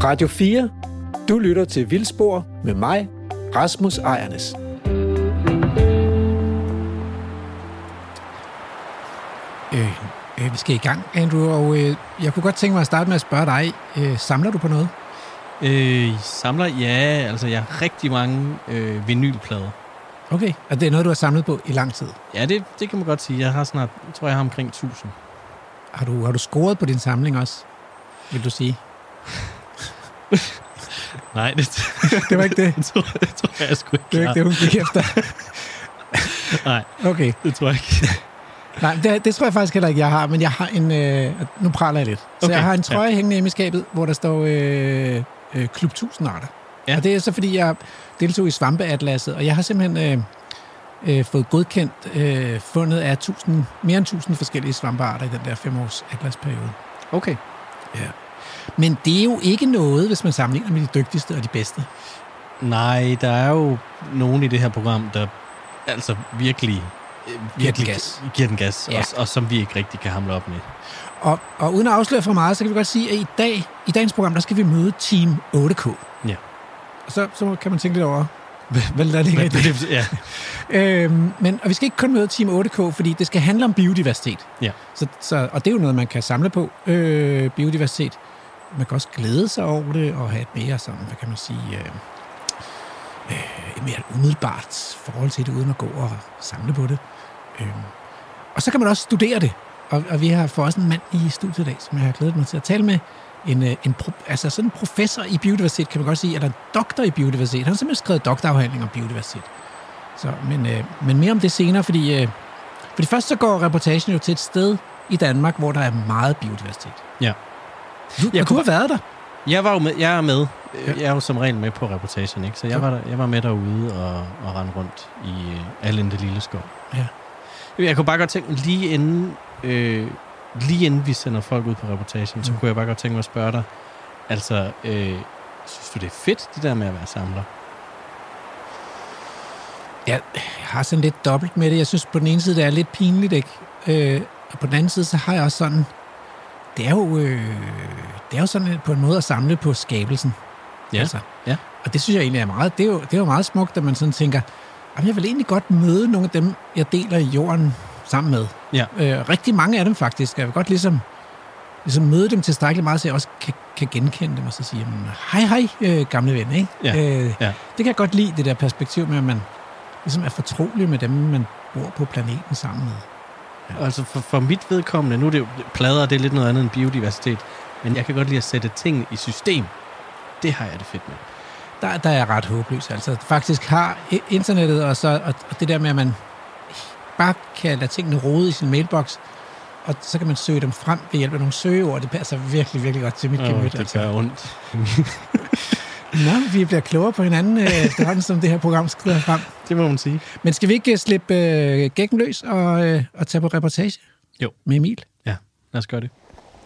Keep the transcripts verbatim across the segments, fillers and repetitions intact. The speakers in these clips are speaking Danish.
Radio fire. Du lytter til Vildspor med mig, Rasmus Ejernes. Øh, øh, vi skal i gang, Andrew, og øh, jeg kunne godt tænke mig at starte med at spørge dig. Øh, samler du på noget? Øh, samler? Ja, altså jeg har rigtig mange øh, vinylplader. Okay, og det er noget, du har samlet på i lang tid? Ja, det, det kan man godt sige. Jeg har snart, jeg tror, jeg har omkring tusind. Har du, har du scoret på din samling også, vil du sige? Nej, det, det var ikke det. det, tror, det tror jeg, jeg sgu ikke. Det var ikke det, hun gik efter. Nej, okay. Det tror jeg ikke. Nej, det, det tror jeg faktisk heller ikke, jeg har, men jeg har en... Øh, nu praler jeg lidt. Så okay. Jeg har en trøje ja. hængende hjemme i skabet, hvor der står øh, øh, Klub tusind arter. Ja. Og det er så, fordi jeg deltog i Svampeatlasset, og jeg har simpelthen øh, øh, fået godkendt øh, fundet af tusind, mere end tusind forskellige svampearter i den der fem års atlasperiode. Okay. Ja. Men det er jo ikke noget, hvis man sammenligner med de dygtigste og de bedste. Nej, der er jo nogen i det her program, der altså virkelig, virkelig gas. giver den gas, ja. og, og som vi ikke rigtig kan hamle op med. Og, og uden at afsløre for meget, så kan vi godt sige, at i dag, i dagens program, der skal vi møde Team otte K. Ja. Og så, så kan man tænke lidt over, hvad der ligger i det. Ja. øhm, men, og vi skal ikke kun møde Team otte K, fordi det skal handle om biodiversitet. Ja. Så, så, og det er jo noget, man kan samle på, øh, biodiversitet. Man kan også glæde sig over det, og have et mere sådan, hvad kan man sige, øh, øh, et mere umiddelbart forhold til det, uden at gå og samle på det. Øh. Og så kan man også studere det. Og, og vi har for også en mand i studiet i dag, som jeg har glædet mig til at tale med. En, en pro, altså sådan en professor i biodiversitet, kan man godt sige, eller en doktor i biodiversitet. Han har simpelthen skrevet doktorafhandling om biodiversitet. Så, men, øh, men mere om det senere, fordi, øh, fordi først så går reportagen jo til et sted i Danmark, hvor der er meget biodiversitet. Ja. Du, jeg og du har været der. Jeg var jo med, jeg er med. Ja. Jeg er jo som regel med på reportagen, ikke? Så jeg var, der, jeg var med derude og, og rendte rundt i uh, Allende Lille Skov. Ja. Jeg kunne bare godt tænke, lige inden, øh, lige inden vi sender folk ud på reportagen, mm. så kunne jeg bare godt tænke mig at spørge dig, altså, øh, synes du det er fedt, det der med at være samler? Ja, jeg har sådan lidt dobbelt med det. Jeg synes på den ene side, det er lidt pinligt, ikke? Øh, og på den anden side, så har jeg også sådan, det er jo, øh, det er jo sådan på en måde at samle på skabelsen. Ja, altså. ja. Og det synes jeg egentlig er meget, det er jo, det er jo meget smukt, at man sådan tænker, jamen jeg vil egentlig godt møde nogle af dem, jeg deler jorden sammen med. Ja. Øh, rigtig mange af dem faktisk. Jeg vil godt ligesom, ligesom møde dem tilstrækkeligt meget, så jeg også kan, kan genkende dem og så sige, hej hej, øh, gamle ven, ikke? Ja. Øh, ja. Det kan jeg godt lide, det der perspektiv med, at man ligesom er fortrolig med dem, man bor på planeten sammen med. Ja. Altså for, for mit vedkommende, nu er det jo plader, det er lidt noget andet end biodiversitet, men jeg kan godt lide at sætte ting i system. Det har jeg det fedt med. Der, der er jeg ret håbløs. Altså faktisk har internettet og, så, og, og det der med, at man bare kan lade tingene rode i sin mailbox, og så kan man søge dem frem ved hjælp af nogle søgeord. Det passer virkelig, virkelig godt til mit oh, gemyt. Det altså. gør ondt. Nå, vi bliver klogere på hinanden efterhånden, som det her program skrider frem. Det må man sige. Men skal vi ikke slippe uh, gækken løs og, uh, og tage på reportage? Jo. Med Emil? Ja, lad os gøre det.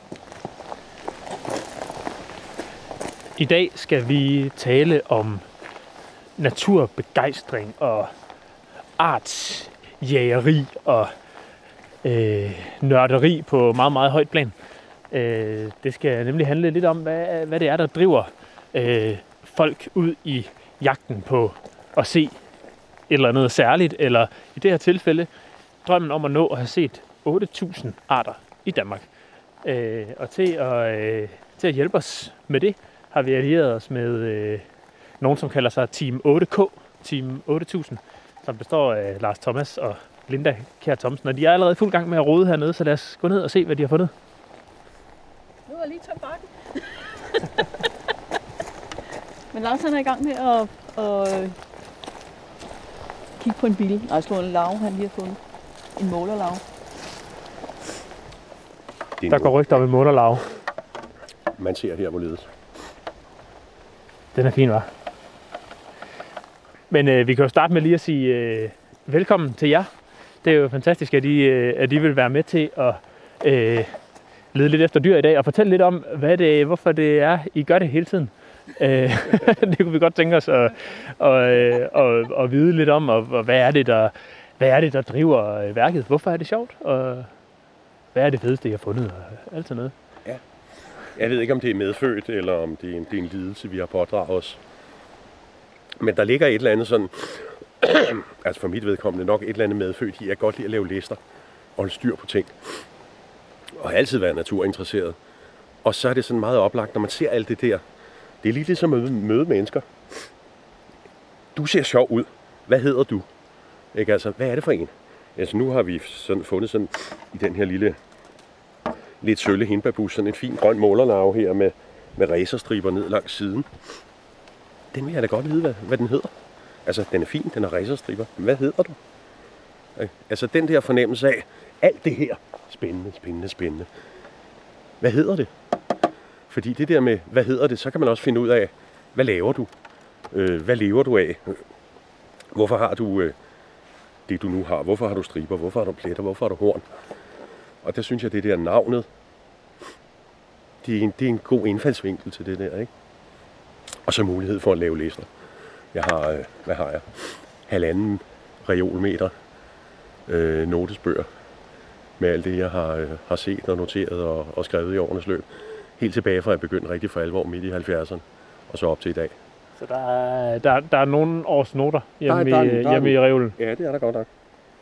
I dag skal vi tale om naturbegejstring og artsjægeri og øh, nørderi på meget, meget højt plan. Øh, det skal nemlig handle lidt om, hvad, hvad det er, der driver øh, folk ud i jagten på at se et eller andet særligt, eller i det her tilfælde drømmen om at nå at have set otte tusind arter i Danmark. Øh, og til at, øh, til at hjælpe os med det, har vi allieret os med øh, nogen, som kalder sig Team otte K, Team otte tusind, som består af Lars Thomas og Linda Kjær Thomsen. Og de er allerede i fuld gang med at rode hernede, så lad os gå ned og se, hvad de har fundet. Nu er jeg lige tømt bakken. Men Lars han er i gang med at, at kigge på en bil. Nej, slå en lav, han lige har fundet. En målerlav. Der går rygter om en målerlav. Man ser her, hvorledes. Den er fin, hva'? Men øh, vi kan jo starte med lige at sige øh, velkommen til jer. Det er jo fantastisk, at I, øh, at I vil være med til at øh, lede lidt efter dyr i dag og fortælle lidt om, hvad det, hvorfor det er, I gør det hele tiden. Øh, det kunne vi godt tænke os at, at, at, at, at vide lidt om, og, og hvad er det, der, hvad er det, der driver værket? Hvorfor er det sjovt? Og hvad er det fedeste, I har fundet? Og alt sådan noget. Ja. Jeg ved ikke, om det er medfødt, eller om det er en, det er en lidelse, vi har pådraget os. Men der ligger et eller andet sådan, altså for mit vedkommende nok et eller andet medfødt i, at jeg godt lide at lave lister og holde styr på ting. Og har altid været naturinteresseret. Og så er det sådan meget oplagt, når man ser alt det der. Det er lige ligesom at møde mennesker. Du ser sjov ud. Hvad hedder du? Ikke altså, hvad er det for en? Altså nu har vi sådan fundet sådan i den her lille, lidt sølle hindbærbus, sådan en fin grøn målerlarve her med, med racerstriber ned langs siden. Den vil jeg da godt vide, hvad, hvad den hedder. Altså, den er fin, den har racerstriber. Hvad hedder du? Altså, den der fornemmelse af, alt det her, spændende, spændende, spændende. Hvad hedder det? Fordi det der med, hvad hedder det, så kan man også finde ud af, hvad laver du? Øh, hvad lever du af? Hvorfor har du øh, det, du nu har? Hvorfor har du striber? Hvorfor har du pletter? Hvorfor har du horn? Og der synes jeg, det der navnet, det er en, det er en god indfaldsvinkel til det der, ikke? Og så mulighed for at lave lister. Jeg har, øh, hvad har jeg? Halvanden reolmeter øh, notesbøger med alt det, jeg har, øh, har set og noteret og, og skrevet i årenes løb. Helt tilbage fra jeg begyndte rigtig for alvor midt i halvfjerdserne og så op til i dag. Så der er, der, der er nogle års noter hjemme, der, der, i, der, hjemme i reolen? Ja, det er der godt nok.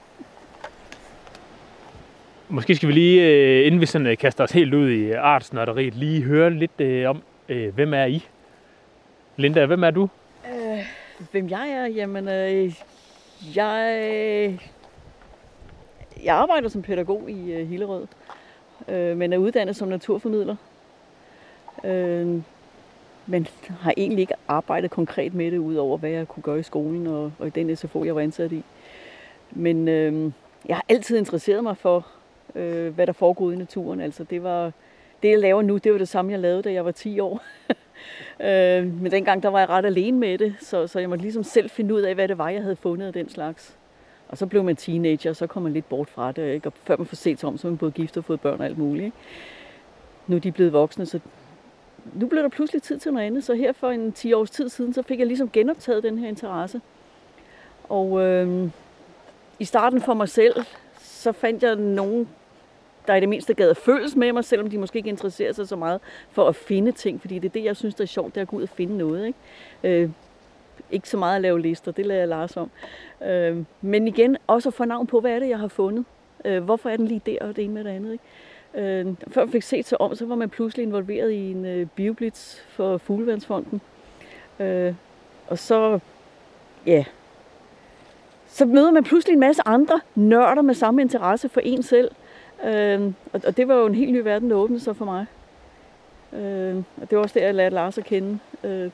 Måske skal vi lige, inden vi sådan kaster os helt ud i artsnørderiet, lige høre lidt om, hvem er I? Linda, hvem er du? Øh, hvem jeg er? Jamen, øh, jeg, jeg arbejder som pædagog i øh, Hillerød, øh, men er uddannet som naturformidler. Øh, men har egentlig ikke arbejdet konkret med det, udover hvad jeg kunne gøre i skolen og, og i den S F O, jeg var ansat i. Men øh, jeg har altid interesseret mig for, øh, hvad der foregår i naturen. Altså, det var det, jeg laver nu, det var det samme, jeg lavede, da jeg var ti år. øh, men dengang, der var jeg ret alene med det, så, så jeg måtte ligesom selv finde ud af, hvad det var, jeg havde fundet af den slags. Og så blev man teenager, og så kom man lidt bort fra det, ikke? Og før man får set sig om, så er man både gift og fået børn og alt muligt. Ikke? Nu er de blevet voksne, så nu blev der pludselig tid til noget andet. Så her for en ti års tid siden, så fik jeg ligesom genoptaget den her interesse. Og øh, i starten for mig selv, så fandt jeg nogen, der i det mindste gad at føles med mig, selvom de måske ikke interesserer sig så meget for at finde ting, fordi det er det, jeg synes, der er sjovt, det er at gå ud og finde noget. Ikke, øh, ikke så meget at lave lister, det lader jeg Lars om. Øh, men igen, også at få navn på, hvad er det, jeg har fundet. Øh, hvorfor er den lige der, og det ene med det andet. Ikke? Øh, før man fik set sig om, så var man pludselig involveret i en øh, bioblitz for Fuglevandsfonden. Øh, og så, ja... Så møder man pludselig en masse andre nørder med samme interesse for en selv. Øh, og, og det var jo en helt ny verden, der åbnede sig for mig. Øh, og det var også der, jeg lærte Lars at kende. Øh,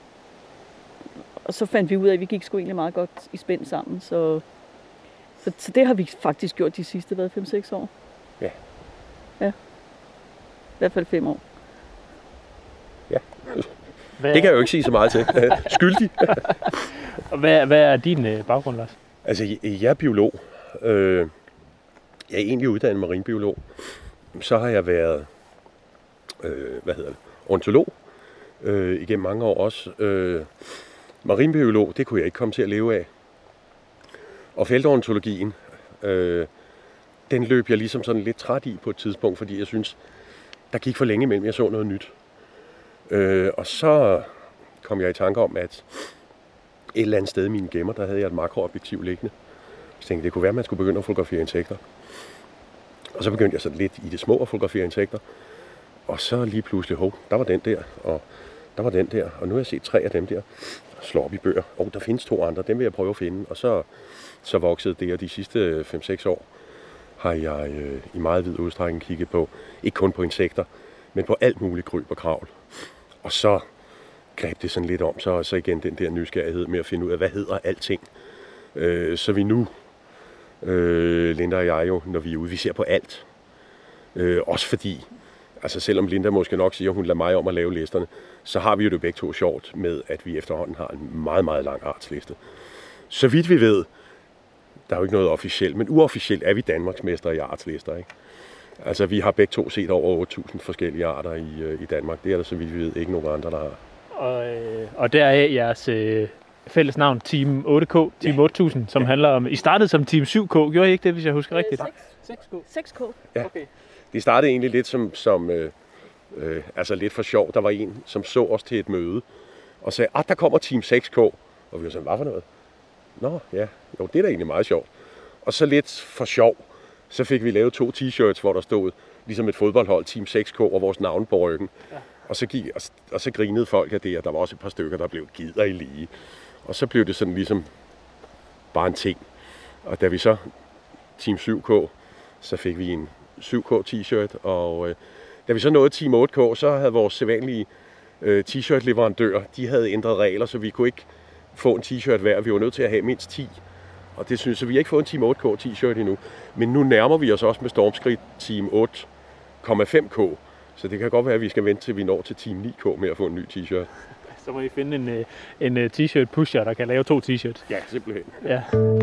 og så fandt vi ud af, at vi gik sgu egentlig meget godt i spænd sammen. Så, så, så det har vi faktisk gjort de sidste fem seks år. Ja. Ja. I hvert fald fem år. Ja. Hvad? Det kan jeg jo ikke sige så meget til. Skyldig. Og hvad, hvad er din øh, baggrund, Lars? Altså, jeg er biolog. Øh, jeg er egentlig uddannet marinbiolog. Så har jeg været, øh, hvad hedder det, ornitolog øh, igennem mange år også. Øh, marinbiolog, det kunne jeg ikke komme til at leve af. Og feltornitologien, øh, den løb jeg ligesom sådan lidt træt i på et tidspunkt, fordi jeg synes, der gik for længe imellem, jeg så noget nyt. Øh, og så kom jeg i tanke om, at et eller andet sted i mine gemmer, der havde jeg et makroobjektiv liggende. Så tænkte jeg, det kunne være, at man skulle begynde at fotografere insekter. Og så begyndte jeg så lidt i det små at fotografere insekter. Og så lige pludselig, hov, der var den der, og der var den der. Og nu har jeg set tre af dem der. Slår op i bøger. Og der findes to andre, dem vil jeg prøve at finde. Og så, så voksede det, og de sidste fem seks år har jeg øh, i meget vid udstrækning kigget på, ikke kun på insekter, men på alt muligt kryb og kravl. Og så greb det sådan lidt om, så, så igen den der nysgerrighed med at finde ud af, hvad hedder alting. Øh, så vi nu, øh, Linda og jeg jo, når vi er ude, vi ser på alt. Øh, også fordi, altså selvom Linda måske nok siger, at hun lader mig om at lave listerne, så har vi jo det begge to sjovt med, at vi efterhånden har en meget, meget lang artsliste. Så vidt vi ved, der er jo ikke noget officielt, men uofficielt er vi Danmarksmestre i artslister, ikke? Altså, vi har begge to set over otte tusind forskellige arter i, i Danmark. Det er der, så vidt vi ved, ikke nogen andre, der har. Og, øh, og der er jeres øh, fælles navn, Team otte K, Team ja. otte tusind, som ja. handler om... I startede som Team syv K, gjorde I ikke det, hvis jeg husker rigtigt? seks K. seks K. Ja. Okay. Det startede egentlig lidt som, som øh, Øh, altså lidt for sjov. Der var en, som så os til et møde, og sagde, at der kommer Team seks K. Og vi var sådan, hvad for noget? Nå, ja, jo, det er da egentlig meget sjovt. Og så lidt for sjov, så fik vi lavet to t-shirts, hvor der stod, ligesom et fodboldhold, Team seks K, og vores navn på ryggen. Ja. Og, så gik, og, og så grinede folk af det, og der var også et par stykker, der blev gider i lige. Og så blev det sådan ligesom bare en ting. Og da vi så, Team syv K, så fik vi en syv K t-shirt, og øh, da vi så nåede Team otte K, så havde vores sædvanlige øh, t-shirt-leverandør, de havde ændret regler, så vi kunne ikke få en t-shirt hver. Vi var nødt til at have mindst ti. Og det synes jeg, vi har ikke fået en Team otte K t-shirt endnu. Men nu nærmer vi os også med stormskridt Team otte komma fem K. Så det kan godt være, at vi skal vente til vi når til Team ni K med at få en ny t-shirt. Så må I finde en, en t-shirt pusher, der kan lave to t-shirts. Ja, simpelthen. Ja.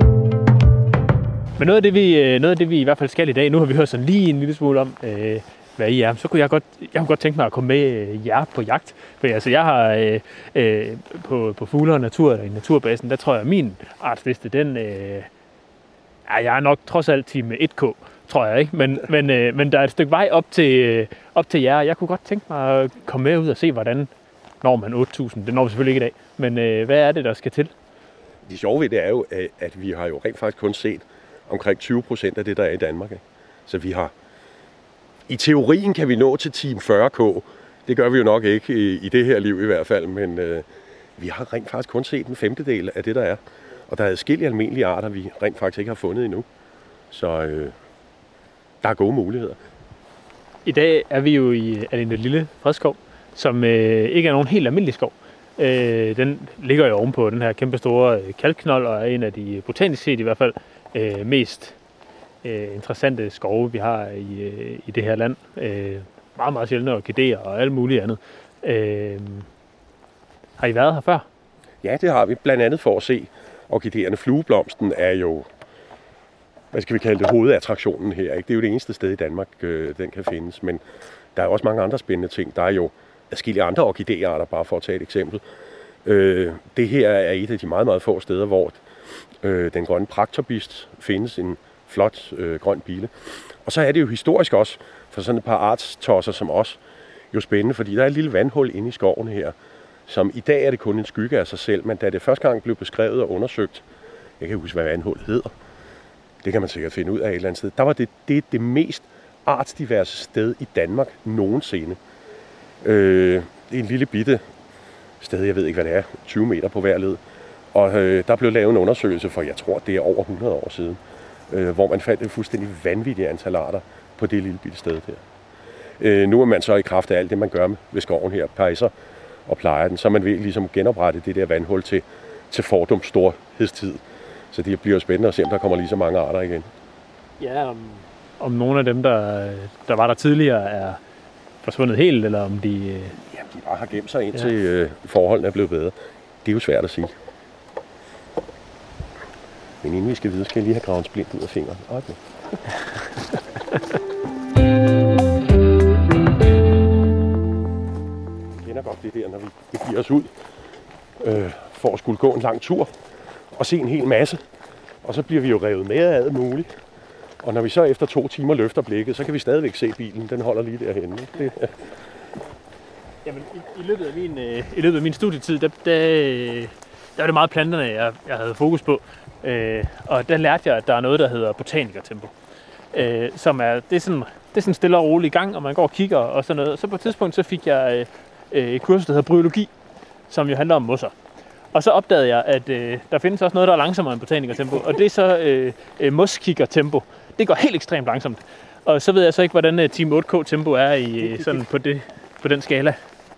Men noget af, det, vi, noget af det, vi i hvert fald skal i dag, nu har vi hørt sådan lige en lille smule om, øh, hvad I er. Så kunne jeg godt, jeg kunne godt tænke mig at komme med jer på jagt. For altså, jeg har øh, øh, på, på Fugle og Natur, eller i Naturbasen, der tror jeg, at min artsliste, den øh, ja, jeg er nok trods alt Team et K, tror jeg, ikke? Men, men, øh, men der er et stykke vej op til, øh, op til jer. Jeg kunne godt tænke mig at komme med ud og se, hvordan når man otte tusind. Det når vi selvfølgelig ikke i dag. Men øh, hvad er det, der skal til? Det sjove ved det er jo, at vi har jo rent faktisk kun set omkring tyve procent af det, der er i Danmark. Ikke? Så vi har... I teorien kan vi nå til Team fyrre K. Det gør vi jo nok ikke i, i det her liv i hvert fald, men øh, vi har rent faktisk kun set en femtedel af det, der er. Og der er adskillige almindelige arter, vi rent faktisk ikke har fundet endnu. Så øh, der er gode muligheder. I dag er vi jo i en lille fredskov, som øh, ikke er nogen helt almindelig skov. Øh, den ligger jo ovenpå den her kæmpe store kalkknold, og er en af de botanisk set i hvert fald øh, mest øh, interessante skove, vi har i, øh, i det her land. Øh, meget, meget sjældne orkideer og alt muligt andet. Øh, har I været her før? Ja, det har vi. Blandt andet for at se orkideerne. Flueblomsten er jo, hvad skal vi kalde det, hovedattraktionen her. Ikke? Det er jo det eneste sted i Danmark, øh, den kan findes. Men der er også mange andre spændende ting. Der er jo adskillige andre orkidearter, bare for at tage et eksempel. Øh, det her er et af de meget, meget få steder, hvor øh, den grønne praktorbist findes, en flot øh, grøn bille. Og så er det jo historisk også, for sådan et par artstosser som os, jo spændende, fordi der er et lille vandhul inde i skoven her, som i dag er det kun en skygge af sig selv, men da det første gang blev beskrevet og undersøgt, jeg kan huske, hvad vandhullet hedder, det kan man sikkert finde ud af et eller andet sted, der var det det, det mest artsdiverse sted i Danmark nogensinde. Øh, det er en lille bitte sted, jeg ved ikke, hvad det er, tyve meter på hver led. Og øh, der blev lavet en undersøgelse for, jeg tror, det er over hundrede år siden, øh, hvor man fandt et fuldstændig vanvittigt antal arter på det lille bitte sted der. Øh, nu er man så i kraft af alt det, man gør med ved skoven her, pejser og plejer den, så er man ved ligesom genoprette det der vandhul til, til fordums storhedstid. Så det bliver spændende at se, om der kommer lige så mange arter igen. Ja, om, om nogle af dem, der, der var der tidligere, er forsvundet helt, eller om de... Øh... Ja, de bare har gemt sig indtil ja. øh, forholdene er blevet bedre. Det er jo svært at sige. Men inden vi skal videre, skal jeg lige have gravet en splint ud af fingeren. Okay. Jeg kender godt det der, når vi giver os ud øh, for at skulle gå en lang tur og se en hel masse. Og så bliver vi jo revet med af alt muligt. Og når vi så efter to timer løfter blikket, så kan vi stadigvæk se bilen. Den holder lige derhenne. Det, ja. Jamen, i, i, løbet af min, øh, i løbet af min studietid, der, der, der var det meget planterne, jeg, jeg havde fokus på. Øh, og der lærte jeg, at der er noget, der hedder botanikertempo. Øh, som er, det er sådan, det er sådan stille og roligt i gang, og man går og kigger og sådan noget. Så på et tidspunkt, så fik jeg øh, et kursus, der hedder bryologi, som jo handler om mosser. Og så opdagede jeg, at øh, der findes også noget, der er langsommere end botanikertempo, og det er så øh, øh, moskikkertempo. Det går helt ekstremt langsomt. Og så ved jeg så ikke, hvordan uh, Team otte K tempo er i, sådan på, det, på den skala.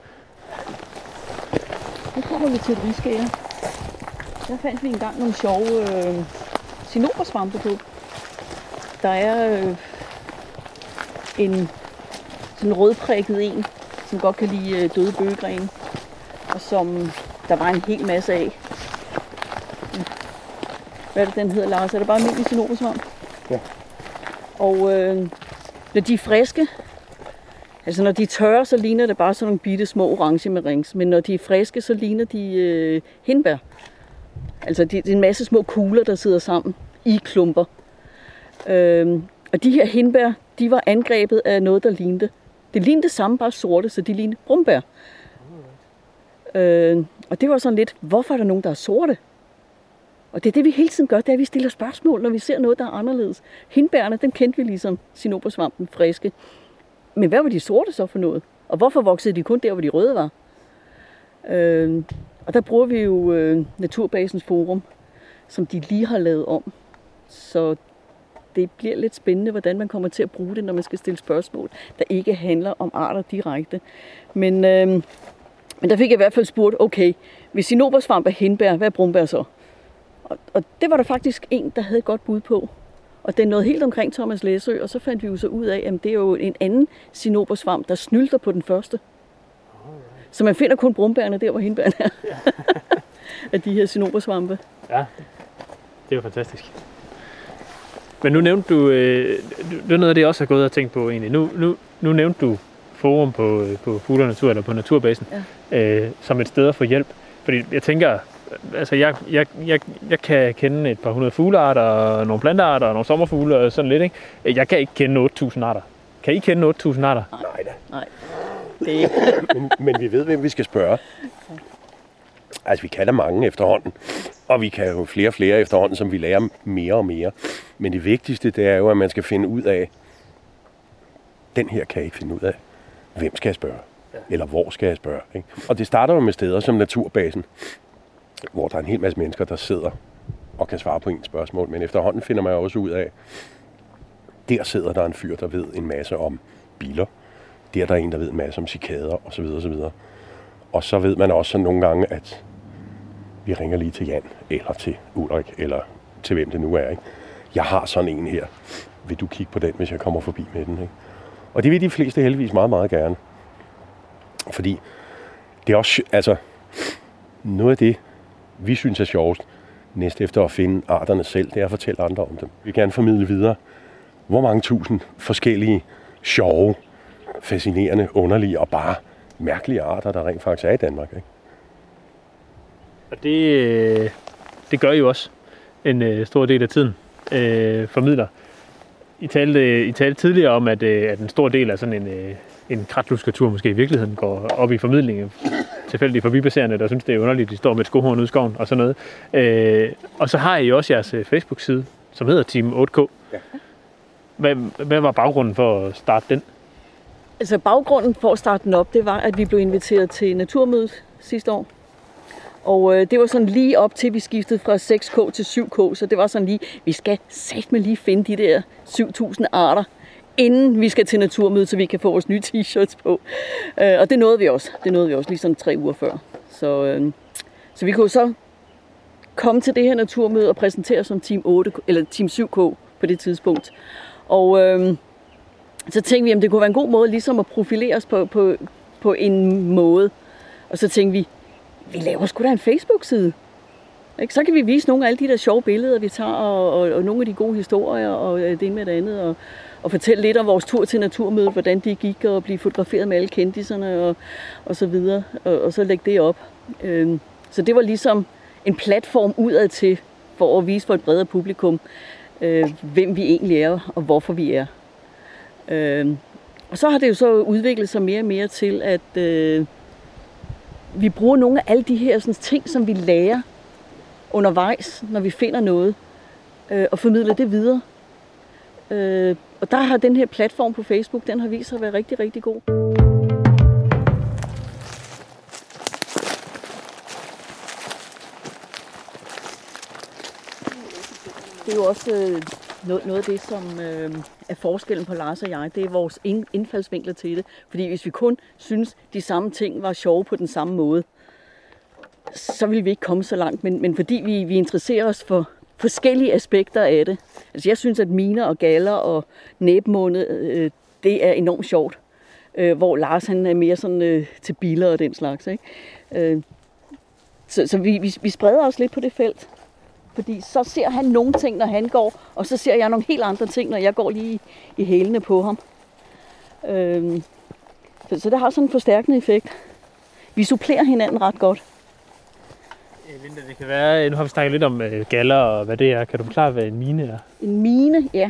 Nu kommer vi til et riskære. Der fandt vi engang nogle sjove øh, cinnobersvampe på. Der er øh, en sådan rødprikket en, som godt kan lide øh, døde bøgegrene, og som der var en hel masse af. Hvad er det, den hedder, Lars? Er det bare almindelig cinnobersvamp? Ja. Og øh, når de er friske, altså når de er tørre, så ligner det bare sådan nogle bitte små orange med rings. Men når de er friske, så ligner de øh, hindbær. Altså det, det er en masse små kugler, der sidder sammen i klumper. Øh, og de her hindbær, de var angrebet af noget, der lignede Det lignede det samme, bare sorte, så de lignede brumbær. Øh, og det var sådan lidt, hvorfor er der nogen, der er sorte? Og det er det, vi hele tiden gør, det er, at vi stiller spørgsmål, når vi ser noget, der er anderledes. Hindbærne, dem kendte vi ligesom cinnobersvampen friske. Men hvad var de sorte så for noget? Og hvorfor voksede de kun der, hvor de røde var? Øh, og der bruger vi jo øh, Naturbasens Forum, som de lige har lavet om. Så det bliver lidt spændende, hvordan man kommer til at bruge det, når man skal stille spørgsmål, der ikke handler om arter direkte. Men, øh, men der fik jeg i hvert fald spurgt, okay, hvis cinnobersvamp er hindbær, hvad er brumbær så? Og, og det var der faktisk en, der havde et godt bud på. Og den nåede helt omkring Thomas Læsø, og så fandt vi jo så ud af, at det er jo en anden cinnobersvamp, der snylter på den første. Så man finder kun brumbærne der, hvor hindbærne er. Af de her cinnobersvampe. Ja, det er jo fantastisk. Men nu nævnte du, øh, det er noget af det, jeg også har gået og tænkt på egentlig. Nu, nu, nu nævnte du Forum på, på Fugle og Natur, eller på Naturbasen, ja. øh, som et sted at få hjælp. Fordi jeg tænker, altså jeg, jeg, jeg, jeg kan kende et par hundrede fuglearter, og nogle plantearter, og nogle sommerfugle, og sådan lidt, ikke? Jeg kan ikke kende otte tusind arter. Kan I kende otte tusind arter? Nej da. Nej. Det er men, men vi ved, hvem vi skal spørge. Altså, vi kan da mange efterhånden. Og vi kan jo flere og flere efterhånden, som vi lærer mere og mere. Men det vigtigste, det er jo, at man skal finde ud af, den her kan jeg ikke finde ud af. Hvem skal jeg spørge? Eller hvor skal jeg spørge? Ikke? Og det starter jo med steder som Naturbasen, hvor der er en hel masse mennesker, der sidder og kan svare på ens spørgsmål. Men efterhånden finder man også ud af, der sidder der en fyr, der ved en masse om biler. Der er der en, der ved en masse om cikader osv. osv. Og så ved man også nogle gange, at vi ringer lige til Jan, eller til Ulrik, eller til hvem det nu er. Ikke? Jeg har sådan en her. Vil du kigge på den, hvis jeg kommer forbi med den? Ikke? Og det vil de fleste heldigvis meget, meget gerne. Fordi det er også, altså, noget af det, vi synes er sjovest, næst efter at finde arterne selv, det er at fortælle andre om dem. Vi vil gerne formidle videre, hvor mange tusind forskellige, sjove, fascinerende, underlige og bare mærkelige arter, der rent faktisk er i Danmark. Ikke? Og det, det gør I jo også en øh, stor del af tiden, øh, formidler. I talte, I talte tidligere om, at, øh, at en stor del af sådan en, øh, en kratlusketur måske i virkeligheden går op i formidlingen. Tilfældige forbipasserende, der synes, det er underligt, de står med et skohorn ude i skoven og sådan noget. Øh, og så har I også jeres Facebook-side, som hedder Team otte K. Ja. Hvad, hvad var baggrunden for at starte den? Altså baggrunden for at starte den op, det var, at vi blev inviteret til Naturmødet sidste år. Og øh, det var sådan lige op til, vi skiftede fra seks K til syv K, så det var sådan lige, vi skal satme lige finde de der syv tusind arter, inden vi skal til Naturmødet, så vi kan få vores nye t-shirts på. Øh, og det nåede vi også. Det nåede vi også lige sådan tre uger før. Så, øh, så vi kunne så komme til det her Naturmøde og præsentere os som Team otte, eller Team syv K på det tidspunkt. Og øh, så tænkte vi, at det kunne være en god måde ligesom at profilere os på, på, på en måde. Og så tænkte vi, vi laver sgu da en Facebook-side. Ikke? Så kan vi vise nogle af alle de der sjove billeder, vi tager, og, og, og nogle af de gode historier, og det med det andet, og, og fortælle lidt om vores tur til Naturmødet, hvordan det gik, og blive fotograferet med alle kendiserne, og, og så videre, og, og så lægge det op. Øhm, så det var ligesom en platform udad til, for at vise for et bredere publikum, øh, hvem vi egentlig er, og hvorfor vi er. Øhm, og så har det jo så udviklet sig mere og mere til, at øh, vi bruger nogle af alle de her sådan, ting, som vi lærer undervejs, når vi finder noget, øh, og formidler det videre. Øh, og der har den her platform på Facebook, den har vist sig at være rigtig, rigtig god. Det er jo også øh, noget, noget af det, som øh, er forskellen på Lars og jeg. Det er vores indfaldsvinkler til det. Fordi hvis vi kun synes, de samme ting var sjove på den samme måde, så vil vi ikke komme så langt. Men, men fordi vi, vi interesserer os for forskellige aspekter af det. Altså jeg synes, at miner og galler og næbmåne, øh, det er enormt sjovt. Øh, hvor Lars han er mere sådan øh, til biler og den slags. Ikke? Øh, så så vi, vi, vi spreder os lidt på det felt. Fordi så ser han nogle ting, når han går, og så ser jeg nogle helt andre ting, når jeg går lige i hælene på ham. Øh, så, så det har sådan en forstærkende effekt. Vi supplerer hinanden ret godt. Linda, det kan være, nu har vi snakket lidt om uh, galler og hvad det er. Kan du forklare, hvad en mine er? En mine, ja.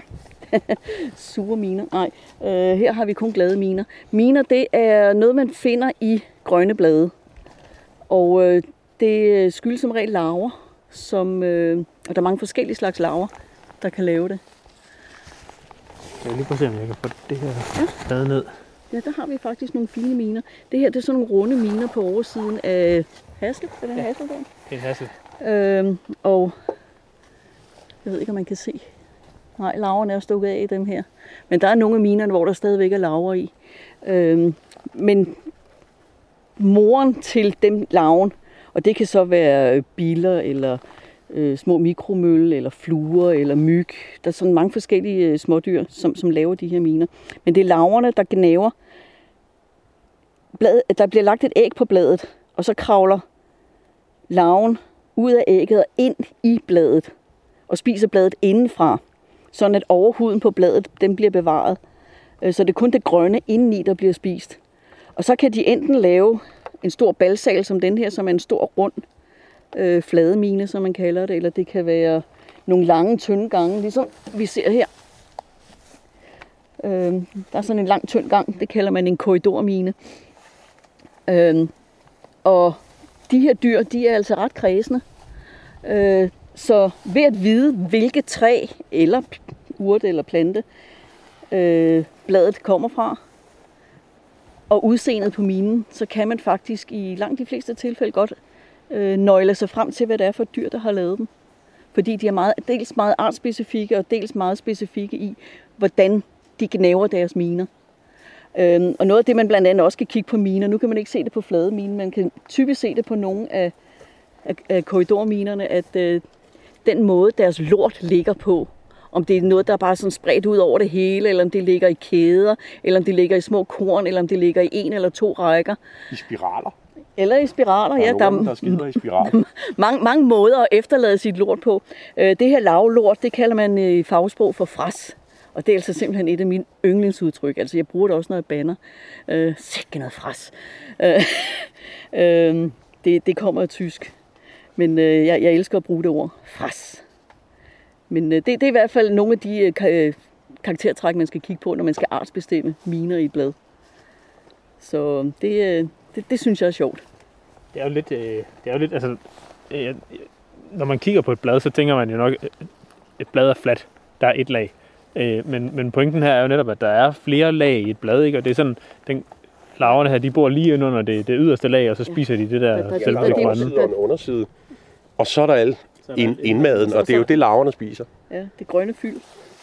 Sure miner. Nej, øh, her har vi kun glade miner. Miner, det er noget, man finder i grønne blade. Og øh, det skyldes som regel larver, som, øh, og der er mange forskellige slags larver, der kan lave det. Jeg vil lige prøve at se, om jeg kan få det her blad ned. Ja, der har vi faktisk nogle fine miner. Det her, det er sådan nogle runde miner på oversiden af hassel. Er det en Ja. hassel der? Det er en hassel. Øhm, og jeg ved ikke, om man kan se. Nej, larverne er stukket af i dem her. Men der er nogle af minerne, hvor der stadigvæk er larver i. Øhm, men moren til dem larven, og det kan så være biller, eller øh, små mikromøl, eller fluer, eller myg. Der er sådan mange forskellige øh, smådyr, som, som laver de her miner. Men det er larverne, der gnaver. Bladet, der bliver lagt et æg på bladet, og så kravler larven ud af ægget og ind i bladet, og spiser bladet indenfra, sådan at overhuden på bladet, den bliver bevaret. Så det er kun det grønne indeni, der bliver spist. Og så kan de enten lave en stor balsal som den her, som er en stor rund øh, flademine, som man kalder det, eller det kan være nogle lange, tynde gange, ligesom vi ser her. Øh, der er sådan en lang, tynd gang, det kalder man en korridormine. Øh, og de her dyr, de er altså ret kredsende. Øh, så ved at vide, hvilket træ eller urt eller plante øh, bladet kommer fra, og udseendet på minen, så kan man faktisk i langt de fleste tilfælde godt øh, nøgle sig frem til, hvad det er for et dyr, der har lavet dem. Fordi de er meget, dels meget artspecifikke, og dels meget specifikke i, hvordan de gnaver deres miner. Øhm, og noget af det, man blandt andet også kan kigge på miner, nu kan man ikke se det på flade miner, man kan typisk se det på nogle af, af, af korridorminerne, at øh, den måde, deres lort ligger på, om det er noget, der er bare sådan spredt ud over det hele, eller om det ligger i kæder, eller om det ligger i små korn, eller om det ligger i en eller to rækker. I spiraler. Eller i spiraler, der er ja. Der er nogen, der skider i spiraler. mange, mange måder at efterlade sit lort på. Øh, det her lavlort, det kalder man i fagsprog for fras. Og det er altså simpelthen et af mine yndlingsudtryk. Altså, jeg bruger det også, når jeg bander. Øh, Sikke noget fras. Øh, øh, det, det kommer af tysk. Men øh, jeg, jeg elsker at bruge det ord. Fras. Men øh, det, det er i hvert fald nogle af de øh, karaktertræk, man skal kigge på, når man skal artsbestemme miner i et blad. Så det, øh, det, det synes jeg er sjovt. Det er jo lidt, øh, det er jo lidt, altså, øh, når man kigger på et blad, så tænker man jo nok, øh, et blad er fladt. Der er et lag. Øh, men, men pointen her er jo netop, at der er flere lag i et blad, ikke? Og det er sådan, den larverne her, de bor lige inde under det, det yderste lag, og så spiser de det der Ja, der- selve der- det der- grønne. Underside og en underside. Og så er der alt ind, indmaden, og det er jo det, larverne spiser. Ja, det grønne fyld.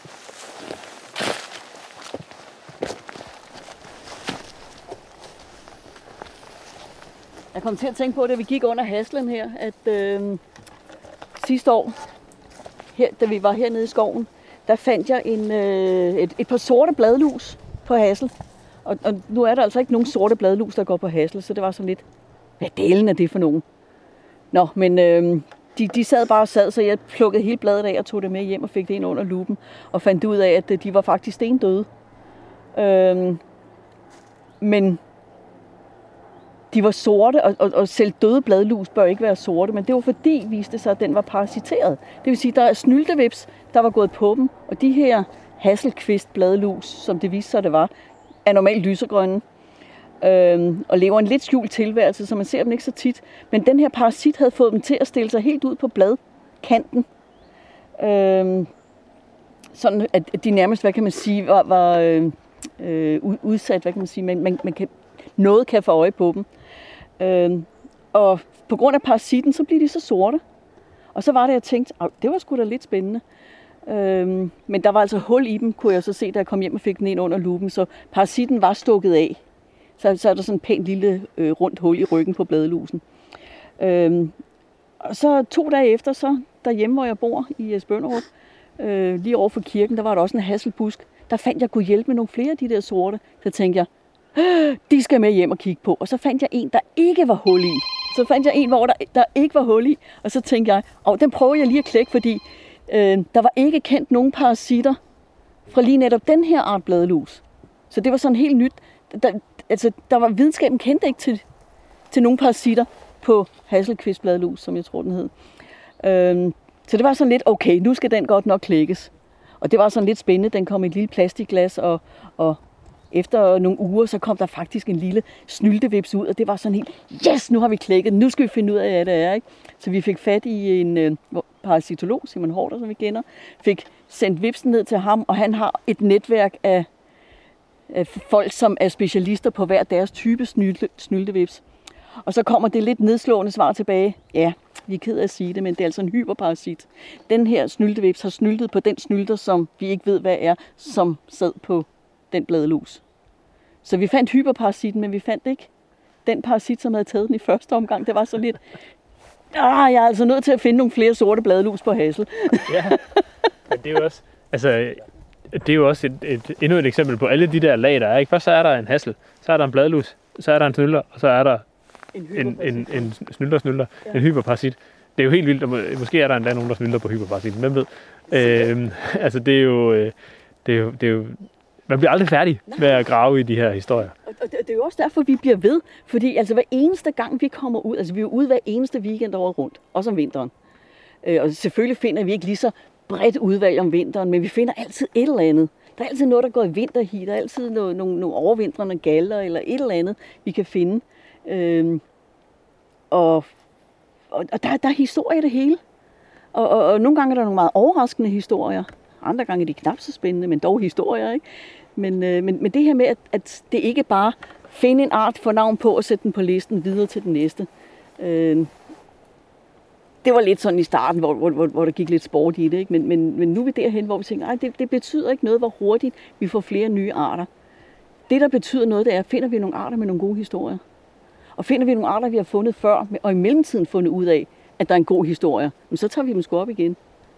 Jeg kom til at tænke på, da vi gik under haslen her, at øh, sidste år, her, da vi var hernede i skoven, der fandt jeg en, øh, et, et par sorte bladlus på hassel. Og, og nu er der altså ikke nogen sorte bladlus, der går på hassel, så det var sådan lidt, hvad delen er det for nogen? Nå, men øh, de, de sad bare og sad, så jeg plukkede hele bladet af og tog det med hjem og fik det ind under lupen. Og fandt ud af, at de var faktisk stendøde. Øh, men de var sorte, og, og, og selv døde bladlus bør ikke være sorte, men det var fordi, viste sig, at den var parasiteret. Det vil sige, at der er snyltevips, der var gået på dem, og de her hasselkvist bladlus, som det viste sig, det var, er normalt lysegrønne, øhm, og lever en lidt skjult tilværelse, så man ser dem ikke så tit. Men den her parasit havde fået dem til at stille sig helt ud på bladkanten, øhm, sådan at de nærmest, hvad kan man sige, var, var øh, øh, udsat, hvad kan man sige, man, man, man kan, noget kan få øje på dem. Øhm, og på grund af parasitten, så bliver de så sorte. Og så var det, jeg tænkte, det var sgu da lidt spændende. Øhm, men der var altså hul i dem, kunne jeg så se, da jeg kom hjem og fik den ind under lupen. Så parasitten var stukket af. Så, så er der sådan en pænt lille øh, rundt hul i ryggen på bladlusen. Øhm, og så to dage efter, så derhjemme, hvor jeg bor i Spønderup, øh, lige over for kirken, der var der også en hasselbusk. Der fandt jeg, jeg kunne hjælpe med nogle flere af de der sorte. Så tænkte jeg, de skal med hjem og kigge på. Og så fandt jeg en, der ikke var hul i. Så fandt jeg en, hvor der, der ikke var hul i. Og så tænkte jeg, åh, den prøver jeg lige at klække, fordi øh, der var ikke kendt nogen parasitter fra lige netop den her art bladlus. Så det var sådan helt nyt. Der, altså, der var, videnskaben kendte ikke til, til nogen parasitter på hasselkvistbladlus, som jeg tror, den hed. Øh, så det var sådan lidt, okay, nu skal den godt nok klækkes. Og det var sådan lidt spændende. Den kom i et lille plastikglas, og, og efter nogle uger, så kom der faktisk en lille snyltevips ud, og det var sådan helt, yes, nu har vi klækket, nu skal vi finde ud af, hvad det er, ikke? Så vi fik fat i en øh, parasitolog, Simon Hårder, som vi kender, fik sendt vipsen ned til ham, og han har et netværk af, af folk, som er specialister på hver deres type snylte, snyltevips. Og så kommer det lidt nedslående svar tilbage. Ja, vi er ked af at sige det, men det er altså en hyperparasit. Den her snyltevips har snyltet på den snylter, som vi ikke ved, hvad er, som sad på den bladlus. Så vi fandt hyperparasitten, men vi fandt ikke den parasit, som havde taget den i første omgang. Det var så lidt, ah, jeg er altså nødt til at finde nogle flere sorte bladlus på Hassel. Ja, men det er jo også, altså, det er jo også et, et, endnu et eksempel på alle de der lag, der er. Ikke? Først så er der en hassel, så er der en bladlus, så er der en snylter, og så er der en, en, en, en snylter, snylter, ja. En hyperparasit. Det er jo helt vildt, og måske er der endda nogen, der snylter på hyperparasitten. Hvem ved? Øhm, altså, det er jo... Det er jo, det er jo man bliver aldrig færdig med at grave i de her historier. Og det er jo også derfor, vi bliver ved. Fordi altså hver eneste gang, vi kommer ud, altså vi er ude hver eneste weekend året rundt, også om vinteren. Og selvfølgelig finder vi ikke lige så bredt udvalg om vinteren, men vi finder altid et eller andet. Der er altid noget, der går i vinterhi, der er altid noget, nogle, nogle overvintrende galler eller et eller andet, vi kan finde. Øhm, og og der, der er historie i det hele. Og, og, og nogle gange er der nogle meget overraskende historier. Andre gange er de knap så spændende, men dog historier, ikke? Men, øh, men, men det her med, at, at det ikke bare finde en art, få navn på og sætte den på listen videre til den næste. Øh, det var lidt sådan i starten, hvor, hvor, hvor der gik lidt sport i det, ikke? Men, men, men nu er vi derhen, hvor vi tænker, nej, det, det betyder ikke noget, hvor hurtigt vi får flere nye arter. Det, der betyder noget, det er, finder vi nogle arter med nogle gode historier. Og finder vi nogle arter, vi har fundet før, og i mellemtiden fundet ud af, at der er en god historie, så tager vi dem sgu op igen.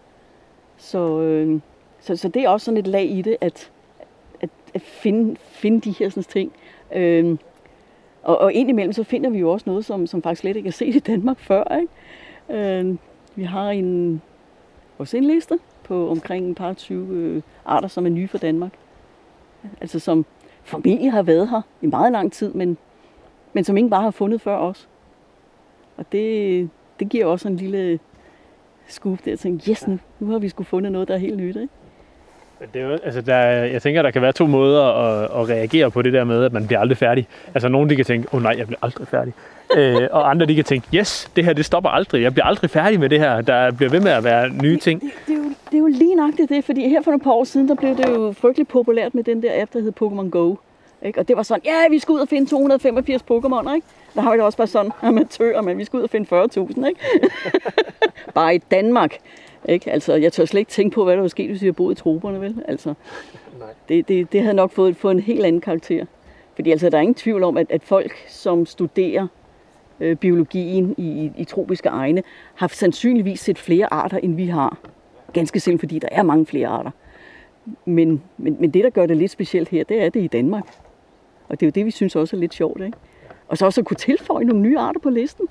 Så, øh, så, så det er også sådan et lag i det, at, at, at finde, finde de her sådan ting. Øh, og, og indimellem så finder vi jo også noget, som, som faktisk slet ikke er set i Danmark før. Ikke? Øh, vi har en, også en liste på omkring en par tyve øh, arter, som er nye for Danmark. Altså som formentlig har været her i meget lang tid, men, men som ingen bare har fundet før os. Og det, det giver også en lille scoop der, og tænke, yes, nu, nu har vi sgu fundet noget, der er helt nyt, ikke? Det er jo, altså der, jeg tænker, der kan være to måder at, at reagere på det der med, at man bliver aldrig færdig. Altså nogen, de kan tænke, åh oh, nej, jeg bliver aldrig færdig. øh, og andre, de kan tænke, yes, det her, det stopper aldrig. Jeg bliver aldrig færdig med det her. Der bliver ved med at være nye ting. Det, det, det, er, jo, det er jo lige nøjagtigt det, fordi her for nogle par år siden, der blev det jo frygteligt populært med den der app, der hed Pokémon Go. Ikke? Og det var sådan, ja, vi skal ud og finde to hundrede og femogfirs Pokémoner, ikke? Der har vi da også bare sådan amatører, men vi skal ud og finde fyrre tusind, ikke? Bare i Danmark. Ikke? Altså, jeg tør slet ikke tænke på, hvad der ville ske, hvis vi havde boet i troperne, vel? Altså, det, det, det havde nok fået, fået en helt anden karakter. Fordi altså, der er ingen tvivl om, at, at folk, som studerer øh, biologien i, i, i tropiske egne, har sandsynligvis set flere arter, end vi har. Ganske simpelthen, fordi der er mange flere arter. Men, men, men det, der gør det lidt specielt her, det er det i Danmark. Og det er jo det, vi synes også er lidt sjovt, ikke? Og så også at kunne tilføje nogle nye arter på listen.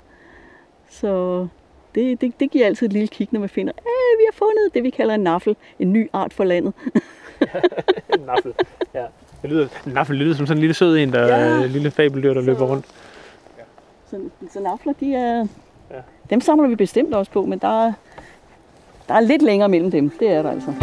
Så det, det, det giver altid et lille kig, når man finder, at vi har fundet det, vi kalder en naffel. En ny art for landet. En naffel, ja. Det lyder, en naffel lyder som sådan en lille sød en, der ja. En lille fabeldyr, der så, løber rundt. Så, så nafler, de er, ja. Dem samler vi bestemt også på, men der er, der er lidt længere mellem dem. Det er der altså.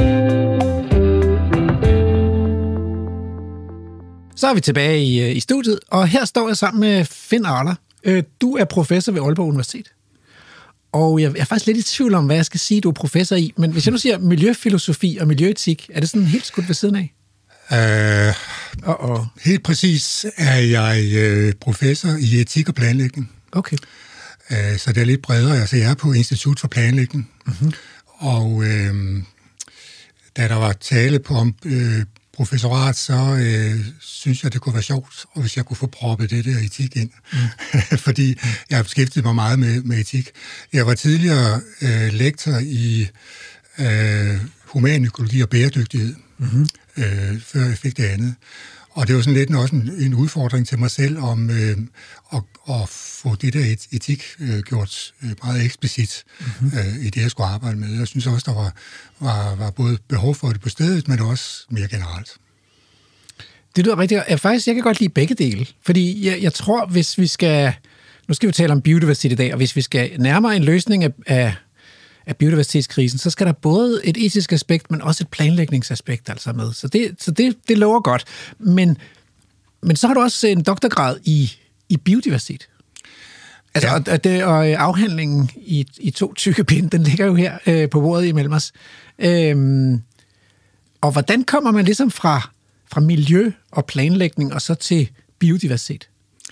Så er vi tilbage i, i studiet, og her står jeg sammen med Finn Arler. Du er professor ved Aalborg Universitet. Og jeg er faktisk lidt i tvivl om, hvad jeg skal sige, du er professor i. Men hvis jeg nu siger miljøfilosofi og miljøetik, er det sådan helt skudt ved siden af? Uh, uh-oh. Helt præcis er jeg uh, professor i etik og planlægning. Okay. Uh, så det er lidt bredere. Altså, jeg er på Institut for Planlægning. Mm-hmm. Og uh, da der var tale på om uh, professorat, så øh, synes jeg, det kunne være sjovt, og hvis jeg kunne få proppet det der etik ind. Mm. Fordi jeg har beskæftiget mig meget med, med etik. Jeg var tidligere øh, lektor i øh, humanøkologi og bæredygtighed, mm-hmm. øh, før jeg fik det andet. Og det var sådan lidt også en, en udfordring til mig selv om øh, at, at få det der etik øh, gjort øh, meget eksplicit mm-hmm. øh, i det, jeg skulle arbejde med. Jeg synes også, der var, var, var både behov for det på stedet, men også mere generelt. Det lyder rigtigt. Jeg, faktisk, jeg kan godt lide begge dele, fordi jeg, jeg tror, hvis vi skal... Nu skal vi tale om biodiversitet i dag, og hvis vi skal nærmere en løsning af, af, af biodiversitetskrisen, så skal der både et etisk aspekt, men også et planlægningsaspekt altså med. Så det, så det, det lover godt. Men, men så har du også en doktorgrad i, i biodiversitet. Altså, ja. og, det, og afhandlingen i, i to tykke bind, den ligger jo her øh, på bordet imellem os. Øhm, og hvordan kommer man ligesom fra, fra miljø og planlægning og så til biodiversitet?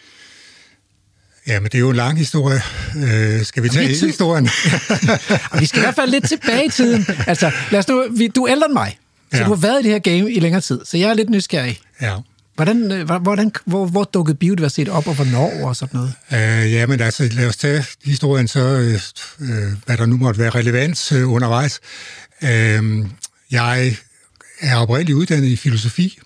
Ja, men det er jo en lang historie. Øh, skal vi tage hele historien? Og vi skal i hvert fald lidt tilbage i tiden. Altså, lad os nu, vi, du er ældre end mig, så ja. Du har været i det her game i længere tid, så jeg er lidt nysgerrig. Ja. Hvordan, hvordan, hvor, hvor dukkede biodiversitet op, og hvornår og sådan noget? Øh, ja, men altså, lad os tage historien så, øh, hvad der nu måtte være relevant øh, undervejs. Øh, jeg er oprindeligt uddannet i filosofi,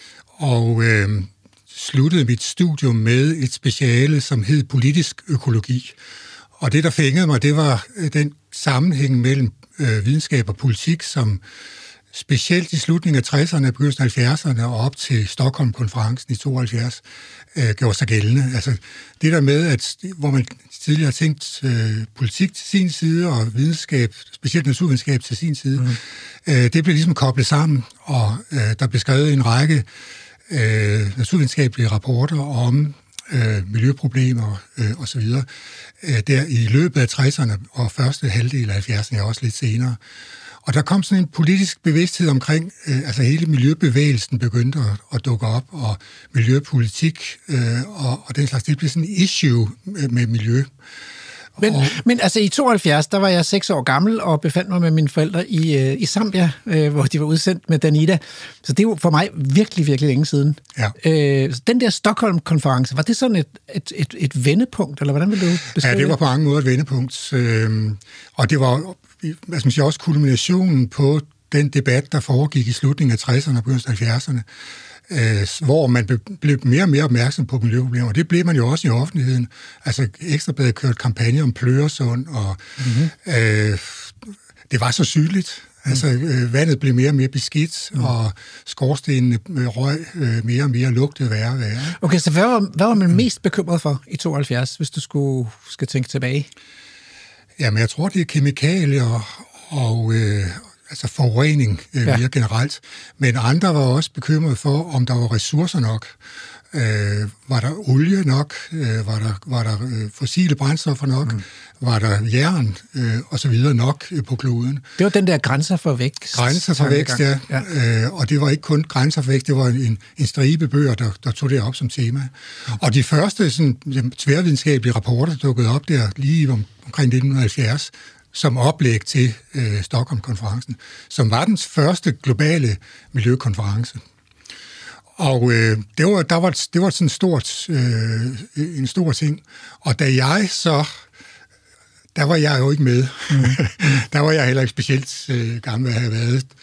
og øh, sluttede mit studium med et speciale, som hed politisk økologi. Og det, der fængede mig, det var den sammenhæng mellem øh, videnskab og politik, som specielt i slutningen af tresserne, begyndelsen af halvfjerdserne og op til Stockholm-konferencen i tooghalvfjerds, øh, gjorde sig gældende. Altså det der med, at hvor man tidligere har tænkt øh, politik til sin side og videnskab, specielt naturvidenskab til sin side, mm. øh, det blev ligesom koblet sammen, og øh, der blev skrevet en række øh, naturvidenskabelige rapporter om øh, miljøproblemer øh, osv. Øh, der i løbet af tresserne og første halvdel af halvfjerdserne, ja, også lidt senere. Og der kom sådan en politisk bevidsthed omkring, øh, altså hele miljøbevægelsen begyndte at, at dukke op, og miljøpolitik øh, og, og den slags, det blev sådan en issue med, med miljø. Men, og, men altså i tooghalvfjerds, der var jeg seks år gammel og befandt mig med mine forældre i, øh, i Zambia, øh, hvor de var udsendt med Danida. Så det er jo for mig virkelig, virkelig længe siden. Ja. Øh, den der Stockholm-konference, var det sådan et, et, et, et vendepunkt, eller hvordan vil du beskrive det? Ja, det var på mange måder et vendepunkt. Øh, og det var hvad skal man sige, også kulminationen på den debat, der foregik i slutningen af tresserne og begyndelsen af halvfjerdserne, øh, hvor man blev mere og mere opmærksom på miljøproblemer. Og det blev man jo også i offentligheden. Altså Ekstra Bladet kørte kampagne om Pløresund, og mm-hmm. øh, det var så sygeligt. Altså øh, vandet blev mere og mere beskidt, mm. og skorstenene røg øh, mere og mere, lugtede værre og værre. Okay, så hvad var, hvad var man mest bekymret for i tooghalvfjerds, hvis du skulle, skal tænke tilbage? Jamen, jeg tror, det er kemikalier og øh, altså forurening øh, mere ja. generelt. Men andre var også bekymrede for, om der var ressourcer nok. Øh, var der olie nok? Øh, var der, var der øh, fossile brændstoffer nok? Mm. Var der jern øh, og så videre nok øh, på kloden? Det var den der grænser for vækst. Grænser for vækst, ja. ja. Øh, og det var ikke kun grænser for vækst, det var en, en stribe bøger, der, der tog det op som tema. Mm. Og de første sådan, tværvidenskabelige rapporter dukkede op der lige om, omkring nitten halvfjerds, som oplæg til øh, Stockholm-konferencen, som var den første globale miljøkonference. Og øh, det var, der var, det var sådan stort, øh, en stor ting. Og da jeg så, der var jeg jo ikke med. Mm. Der var jeg heller ikke specielt øh, gammel, hvad jeg havde været.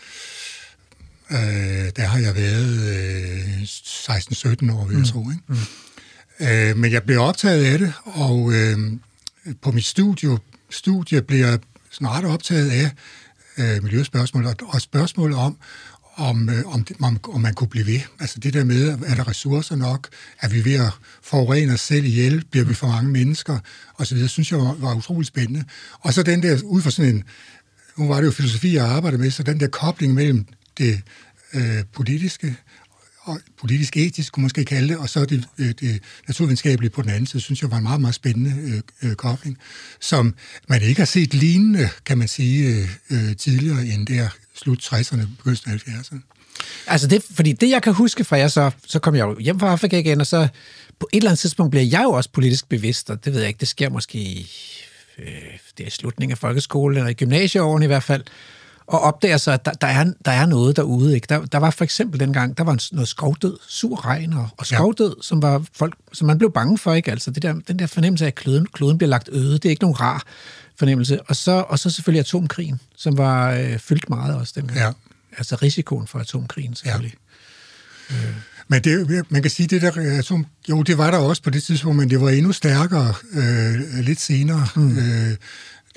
Øh, der har jeg været øh, seksten sytten år, vil jeg mm. tro. Ikke? Mm. Øh, men jeg blev optaget af det, og øh, på mit studie, studie blev jeg snart optaget af øh, miljøspørgsmål, og, og spørgsmål om, Om, om, om, om man kunne blive ved. Altså det der med, er der ressourcer nok? Er vi ved at forurene os selv ihjel? Bliver vi for mange mennesker? Og så videre, synes jeg var, var utroligt spændende. Og så den der, ud fra sådan en, nu var det jo filosofi, jeg arbejdede med, så den der kobling mellem det øh, politiske, og politisk-etisk, kunne man måske kalde det, og så det, det naturvidenskabelige på den anden side, synes jeg var en meget, meget spændende øh, kobling, som man ikke har set lignende, kan man sige, øh, tidligere end der slut tresserne, begyndelsen af halvfjerdserne. Altså det, fordi det, jeg kan huske fra jer, så, så kom jeg jo hjem fra Afrika igen, og så på et eller andet tidspunkt bliver jeg jo også politisk bevidst, og det ved jeg ikke, det sker måske i, øh, det er i slutningen af folkeskolen, eller i gymnasieårene i hvert fald, og opdager så, at der, der, er, der er noget derude. Ikke? Der, der var for eksempel dengang, der var noget skovdød, sur regn og, og skovdød, ja. som var folk, som man blev bange for. Ikke? Altså det der, den der fornemmelse af, at kloden, kloden bliver lagt øde, det er ikke nogen rar fornemmelse. Og så, og så selvfølgelig atomkrigen, som var øh, fyldt meget også dengang. Ja. Altså risikoen for atomkrigen selvfølgelig. Ja. Øh. Men det, man kan sige, det der atom, jo, det var der også på det tidspunkt, men det var endnu stærkere øh, lidt senere. Mm. Øh,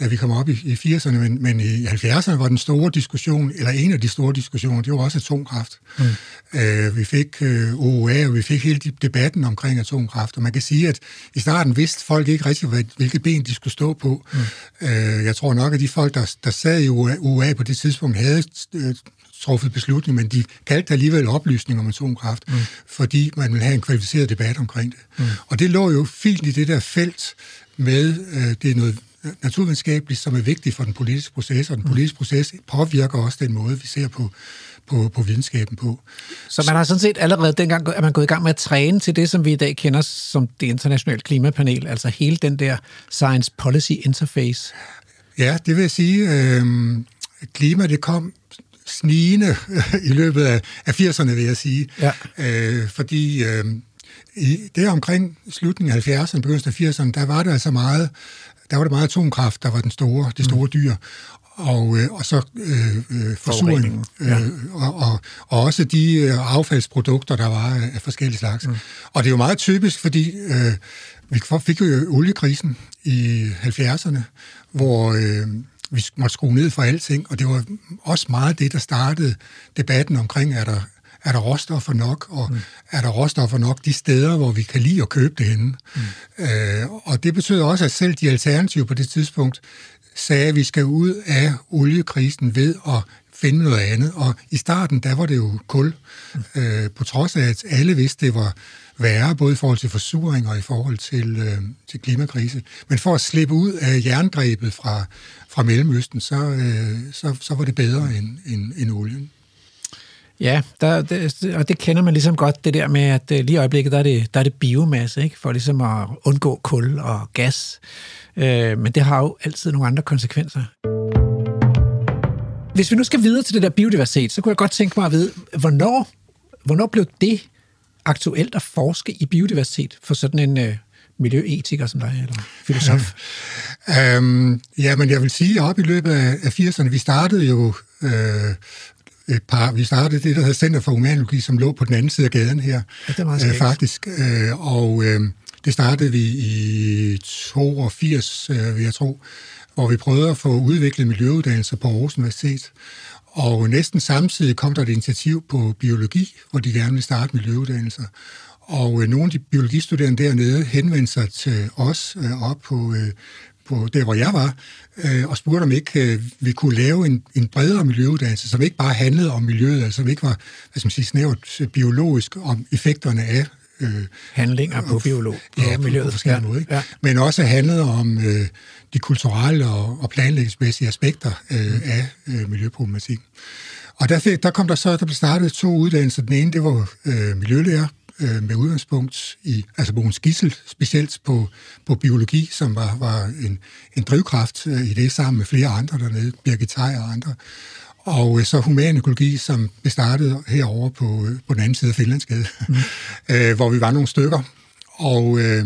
da vi kom op i, i firserne, men, men i halvfjerdserne var den store diskussion, eller en af de store diskussioner, det var også atomkraft. Mm. Øh, vi fik øh, O O A, og vi fik hele debatten omkring atomkraft, og man kan sige, at i starten vidste folk ikke rigtig, hvilket ben de skulle stå på. Mm. Øh, jeg tror nok, at de folk, der, der sad i O O A på det tidspunkt, havde øh, truffet beslutning, men de kaldte alligevel oplysning om atomkraft, mm. fordi man ville have en kvalificeret debat omkring det. Mm. Og det lå jo fint i det der felt med, øh, det er noget naturvidenskabeligt, som er vigtigt for den politiske proces, og den politiske proces påvirker også den måde, vi ser på, på, på videnskaben på. Så man har sådan set allerede dengang, at man gået i gang med at træne til det, som vi i dag kender som det internationale klimapanel, altså hele den der Science Policy Interface. Ja, det vil jeg sige, øh, klima, det kom snigende i løbet af, af firserne, vil jeg sige. Ja. Øh, fordi øh, i, det omkring slutningen af halvfjerdserne, begyndelsen af firserne, der var det altså meget, der var det meget atomkraft, der var den store, det store dyr. Og, øh, og så øh, øh, forsuring, øh, ja. og, og, og også de øh, affaldsprodukter, der var af, af forskellige slags. Mm. Og det er jo meget typisk, fordi øh, vi fik jo oliekrisen i halvfjerdserne, hvor øh, vi måtte skrue ned for alting, og det var også meget det, der startede debatten omkring, er der, er der råstoffer nok, og mm. er der råstoffer nok de steder, hvor vi kan lide at købe det henne. Mm. Øh, og det betød også, at selv de alternativer på det tidspunkt sagde, at vi skal ud af oliekrisen ved at finde noget andet. Og i starten, der var det jo kul, mm. øh, på trods af, at alle vidste, det var værre, både i forhold til forsuring og i forhold til, øh, til klimakrise. Men for at slippe ud af jerngrebet fra, fra Mellemøsten, så, øh, så, så var det bedre end, end, end olien. Ja, der, det, og det kender man ligesom godt, det der med, at lige i øjeblikket, der er det, der er det biomasse, ikke? For ligesom at undgå kul og gas. Øh, men det har jo altid nogle andre konsekvenser. Hvis vi nu skal videre til det der biodiversitet, så kunne jeg godt tænke mig at vide, hvornår, hvornår blev det aktuelt at forske i biodiversitet for sådan en øh, miljøetiker som dig, eller filosof? øhm, ja, men jeg vil sige, at op i løbet af firserne, vi startede jo øh, et par, vi startede det, der hedder Center for Humanologi, som lå på den anden side af gaden her, ja, det er meget øh, faktisk, øh, og øh, det startede vi i toogfirs, øh, vil jeg tro, hvor vi prøvede at få udviklet miljøuddannelser på Aarhus Universitet. Og næsten samtidig kom der et initiativ på biologi, hvor de gerne ville starte miljøuddannelser. Og øh, nogle af de biologistuderende dernede henvendte sig til os øh, op på, øh, på der, hvor jeg var, øh, og spurgte, om ikke øh, vi kunne lave en, en bredere miljøuddannelse, som ikke bare handlede om miljøet, altså som ikke var, hvad skal man sige, snævert biologisk om effekterne af øh, handlinger på biolog på ja, miljøet. På forskellige ja. måder, ja. Men også handlede om øh, de kulturelle og, og planlægningsmæssige aspekter øh, mm. af øh, miljøproblematikken. Og der, fik, der kom der så, der blev startet to uddannelser. Den ene, det var øh, miljølærer øh, med udgangspunkt i, altså Mogens Gidsel, specielt på, på biologi, som var, var en, en drivkraft øh, i det, sammen med flere andre dernede, Birgit Tej og andre. Og øh, så humanøkologi, som blev startet herovre på, øh, på den anden side af Finlandsgade, mm. øh, hvor vi var nogle stykker. Og... Øh,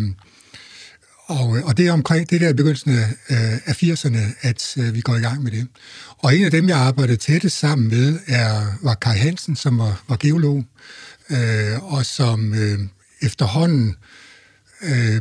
Og, og det er omkring det der i begyndelsen af, af firserne, at øh, vi går i gang med det. Og en af dem, jeg arbejdede tættest sammen med, er, var Kai Hansen, som var, var geolog, øh, og som øh, efterhånden, øh,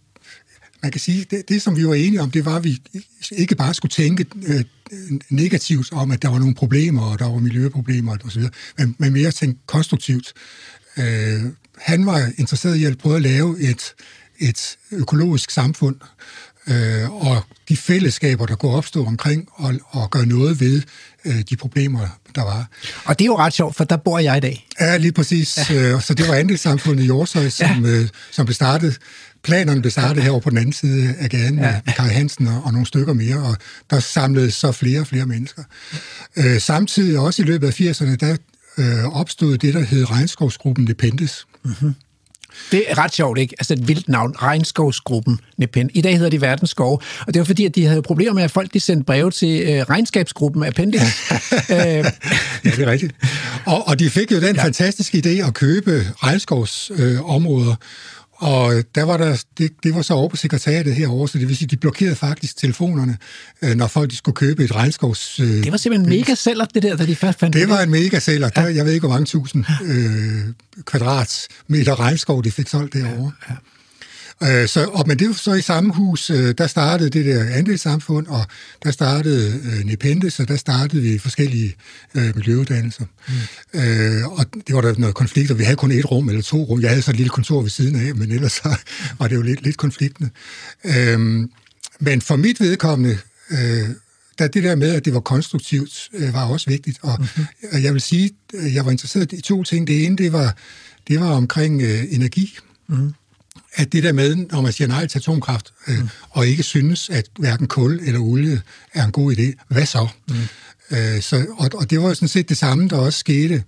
man kan sige, det, det som vi var enige om, det var, at vi ikke bare skulle tænke øh, negativt om, at der var nogle problemer, og der var miljøproblemer osv., men, men mere tænke konstruktivt. Øh, han var interesseret i at prøve at lave et et økologisk samfund, øh, og de fællesskaber, der kunne opstå omkring, og, og gøre noget ved øh, de problemer, der var. Og det er jo ret sjovt, for der bor jeg i dag. Ja, lige præcis. Ja. Øh, så det var andelssamfundet i Jorshøj, som, ja. øh, som blev startet. Planerne blev startet herovre på den anden side af gaden, ja. med Kai Hansen og, og nogle stykker mere, og der samlede så flere og flere mennesker. Øh, samtidig, også i løbet af firserne, der øh, opstod det, der hed Regnskovsgruppen Nepenthes. Mhm. Det er ret sjovt, ikke? Altså et vildt navn, Regnskovsgruppen Nepenthes. I dag hedder de Verdensskov, og det var fordi, at de havde problemer med, at folk de sendte breve til øh, regnskabsgruppen Appendix. Ja, det er rigtigt. Og, og de fik jo den ja. fantastiske idé at købe regnskovsområder, øh, og der var der, det, det var så over på sekretariatet herovre, så det vil sige, de blokerede faktisk telefonerne, øh, når folk de skulle købe et regnskovs... Øh, det var simpelthen en mega sælger, det der, da de først fandt det. Det var en mega sælger. Ja. Jeg ved ikke, hvor mange tusind øh, kvadratmeter regnskov, de fik solgt derovre. Ja. Ja. Øh, så, og, men det var så i samme hus, øh, der startede det der andelssamfund, og der startede øh, Nepenthes, og der startede vi forskellige øh, miljøuddannelser. Mm. Øh, og det var der noget konflikt, og vi havde kun et rum eller to rum. Jeg havde så et lille kontor ved siden af, men ellers så var det jo lidt, lidt konfliktende. Øh, men for mit vedkommende, øh, der det der med, at det var konstruktivt, øh, var også vigtigt. Og mm-hmm. jeg vil sige, at jeg var interesseret i to ting. Det ene, det var, det var omkring øh, energi. Mm. At det der med, når man siger nej til atomkraft, øh, mm. og ikke synes, at hverken kul eller olie er en god idé, hvad så? Mm. Øh, så og, og det var sådan set det samme, der også skete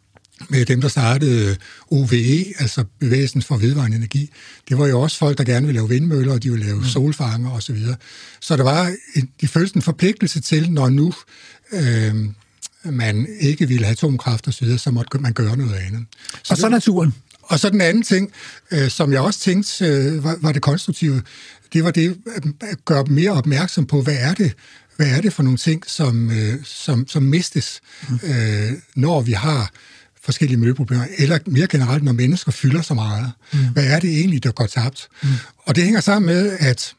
med dem, der startede O V E, altså bevægelsen for vedvarende energi. Det var jo også folk, der gerne ville lave vindmøller, og de ville lave mm. solfanger osv. Så, så der var en, de følte en forpligtelse til, når nu øh, man ikke ville have atomkraft osv., så, så måtte man gøre noget andet. Så og så det, naturen. Og så den anden ting, øh, som jeg også tænkte, øh, var, var det konstruktive, det var det at gøre mere opmærksom på, hvad er det, hvad er det for nogle ting, som, øh, som, som mistes, øh, når vi har forskellige miljøproblemer, eller mere generelt, når mennesker fylder så meget. Mm. Hvad er det egentlig, der går tabt? Mm. Og det hænger sammen med, at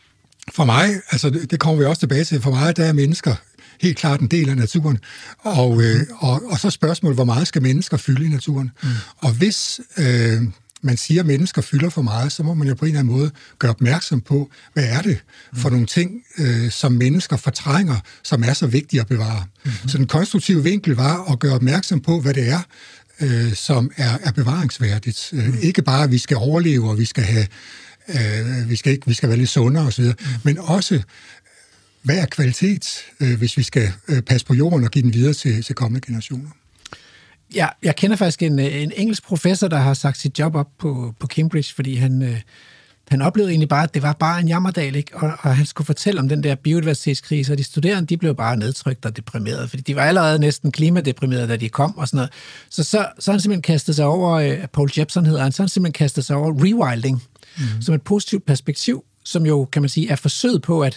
for mig, altså det, det kommer vi også tilbage til, for mig, der er mennesker helt klart en del af naturen, og, øh, og, og så spørgsmålet, hvor meget skal mennesker fylde i naturen? Mm. Og hvis øh, man siger, at mennesker fylder for meget, så må man jo på en eller anden måde gøre opmærksom på, hvad er det for mm. nogle ting, øh, som mennesker fortrænger, som er så vigtige at bevare. Mm-hmm. Så den konstruktive vinkel var at gøre opmærksom på, hvad det er, øh, som er, er bevaringsværdigt. Mm. Øh, ikke bare, at vi skal overleve, og vi skal have, øh, vi skal ikke, vi skal være lidt sundere osv., mm. men også hvad er kvalitet, øh, hvis vi skal øh, passe på jorden og give den videre til, til kommende generationer? Ja, jeg kender faktisk en, en engelsk professor, der har sagt sit job op på, på Cambridge, fordi han, øh, han oplevede egentlig bare, at det var bare en jammerdal, ikke? Og, og han skulle fortælle om den der biodiversitetskrise, og de studerende, de blev bare nedtrykt og deprimerede, fordi de var allerede næsten klimadeprimerede, da de kom og sådan noget. Så, så, så han simpelthen kastet sig over, øh, Paul Jepson hedder han, så han simpelthen kastet sig over rewilding, mm-hmm. som et positivt perspektiv, som jo, kan man sige, er forsøget på at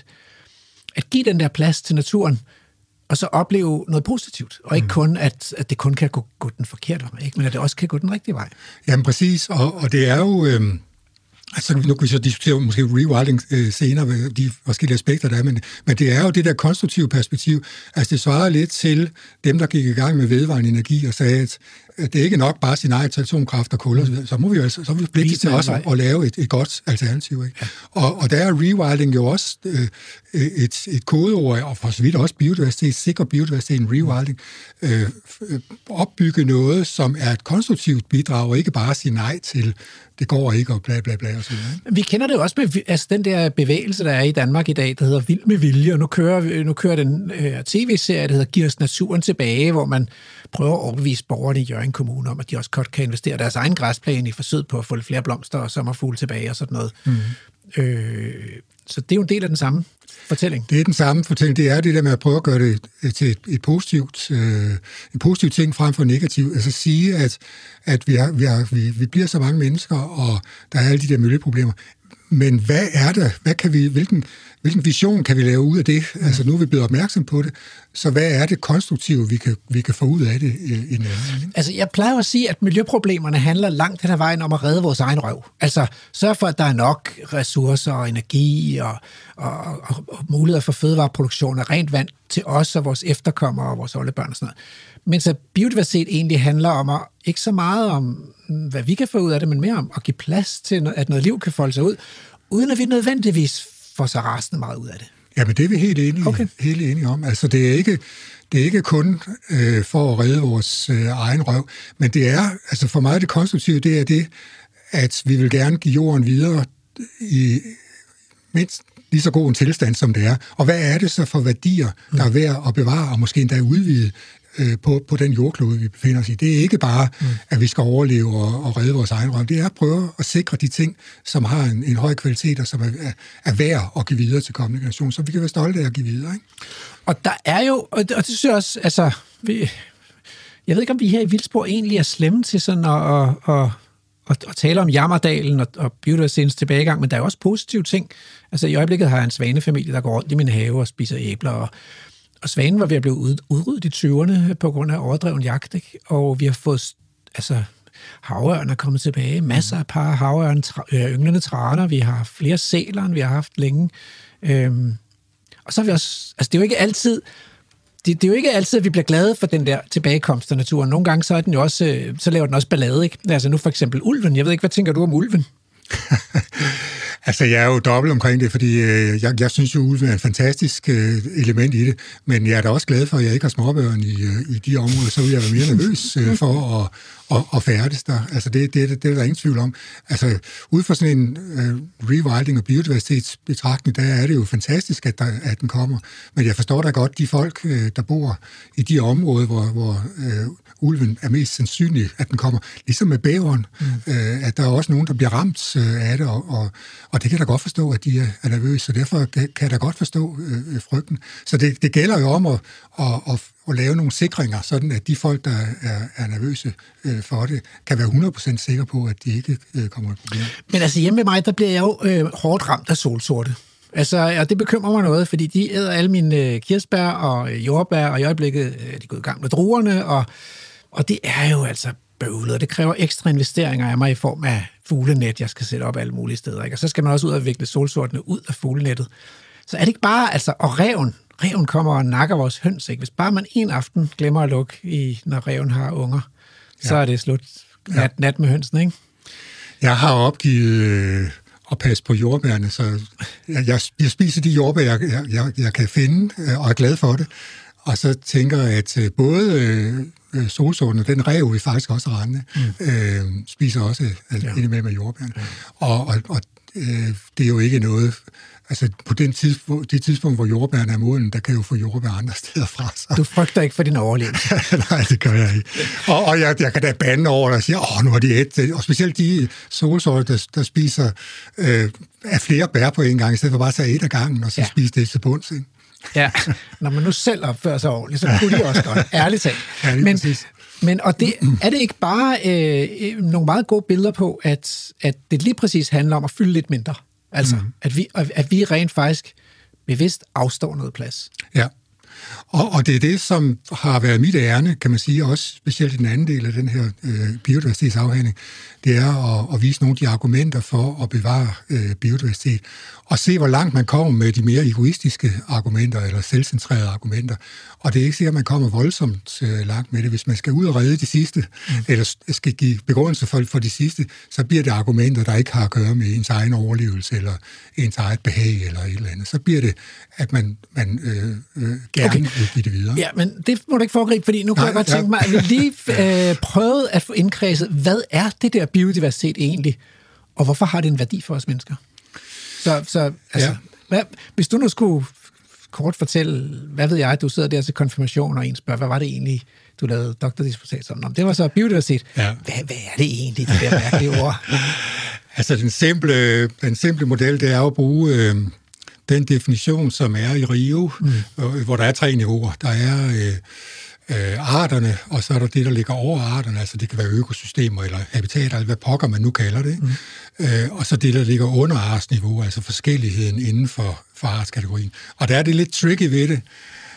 at give den der plads til naturen, og så opleve noget positivt, og ikke mm. kun, at, at det kun kan gå, gå den forkerte vej, ikke? Men at det også kan gå den rigtige vej. Jamen præcis, og, og det er jo, øh, altså nu kan vi så diskutere måske rewilding øh, senere, de forskellige aspekter der er, men, men det er jo det der konstruktive perspektiv, altså det svarer lidt til dem, der gik i gang med vedvarende energi og sagde, at det er ikke nok bare at sige nej til atomkraft og kul, mm. så må vi jo altså, så er vi pligtige til også at, at lave et, et godt alternativ. Ikke? Ja. Og, og der er rewilding jo også øh, et, et kodeord, og for så vidt også biodiversitet, sikre biodiversiteten, rewilding, øh, opbygge noget, som er et konstruktivt bidrag, og ikke bare sige nej til, det går ikke, og bla bla bla. Og så videre. Vi kender det jo også med altså den der bevægelse, der er i Danmark i dag, der hedder Vild med Vilje, og nu kører, nu kører den øh, tv-serie, der hedder Giv os naturen tilbage, hvor man prøver at overbevise borgerne i Hjørring Kommune om, at de også godt kan investere deres egen græsplæne i forsøget på at få lidt flere blomster og sommerfugle tilbage og sådan noget. Mm. Øh, så det er jo en del af den samme fortælling. Det er den samme fortælling. Det er det der med at prøve at gøre det til et, et positivt, øh, en positiv ting frem for negativ. Altså sige, at, at vi, har, vi, har, vi, vi bliver så mange mennesker, og der er alle de der miljøproblemer. Men hvad er det? Hvad kan vi, hvilken, hvilken vision kan vi lave ud af det? Altså nu er vi blevet opmærksom på det. Så hvad er det konstruktive, vi kan, vi kan få ud af det i, i en anden? Altså jeg plejer at sige, at miljøproblemerne handler langt hen ad vejen om at redde vores egen røv. Altså sørg for, at der er nok ressourcer og energi og, og, og, og muligheder for fødevareproduktion og rent vand til os og vores efterkommere og vores oldebørn og sådan noget. Mens at biodiversitet egentlig handler om at, ikke så meget om, hvad vi kan få ud af det, men mere om at give plads til, at noget liv kan folde sig ud, uden at vi nødvendigvis får så rasende meget ud af det. Jamen, det er vi helt enige, okay. helt enige om. Altså, det er ikke, det er ikke kun øh, for at redde vores øh, egen røv, men det er, altså for mig det konstruktive, det er det, at vi vil gerne give jorden videre i mindst lige så god en tilstand, som det er. Og hvad er det så for værdier, der er værd at bevare, og måske endda udvide På, på den jordklode, vi befinder os i. Det er ikke bare, mm. at vi skal overleve og, og redde vores egen røv. Det er at prøve at sikre de ting, som har en, en høj kvalitet, og som er, er, er værd at give videre til kommende generationer, så vi kan være stolte af at give videre. Ikke? Og der er jo, og det, og det synes jeg også, altså, vi, jeg ved ikke, om vi her i Vildspor egentlig er slemme til sådan at, at, at, at, at tale om jammerdalen og, og biodiversitetens tilbagegang, men der er jo også positive ting. Altså i øjeblikket har jeg en svanefamilie, der går rundt i min have og spiser æbler, og Og svanen var ved at blive udryddet i tyverne på grund af overdreven jagt, ikke? Og vi har fået, altså, Havørn er kommet tilbage. Masser af par havørn, tra- øh, ynglende traner. Vi har flere sæler, end vi har haft længe. Øhm, og så har vi også... Altså, det er jo ikke altid... Det, det er jo ikke altid, at vi bliver glade for den der tilbagekomst af naturen. Nogle gange så er den jo også... Øh, så laver den også ballade, ikke? Altså nu for eksempel ulven. Jeg ved ikke, hvad tænker du om ulven? Altså, jeg er jo dobbelt omkring det, fordi øh, jeg, jeg synes jo, ulven er et fantastisk øh, element i det, men jeg er da også glad for, at jeg ikke har småbørn i, øh, i de områder, så vil jeg være mere nervøs øh, for at, at, at færdes der. Altså, det, det, det, det er der ingen tvivl om. Altså, ud fra sådan en øh, rewilding og biodiversitetsbetragtning, der er det jo fantastisk, at, der, at den kommer. Men jeg forstår da godt, de folk, øh, der bor i de områder, hvor, hvor øh, ulven er mest sandsynlig, at den kommer, ligesom med bæveren, mm. øh, at der er også nogen, der bliver ramt øh, af det, og, og, og det kan jeg da godt forstå, at de er, er nervøse, så derfor kan, kan jeg da godt forstå øh, frygten. Så det, det gælder jo om at, at, at, at lave nogle sikringer, sådan at de folk, der er, er nervøse øh, for det, kan være hundrede procent sikre på, at de ikke øh, kommer i problemer. Men altså hjemme med mig, der bliver jeg jo øh, hårdt ramt af solsorte. Altså, og det bekymrer mig noget, fordi de æder alle mine øh, kirsebær og øh, jordbær, og i øjeblikket øh, de er gået i gang med druerne, og, og det er jo altså bøvlet, og det kræver ekstra investeringer af mig i form af fuglenet, jeg skal sætte op alle mulige steder, ikke? Og så skal man også ud og vikle solsortene ud af fuglenettet. Så er det ikke bare, altså, og reven, reven kommer og nakker vores høns, ikke? Hvis bare man en aften glemmer at lukke, i, når reven har unger, ja. Så er det slut nat, ja. nat med hønsen, ikke? Jeg har opgivet øh, at passe på jordbærne, så jeg, jeg, jeg spiser de jordbær, jeg, jeg, jeg kan finde, øh, og er glad for det. Og så tænker jeg, at øh, både øh, solsorten og den rev, vi faktisk også rende, mm. øh, spiser også øh, ja. indimellem af jordbærne. Ja. Og, og, og øh, det er jo ikke noget... Altså, på den tidspunkt, det tidspunkt, hvor jordbærne er moden, der kan jo få jordbær andre steder fra sig. Du frygter ikke for din overlevelse? Nej, det gør jeg ikke. Og, og jeg, jeg kan da bande over og sige, åh, nu har de et. Og specielt de solsorter, der, der spiser øh, af flere bær på en gang, i stedet for bare at tage et af gangen, og så ja. spise det til bunds, ikke? Ja, når man nu selv opfører sig ordentligt, så kunne de også godt, ærligt talt. Ja, men, men og det, er det ikke bare øh, nogle meget gode billeder på, at, at det lige præcis handler om at fylde lidt mindre? Altså, mm. at, vi, at vi rent faktisk bevidst afstår noget plads. Ja, og, og det er det, som har været mit ærne, kan man sige, også specielt i den anden del af den her øh, biodiversitetsafhandling, det er at, at vise nogle af de argumenter for at bevare øh, biodiversitet, og se, hvor langt man kommer med de mere egoistiske argumenter, eller selvcentrerede argumenter. Og det er ikke sikkert, at man kommer voldsomt øh, langt med det. Hvis man skal ud og redde de sidste, mm. eller skal give begrundelse for, for de sidste, så bliver det argumenter, der ikke har at gøre med ens egen overlevelse, eller ens eget behag, eller et eller andet. Så bliver det, at man, man øh, øh, gerne okay. vil give det videre. Ja, men det må du ikke foregribe, fordi nu kan Nej, jeg godt ja. tænke mig, at vi lige øh, prøvede at få indkredset, hvad er det der biodiversitet egentlig, og hvorfor har det en værdi for os mennesker? Så, så altså, ja. hvad, hvis du nu skulle kort fortælle, hvad ved jeg, du sidder der til konfirmation, og en spørger, hvad var det egentlig, du lavede doktordisputat om? Det var så biodiversitet. Ja. Hvad, hvad er det egentlig, det der mærkelige ord? Altså, den simple, den simple model, det er at bruge øh, den definition, som er i Rio, mm. øh, hvor der er tre niveauer. Der er øh, øh, arterne, og så er der det, der ligger over arterne, altså det kan være økosystemer eller habitater, eller hvad pokker man nu kalder det. Mm. Øh, og så det, der ligger under artsniveau, altså forskelligheden inden for, for artskategorien. Og der er det lidt tricky ved det,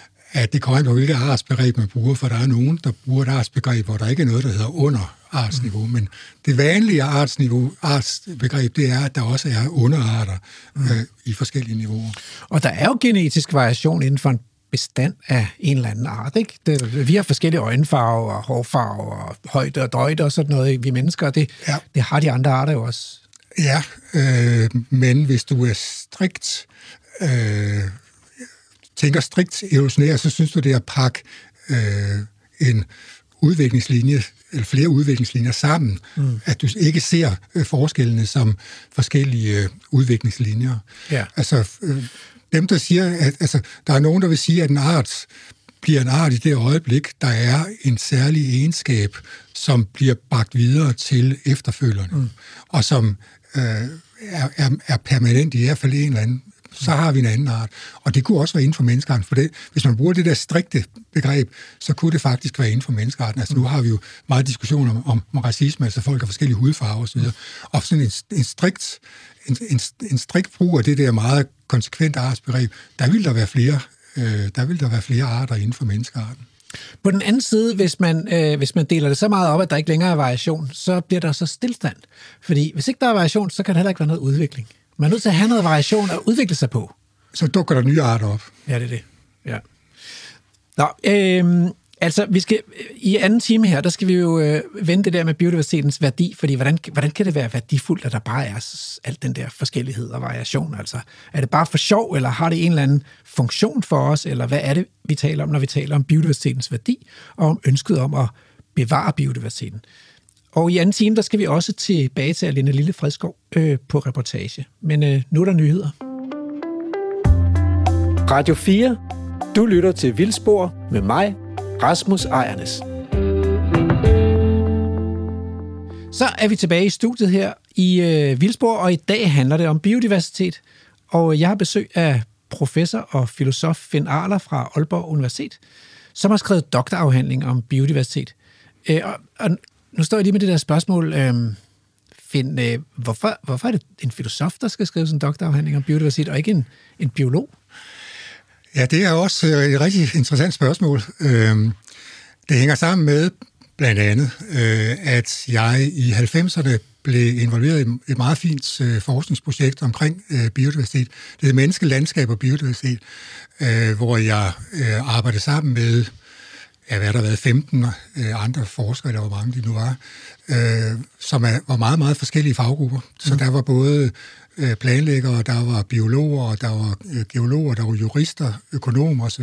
at det kommer an på, hvilket artsbegreb man bruger, for der er nogen, der bruger et artsbegreb, hvor der ikke er noget, der hedder under artsniveau, mm. men det vanlige artsniveau, artsbegreb, det er, at der også er underarter mm. øh, i forskellige niveauer. Og der er jo genetisk variation inden for en bestand af en eller anden art, ikke? Det, vi har forskellige øjenfarver og hårfarver og højde og drøjde og sådan noget, vi mennesker, og det, ja. det har de andre arter jo også. Ja, øh, men hvis du er strikt, øh, tænker strikt evolutionær, så synes du, det er at pakke øh, en udviklingslinje, eller flere udviklingslinjer sammen, mm. at du ikke ser øh, forskellene som forskellige øh, udviklingslinjer. Ja. Altså, øh, dem, der siger, at altså, der er nogen, der vil sige, at en art bliver en art i det øjeblik, der er en særlig egenskab, som bliver bragt videre til efterfølgerne, mm. og som øh, er, er, er permanent i hvert fald en eller anden, så har vi en anden art. Og det kunne også være inden for menneskearten, for det, hvis man bruger det der strikte begreb, så kunne det faktisk være inden for menneskearten. Altså nu har vi jo meget diskussion om, om, om racisme, altså folk har forskellige hudfarver osv. Og sådan en, en strikt en, en, en strikt brug af det der meget konsekvent artsbegreb, der vil der være flere, øh, der vil der være flere arter inden for menneskearten. På den anden side, hvis man, øh, hvis man deler det så meget op, at der ikke længere er variation, så bliver der så stillstand. Fordi hvis ikke der er variation, så kan der heller ikke være noget udvikling. Man er nødt til at have noget variation at udvikle sig på. Så dukker der nye arter op. Ja, det er det. Ja. Nå, øh, altså, vi skal, i anden time her, der skal vi jo øh, vende det der med biodiversitetens værdi, fordi hvordan, hvordan kan det være værdifuldt, at der bare er alt den der forskellighed og variation? Altså, er det bare for sjov, eller har det en eller anden funktion for os, eller hvad er det, vi taler om, når vi taler om biodiversitetens værdi, og om ønsket om at bevare biodiversiteten? Og i anden time, der skal vi også tilbage til Alene Lille Fredskov øh, på reportage. Men øh, nu er der nyheder. Radio fire. Du lytter til Vildspor med mig, Rasmus Ejernes. Så er vi tilbage i studiet her i øh, Vildspor, og i dag handler det om biodiversitet. Og jeg har besøg af professor og filosof Finn Arler fra Aalborg Universitet, som har skrevet doktorafhandling om biodiversitet. Øh, og, og nu står jeg lige med det der spørgsmål. Øh, Finn, øh, hvorfor, hvorfor er det en filosof, der skal skrive sådan en doktorafhandling om biodiversitet, og ikke en, en biolog? Ja, det er også et rigtig interessant spørgsmål. Det hænger sammen med blandt andet, at jeg i halvfemserne blev involveret i et meget fint forskningsprojekt omkring biodiversitet. Det hedder Menneske, Landskab og Biodiversitet, hvor jeg arbejdede sammen med, ja, hvad der har været, femten andre forskere, eller hvor mange de nu var, som var meget, meget forskellige faggrupper. Så der var både planlæggere, der var biologer, der var geologer, der var jurister, økonomer osv.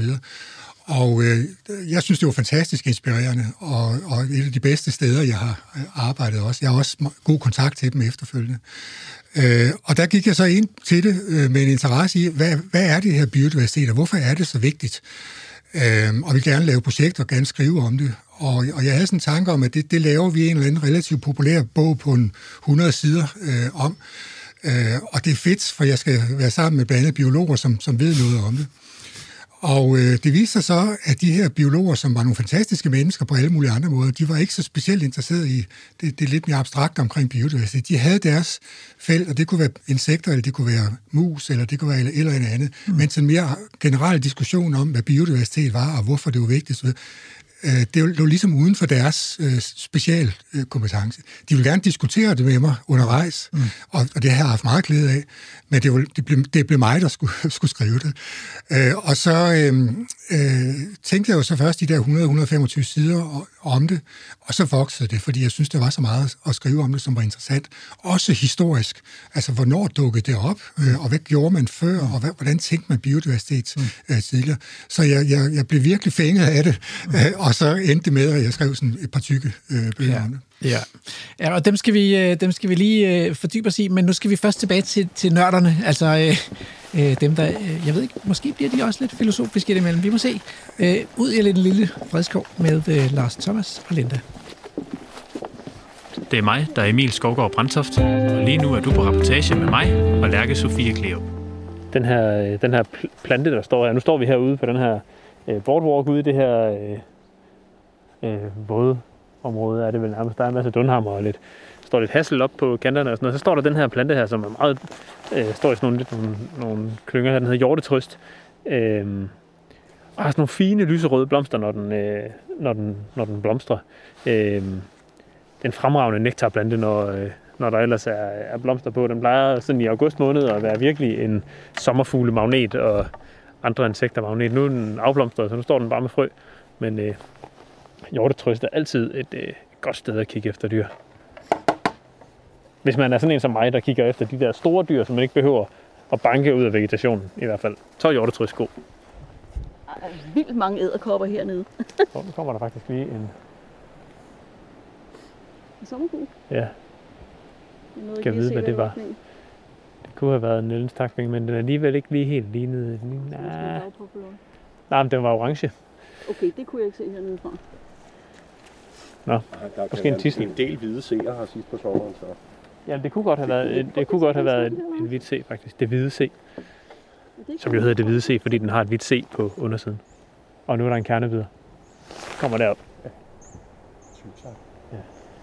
Og øh, jeg synes, det var fantastisk inspirerende, og, og et af de bedste steder, jeg har arbejdet også. Jeg har også god kontakt til dem efterfølgende. Øh, og der gik jeg så ind til det øh, med en interesse i, hvad, hvad er det her biodiversitet, og hvorfor er det så vigtigt? Øh, og vi gerne lave projekter og gerne skrive om det. Og, og jeg havde sådan en tanke om, at det, det laver vi en eller anden relativt populær bog på en hundrede sider øh, om. Øh, og det er fedt, for jeg skal være sammen med blandt andet biologer, som, som ved noget om det. Og øh, det viste sig så, at de her biologer, som var nogle fantastiske mennesker på alle mulige andre måder, de var ikke så specielt interesserede i det, det er lidt mere abstrakt omkring biodiversitet. De havde deres felt, og det kunne være insekter, eller det kunne være mus, eller det kunne være eller, eller andet. Mm. Men en mere generel diskussion om, hvad biodiversitet var, og hvorfor det var vigtigt, det var ligesom uden for deres øh, specialkompetence. De ville gerne diskutere det med mig undervejs, mm. og, og det har jeg haft meget glæde af, men det, var, det, blev, det blev mig, der skulle, skulle skrive det. Øh, og så øh, øh, tænkte jeg jo så først de der hundrede til hundrede og femogtyve sider og, om det, og så voksede det, fordi jeg synes, der var så meget at skrive om det, som var interessant. Også historisk. Altså, hvornår dukkede det op, øh, og hvad gjorde man før, og hvad, hvordan tænkte man biodiversitet øh, tidligere. Så jeg, jeg, jeg blev virkelig fænget af det, øh, og så endte det med, at jeg skrev sådan et par tykke øh, bøger ja. om det. Ja. Ja, og dem skal vi, dem skal vi lige øh, fordybe os i, men nu skal vi først tilbage til, til nørderne, altså øh, øh, dem, der, øh, jeg ved ikke, måske bliver de også lidt filosofiske imellem, vi må se. Øh, ud i lidt lille Fredskov med øh, Lars Thomas og Linda. Det er mig, der er Emil Skovgaard Brandtoft, og lige nu er du på reportage med mig og Lærke Sofie Kleo. Den her, den her plante, der står her, nu står vi herude på den her øh, boardwalk ude i det her øh, øh, våde område, er det vel nærmest. Der er en masse dunhammer og lidt, står lidt hassel op på kanterne og sådan noget. Så står der den her plante her, som er meget, øh, står i sådan nogle, lidt, nogle, nogle klynger her, den hedder hjortetrøst. Øh, og har sådan nogle fine lyserøde blomster, når den, øh, når den, når den blomstrer. Øh, den fremragende nektarplante, når, øh, når der ellers er, er blomster på. Den plejer sådan i august måned at være virkelig en sommerfuglemagnet og andre insektermagnet. Nu er den afblomstret, så nu står den bare med frø. Men øh, hjortetrøst er altid et øh, godt sted at kigge efter dyr. Hvis man er sådan en som mig, der kigger efter de der store dyr, som man ikke behøver at banke ud af vegetationen i hvert fald, så er hjortetrøst god. Der er vildt mange edderkopper hernede. Så nu kommer der faktisk lige en... En sommerfugl? Ja. Jeg kan vide, hvad det var. Det kunne have været en Nellens takving, men den er alligevel ikke lige helt lignet. Nej, Nej men den var orange. Okay, det kunne jeg ikke se hernede fra. Nå, der, der måske en tidsel. En del hvide seer har sidst på sommeren, så... Ja, det kunne godt have været, det, det kunne godt have været en, en hvid C, faktisk. Det hvide C. Som jo hedder det hvide C, fordi den har et hvidt C på undersiden. Og nu er der en kernebider. Kommer derop. Ja. Ja.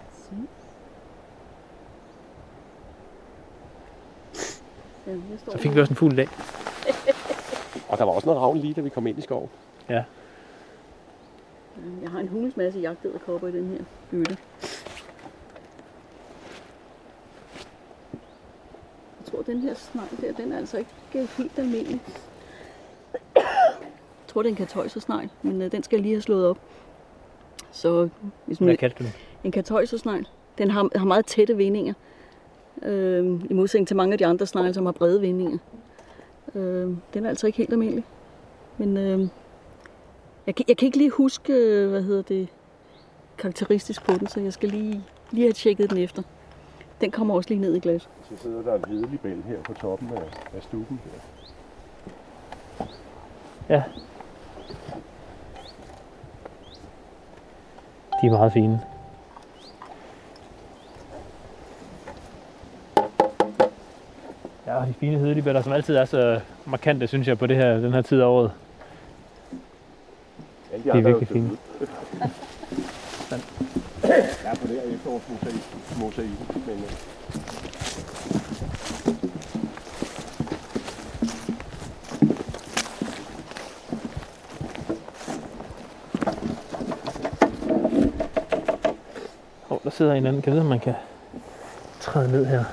Så fik vi også en fugl i dag. Og der var også noget ravn lige, da vi kom ind i skoven. Ja. Jeg har en hulens masse jagtedderkopper i den her bøtte. Jeg tror, den her snegl der, den er altså ikke helt almindelig. Jeg tror, det er en kartøjsersnegl, men øh, den skal jeg lige have slået op. Så, hvis man, Hvad kaldte du den? En kartøjsersnegl. Den har, har meget tætte vindinger. Øh, I modsætning til mange af de andre snegle, som har brede vindinger. Øh, den er altså ikke helt almindelig. Men øh, jeg, kan, jeg kan ikke lige huske, hvad hedder det, karakteristisk på den, så jeg skal lige, lige have tjekket den efter. Den kommer også lige ned i glas. Så sidder der et hvidelig bæl her på toppen af, af stuben her. Ja. De er meget fine. Ja, de fine hedeligbæller, som altid er så markante, synes jeg, på det her, den her tid af året. Alle de Det er andre virkelig jo døde. fint. Ja, på det her efterårsmosaik, mosaik, men øh, Åh, oh, der sidder en anden. Kan jeg vide, om man kan træde ned her?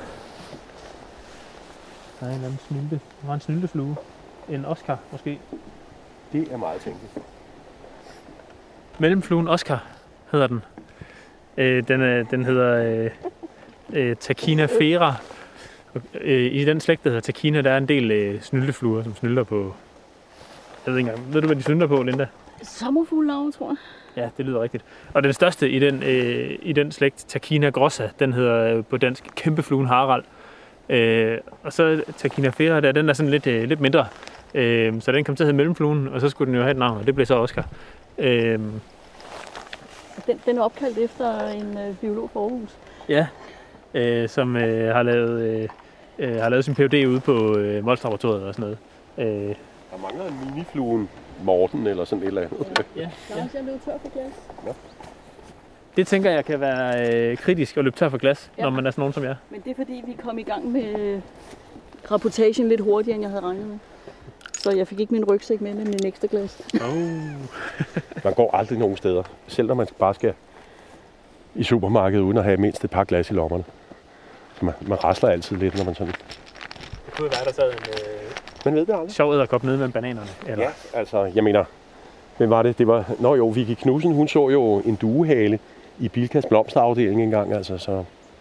Der er en eller anden snylte. Der var en snylteflue. En Oscar, måske. det er meget tænkeligt. Mellemfluen Oscar hedder den. Øh, den, er, den hedder øh, øh, Tachina fera. Øh, I den slægt, der hedder Tachina, der er en del øh, snyltefluer, som snylter på... Jeg ved ikke engang. Ved du, hvad de snylter på, Linda? Sommerfuglelarve, tror jeg. Ja, det lyder rigtigt. Og den største i den, øh, i den slægt, Tachina grossa, den hedder øh, på dansk kæmpefluen Harald. Øh, og så Tachina fera, der, den er sådan lidt, øh, lidt mindre. Øh, så den kom til at hedde Mellemfluen, og så skulle den jo have et navn, og det blev så Oscar. Øh, Den, den er opkaldt efter en øh, biolog fra Aarhus. Ja, øh, som øh, har, lavet, øh, øh, har lavet sin P H D ude på øh, Mols-laboratoriet og sådan noget. Øh, Der mangler en minifluen Morten eller sådan et eller andet. ja, Jeg har også løbet tør for glas. det tænker jeg kan være øh, kritisk at løbe tør for glas, Ja. når man er sådan nogen som jeg. Men det er fordi, vi kom i gang med øh, rapportagen lidt hurtigere, end jeg havde regnet med. Så jeg fik ikke min rygsæk med med min ekstra glas. Oh. Man går aldrig nogen steder, selv når man bare skal i supermarkedet uden at have mindst et par glas i lommerne. Så man, man rasler altid lidt, når man sådan... Det kunne være, der sad en øh, Man ved det aldrig. sjov edderkop nede med bananerne. Eller? Ja, altså, jeg mener, hvem var det? Det var, nå jo, Vicky Knudsen, hun så jo en duehale i Bilkas blomsterafdeling engang, altså, så...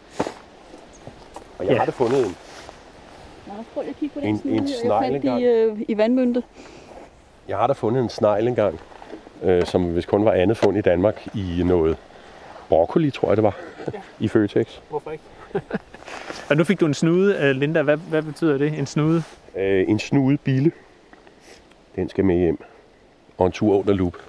Og jeg Ja. har da fundet en. Nå, prøv lige at kigge på den En- snude en her. snegl Jeg fandt engang. i, øh, i vandmynte. Jeg har da fundet en snegl engang, øh, som hvis kun var andet fund i Danmark i noget broccoli, tror jeg det var, Ja. i Føtex. Hvorfor ikke? Og nu fik du en snude, øh, Linda. Hvad, hvad betyder det? En snude? Øh, en snudebille. Den skal med hjem. Og en tur under lup.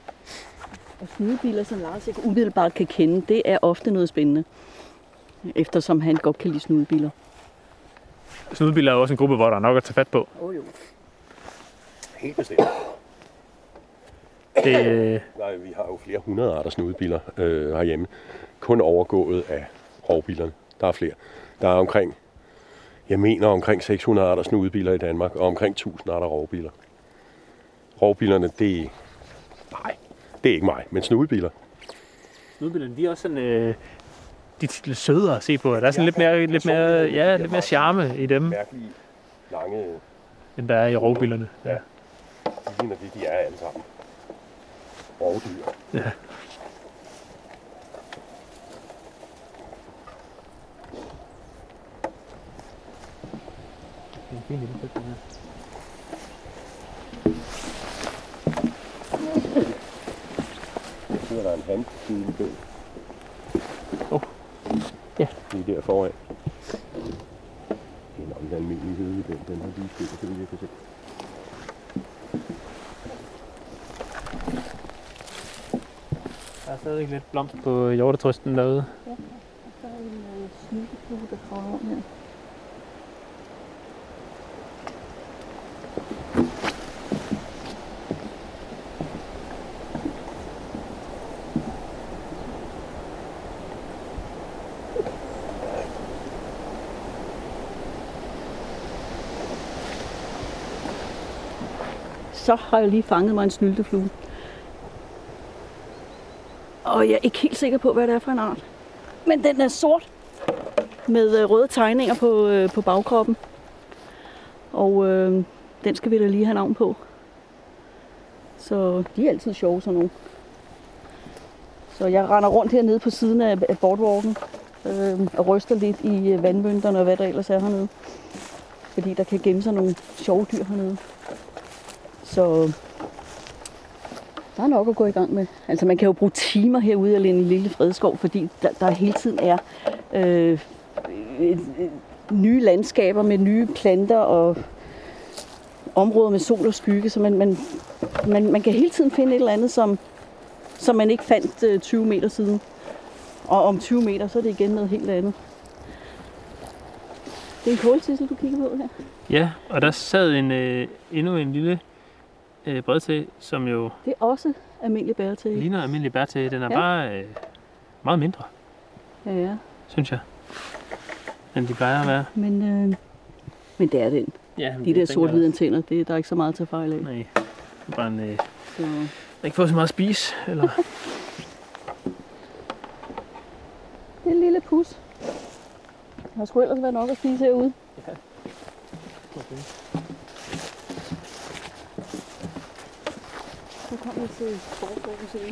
Og snudebiler, som Lars ikke umiddelbart kan kende, det er ofte noget spændende. Eftersom han godt kan lide snudebiler. Snudebiler er jo også en gruppe, hvor der er nok at tage fat på. Åh oh, jo. Helt bestemt. Det, øh, Nej, vi har jo flere hundrede arter snudebiller øh, herhjemme. Kun overgået af rovbillerne. Der er flere. Der er omkring, jeg mener omkring seks hundrede arter snudebiller i Danmark, og omkring tusind arter rovbiller. Rovbillerne, det er... Nej, det er ikke mig, men snudebiller. Snudebillerne, de er også sådan... Øh, de er lidt sødere at se på. Der er sådan lidt mere, lidt mere, ja, lidt mere charme i dem, Mærkelige, lange... end der er i rovbillerne. Ja. De ligner det, de er alle sammen. Rovdyr. Ja. Det er en fin lille bøtte, den her. Jeg sidder der en handkilebøl. Åh. Ja. Lige der foran. Det er nok en almindelig hedebøl. Den har lige stykker, så vidt jeg kan se. Der er stadig lidt blomst på hjortetrysten derude. Ja, og så er en øh, snudeflue, der kravler rundt her. Så har jeg lige fanget mig en snylteflue. Og jeg er ikke helt sikker på, hvad det er for en art. Men den er sort med øh, røde tegninger på, øh, på bagkroppen. Og øh, den skal vi da lige have navn på. Så de er altid sjove sådan nogle. Så jeg render rundt hernede på siden af, af boardwalken øh, og ryster lidt i vandmønterne og hvad der ellers er hernede. Fordi der kan gemme sig nogle sjove dyr hernede. Så der er nok at gå i gang med. Altså man kan jo bruge timer herude i en lille fredskov, fordi der, der hele tiden er øh, øh, nye landskaber med nye planter og områder med sol og skygge. Så man, man, man, man kan hele tiden finde et eller andet, som, som man ikke fandt øh, tyve meter siden. Og om tyve meter, så er det igen noget helt andet. Det er en kåltissel, du kigger på her. Ja, og der sad en, øh, endnu en lille øh, bredtæ, som jo Det er også almindelig bærtæ. ligner almindelig bærtæ. Den er Ja. bare øh, meget mindre, Ja, ja. synes jeg, end de plejer at være. Men, øh, men det er den. Ja, De der sort-hvide antenner, det, der er ikke så meget at tage fejl af. Nej, det er bare en, øh, Så. ikke fået så meget at spise, eller... Det er en lille pus. Der har sgu ellers været nok at spise herude. Ja. Okay. Så kommer vi til sportsmuseet.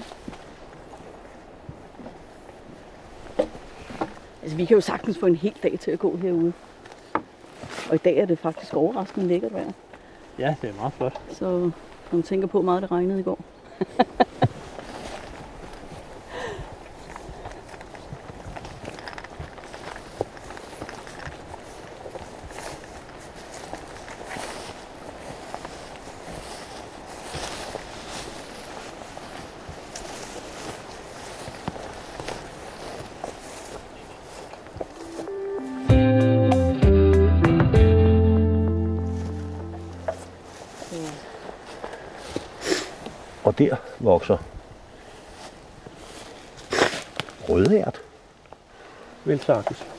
Altså, vi kan jo sagtens få en hel dag til at gå herude. Og i dag er det faktisk overraskende lækkert vejr. Ja, det er meget flot. Så når man tænker på, hvor meget det regnede i går. Og der vokser rødært. Vel sagtens.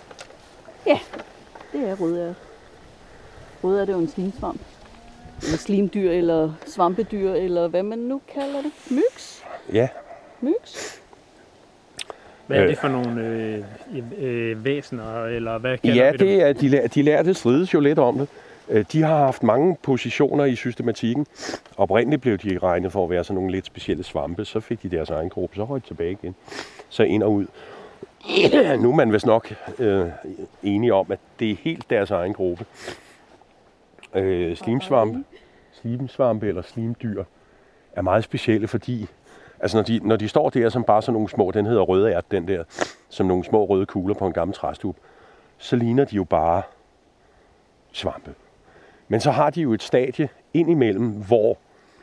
Det er rødært. Rødært er jo en slimsvamp. Eller slimdyr, eller svampedyr, eller hvad man nu kalder det. Mygs? Ja, Mygs? Hvad er Øh. det for nogle øh, øh, væsener, eller hvad kalder ja vi dem? det er, de, lær, de lærte strides jo lidt om det. Øh, De har haft mange positioner i systematikken. Oprindeligt blev de regnet for at være sådan nogle lidt specielle svampe. Så fik de deres egen gruppe, så røg de tilbage igen. Så ind og ud. Nu er man vist nok øh, enige om, at det er helt deres egen gruppe. Øh, slimsvampe, slimsvampe eller slimdyr er meget specielle, fordi altså når, de, når de står der som bare sådan nogle små, den hedder rødært, den der, som nogle små røde kugler på en gammel træstub, så ligner de jo bare svampe. Men så har de jo et stadie indimellem, hvor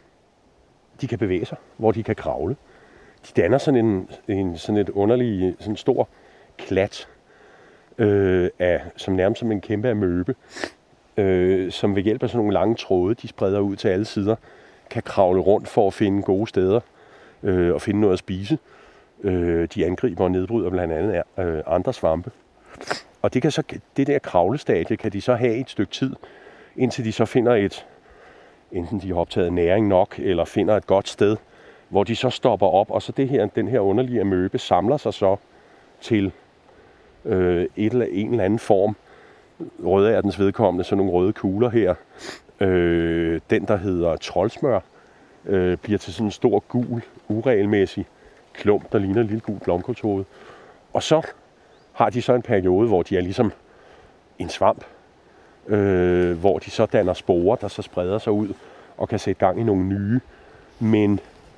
de kan bevæge sig, hvor de kan kravle. De danner sådan en, en sådan et underlig, sådan stor klat, øh, af, som nærmest som en kæmpe amøbe, øh, som ved hjælp af sådan nogle lange tråde, de spreder ud til alle sider, kan kravle rundt for at finde gode steder øh, og finde noget at spise. Øh, de angriber og nedbryder blandt andet øh, andre svampe. Og det, kan så, det der kravlestadie kan de så have et stykke tid, indtil de så finder et, enten de har optaget næring nok, eller finder et godt sted, hvor de så stopper op, og så det her, den her underlige amøbe samler sig så til øh, et eller en eller anden form. Rødærtens vedkommende, sådan nogle røde kugler her. Øh, den, der hedder troldsmør, øh, bliver til sådan en stor, gul, uregelmæssig klump, der ligner en lille gul blomkålshoved. Og så har de så en periode, hvor de er ligesom en svamp, øh, hvor de så danner sporer, der så spreder sig ud og kan sætte gang i nogle nye. Men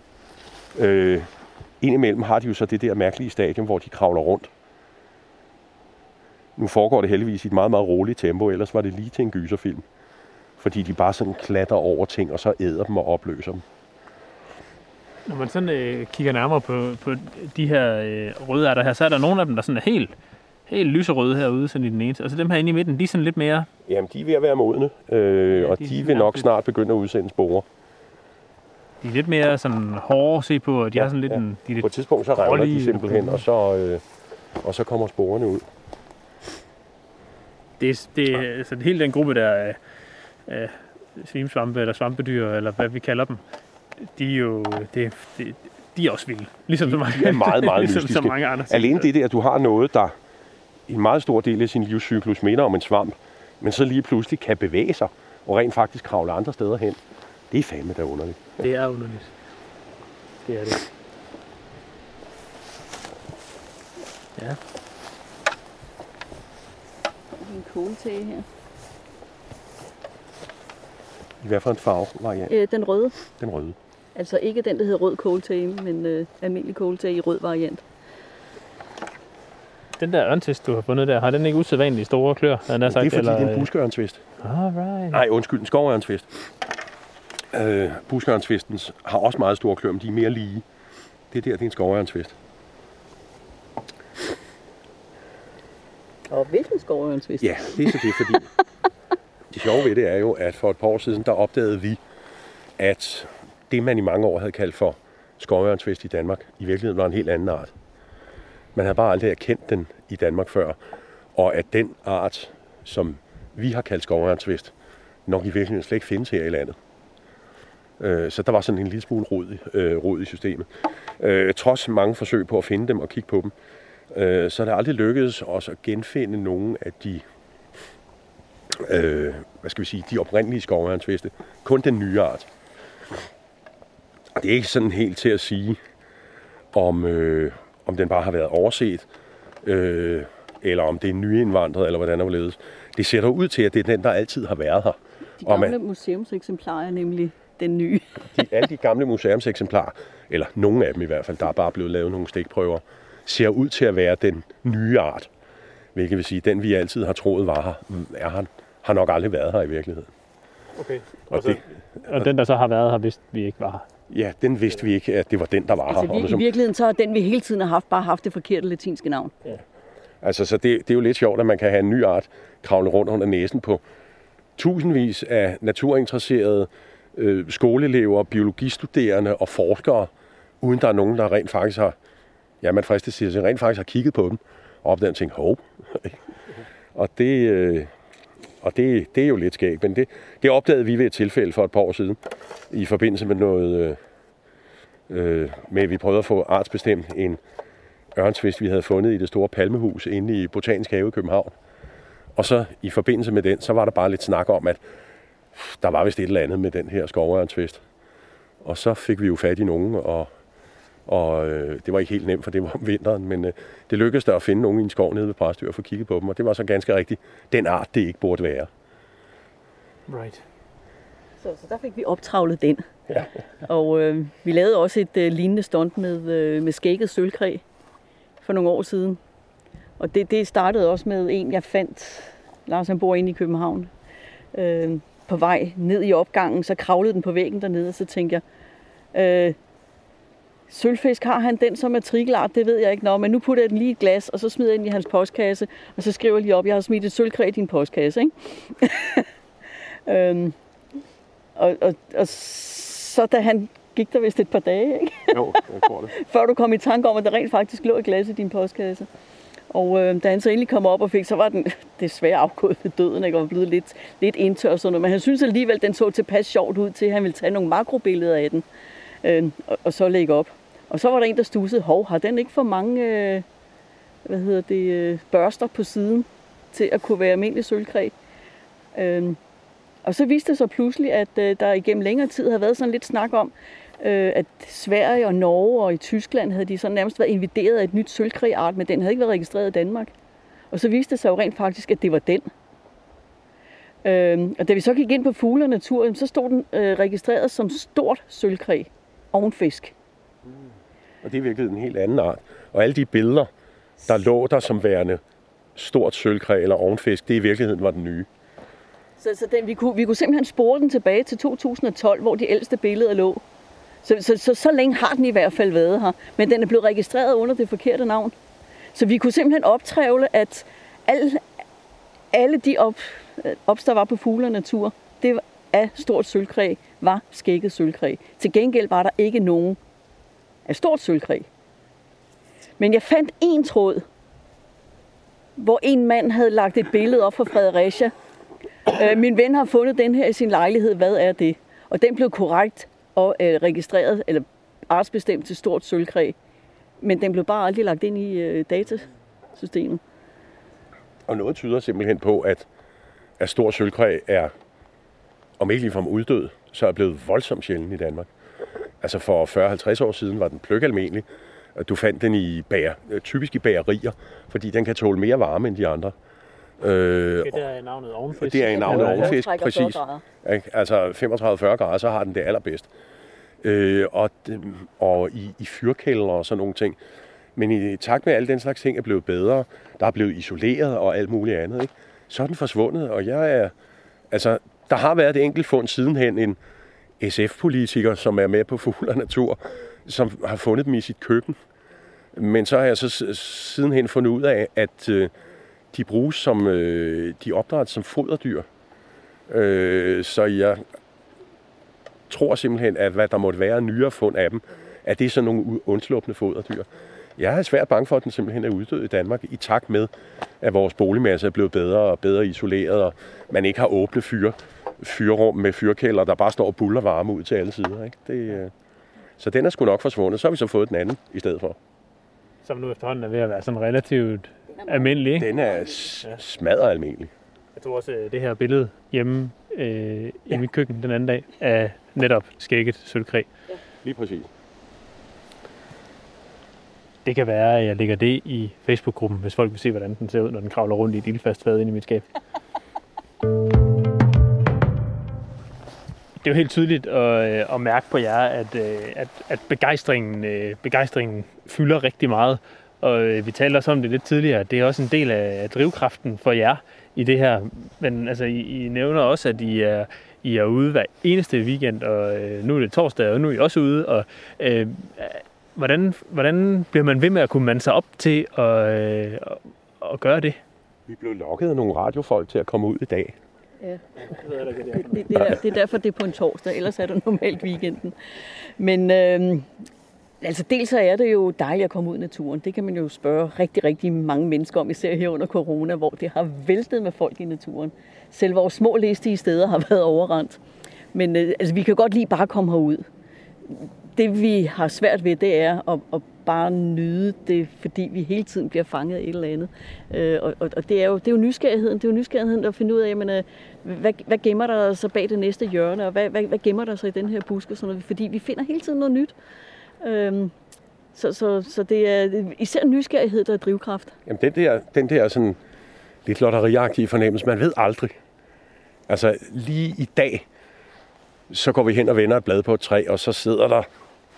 øh, indimellem har de jo så det der mærkelige stadium, hvor de kravler rundt. Nu foregår det heldigvis i et meget, meget roligt tempo, ellers var det lige til en gyserfilm. Fordi de bare sådan klatter over ting, og så æder dem og opløser dem. Når man sådan øh, kigger nærmere på, på de her øh, rødærter her, så er der nogle af dem, der sådan er helt, helt lyserøde herude, sådan i den ene. Og så dem her inde i midten, de er sådan lidt mere... Jamen, de er ved at være modne, øh, Ja, og de de, er vil nok lidt- snart begynde at udsende sporer. De er lidt mere sådan hårde at se på, og de Ja, har sådan lidt ja. en... De er På lidt, et tidspunkt så revner grålige de simpelthen, og så, øh, og så kommer sporerne ud. det er, det er altså hele den gruppe der af, af slimsvampe eller svampedyr, eller hvad vi kalder dem, de er jo... Det, det, de er også vilde. Ligesom så mange, de er meget, meget ligesom mystiske. så mange andre ting. Alene det der, at du har noget, der i en meget stor del af sin livscyklus minder om en svamp, men så lige pludselig kan bevæge sig og rent faktisk kravle andre steder hen. Det er fandme da underligt. Det er underligt. Det er det. Ja. En kåltage her. I hvad for en farve variant? Øh, den røde. Den røde. Altså ikke den, der hedder rød kåltage, men øh, almindelig kåltage i rød variant. Den der ørntvist, du har fundet der, har den ikke usædvanligt store klør? Den er sagt, det er fordi, eller, det er en buskørntvist. Alright. Nej, undskyld, en skovørntvist. Øh, buskørntvisten har også meget store klør, men de er mere lige. Det der, det er en skovørntvist. Og hvilken skovørntvist? Ja, det er så det, fordi det sjove ved det er jo, at for et par år siden, der opdagede vi, at det, man i mange år havde kaldt for skovørntvist i Danmark, i virkeligheden var en helt anden art. Man havde bare aldrig erkendt den i Danmark før, og at den art, som vi har kaldt skovørntvist, nok i virkeligheden slet ikke findes her i landet. Så der var sådan en lille smule rod, øh, rod i systemet. Øh, trods mange forsøg på at finde dem og kigge på dem, øh, så er det aldrig lykkedes os at genfinde nogle af de, øh, hvad skal vi sige, de oprindelige skovørntviste. Kun den nye art. Og det er ikke sådan helt til at sige, om, øh, om den bare har været overset, øh, eller om det er nyindvandret, eller hvordan det ledes. Det ser dog ud til, at det er den, der altid har været her. De gamle man, museumseksemplarer er nemlig den nye. de, alle de gamle museumseksemplarer, eller nogle af dem i hvert fald, der er bare blevet lavet nogle stikprøver, ser ud til at være den nye art. Hvilket vil sige, den vi altid har troet var her, er her har nok aldrig været her i virkeligheden. Okay. Og, og, det, og den, der så har været her, vidste vi ikke var her? Ja, den vidste vi ikke, at det var den, der var altså, her. Altså i virkeligheden så har den, vi hele tiden har haft, bare haft det forkerte latinske navn. Ja. Altså, så det, det er jo lidt sjovt, at man kan have en ny art kravle rundt under næsen på tusindvis af naturinteresserede øh, skoleelever, biologistuderende og forskere, uden der er nogen, der rent faktisk har, ja, man fristes til at sige, rent faktisk har kigget på dem og opdaget og tænkt, hov. og det, øh, og det, det er jo lidt skægt, men det, det opdagede vi ved et tilfælde for et par år siden, i forbindelse med noget, øh, med at vi prøvede at få artsbestemt en ørntvist, vi havde fundet i det store palmehus inde i Botanisk Have i København. Og så i forbindelse med den, så var der bare lidt snak om, at der var vist et eller andet med den her skovørntvist. Og så fik vi jo fat i nogen, og, og øh, det var ikke helt nemt, for det var om vinteren, men øh, det lykkedes der at finde nogen i en skov nede ved Præstø og få kigget på dem, og det var så ganske rigtigt den art, det ikke burde være. Right. Så, så der fik vi optravlet den. Ja. Og øh, vi lavede også et øh, lignende stunt med, øh, med skægget sølvkræ for nogle år siden. Og det, det startede også med en, jeg fandt. Lars, han bor inde i København. Øh, på vej ned i opgangen, så kravlede den på væggen dernede, og så tænkte jeg, øh, sølvfisk, har han den som matrikelart? Det ved jeg ikke. Nå, men nu putter jeg den lige i et glas, og så smider jeg den i hans postkasse, og så skriver jeg lige op, jeg har smidt et sølvkræ i din postkasse, ikke? øhm, og, og, og så da han gik der vist et par dage, ikke? Jo, jeg tror det. Før du kom i tanke om, at der rent faktisk lå et glas i din postkasse. Og øh, da han så endelig kom op og fik, så var den desværre afgået ved døden, ikke? Og var blevet lidt, lidt indtør og sådan noget. Men han synes alligevel, den så tilpas sjovt ud til, at han ville tage nogle makrobilleder af den. Øh, og, og så lægge op. Og så var der en, der stussede, hov, har den ikke for mange øh, hvad hedder det, øh, børster på siden til at kunne være almindelig sølvkræ? Øh, og så viste det sig pludselig, at øh, der igennem længere tid havde været sådan lidt snak om, øh, at Sverige og Norge og i Tyskland havde de sådan nærmest været invaderet af et nyt sølvkræ-art, men den havde ikke været registreret i Danmark. Og så viste det sig jo rent faktisk, at det var den. Øh, og da vi så gik ind på Fugle og Natur, så stod den øh, registreret som stort sølvkræ, ovenfisk. Og det er virkelig en helt anden art. Og alle de billeder, der lå der som værende stort sølvkræ eller ovenfisk, det i virkeligheden var den nye. Så, så den, vi, kunne, vi kunne simpelthen spore den tilbage til to tusind og tolv, hvor de ældste billeder lå. Så, så, så, så længe har den i hvert fald været her. Men den er blevet registreret under det forkerte navn. Så vi kunne simpelthen optrævle, at alle, alle de op, ops, der var på Fugle og Natur, det af stort sølvkræ, var skægget sølvkræ. Til gengæld var der ikke nogen af stort sølvkræ. Men jeg fandt en tråd, hvor en mand havde lagt et billede op fra Fredericia. Øh, min ven har fundet den her i sin lejlighed. Hvad er det? Og den blev korrekt og øh, registreret, eller artsbestemt til stort sølvkræ, men den blev bare aldrig lagt ind i øh, datasystemet. Og noget tyder simpelthen på, at, at stor sølvkræ er, om ikke ligefrem uddød, så er blevet voldsomt sjælden i Danmark. Altså for fyrre til halvtreds år siden var den pløkalmindelig. Du fandt den i bager, typisk i bagerier, fordi den kan tåle mere varme end de andre. Øh, det er navnet ovenfisk. Det er navnet ovenfisk, præcis. Altså femogtredive til fyrre grader, så har den det allerbedst. Øh, og og i, i fyrkælder og sådan nogle ting. Men i takt med, at alle den slags ting er blevet bedre, der er blevet isoleret og alt muligt andet, ikke? Så er den forsvundet, og jeg er... Altså, der har været et enkelt fund sidenhen, en S F-politiker, som er med på Fugl og Natur, som har fundet dem i sit køkken. Men så har jeg så sidenhen fundet ud af, at øh, de bruges som... Øh, de opdrættes som foderdyr. Øh, så jeg tror simpelthen, at hvad der måtte være nyere fund af dem, at det er sådan nogle undslupne foderdyr. Jeg er svært bange for, at den simpelthen er uddød i Danmark, i takt med, at vores boligmasse er blevet bedre og bedre isoleret, og man ikke har åbne fyre, fyrerum med fyrkælder, der bare står og buller varme ud til alle sider. Ikke? Det, så den er sgu nok forsvundet. Så har vi så fået den anden i stedet for. Som nu efterhånden er ved at være sådan relativt almindelig, ikke? Den er smadret almindelig. Jeg tror også, det her billede hjemme øh, i ja. mit køkken den anden dag, er netop skægget sølvkræ. Ja. Lige præcis. Det kan være, at jeg lægger det i Facebook-gruppen, hvis folk vil se, hvordan den ser ud, når den kravler rundt i et ildfast fad inde i mit skab. Det er jo helt tydeligt at, at mærke på jer, at, at, at begejstringen, begejstringen fylder rigtig meget. Og vi talte også om det lidt tidligere. Det er også en del af drivkraften for jer i det her. Men altså, I, I nævner også, at I er, I er ude hver eneste weekend, og nu er det torsdag, og nu er I også ude. Og, øh, Hvordan, hvordan bliver man ved med at kunne mande sig op til at, øh, at gøre det? Vi blev lokket af nogle radiofolk til at komme ud i dag. Ja, det, det, det, er, det er derfor, det er på en torsdag, ellers er det normalt weekenden. Men øh, altså dels så er det jo dejligt at komme ud i naturen. Det kan man jo spørge rigtig, rigtig mange mennesker om, især her under corona, hvor det har væltet med folk i naturen. Selv vores små listige steder har været overrendt. Men øh, altså, vi kan godt lige bare komme herud. Det vi har svært ved, det er at, at bare nyde det, fordi vi hele tiden bliver fanget af et eller andet. Øh, og og det, er jo, det er jo nysgerrigheden, det er jo nysgerrigheden at finde ud af, jamen, øh, hvad, hvad gemmer der så bag det næste hjørne, og hvad, hvad, hvad gemmer der så i den her busk, og sådan noget, fordi vi finder hele tiden noget nyt. Øh, så, så, så det er især nysgerrighed, der er drivkraft. Jamen den der, den der sådan lidt lotteriagtige fornemmelse, man ved aldrig. Altså lige i dag, så går vi hen og vender et blad på et træ, og så sidder der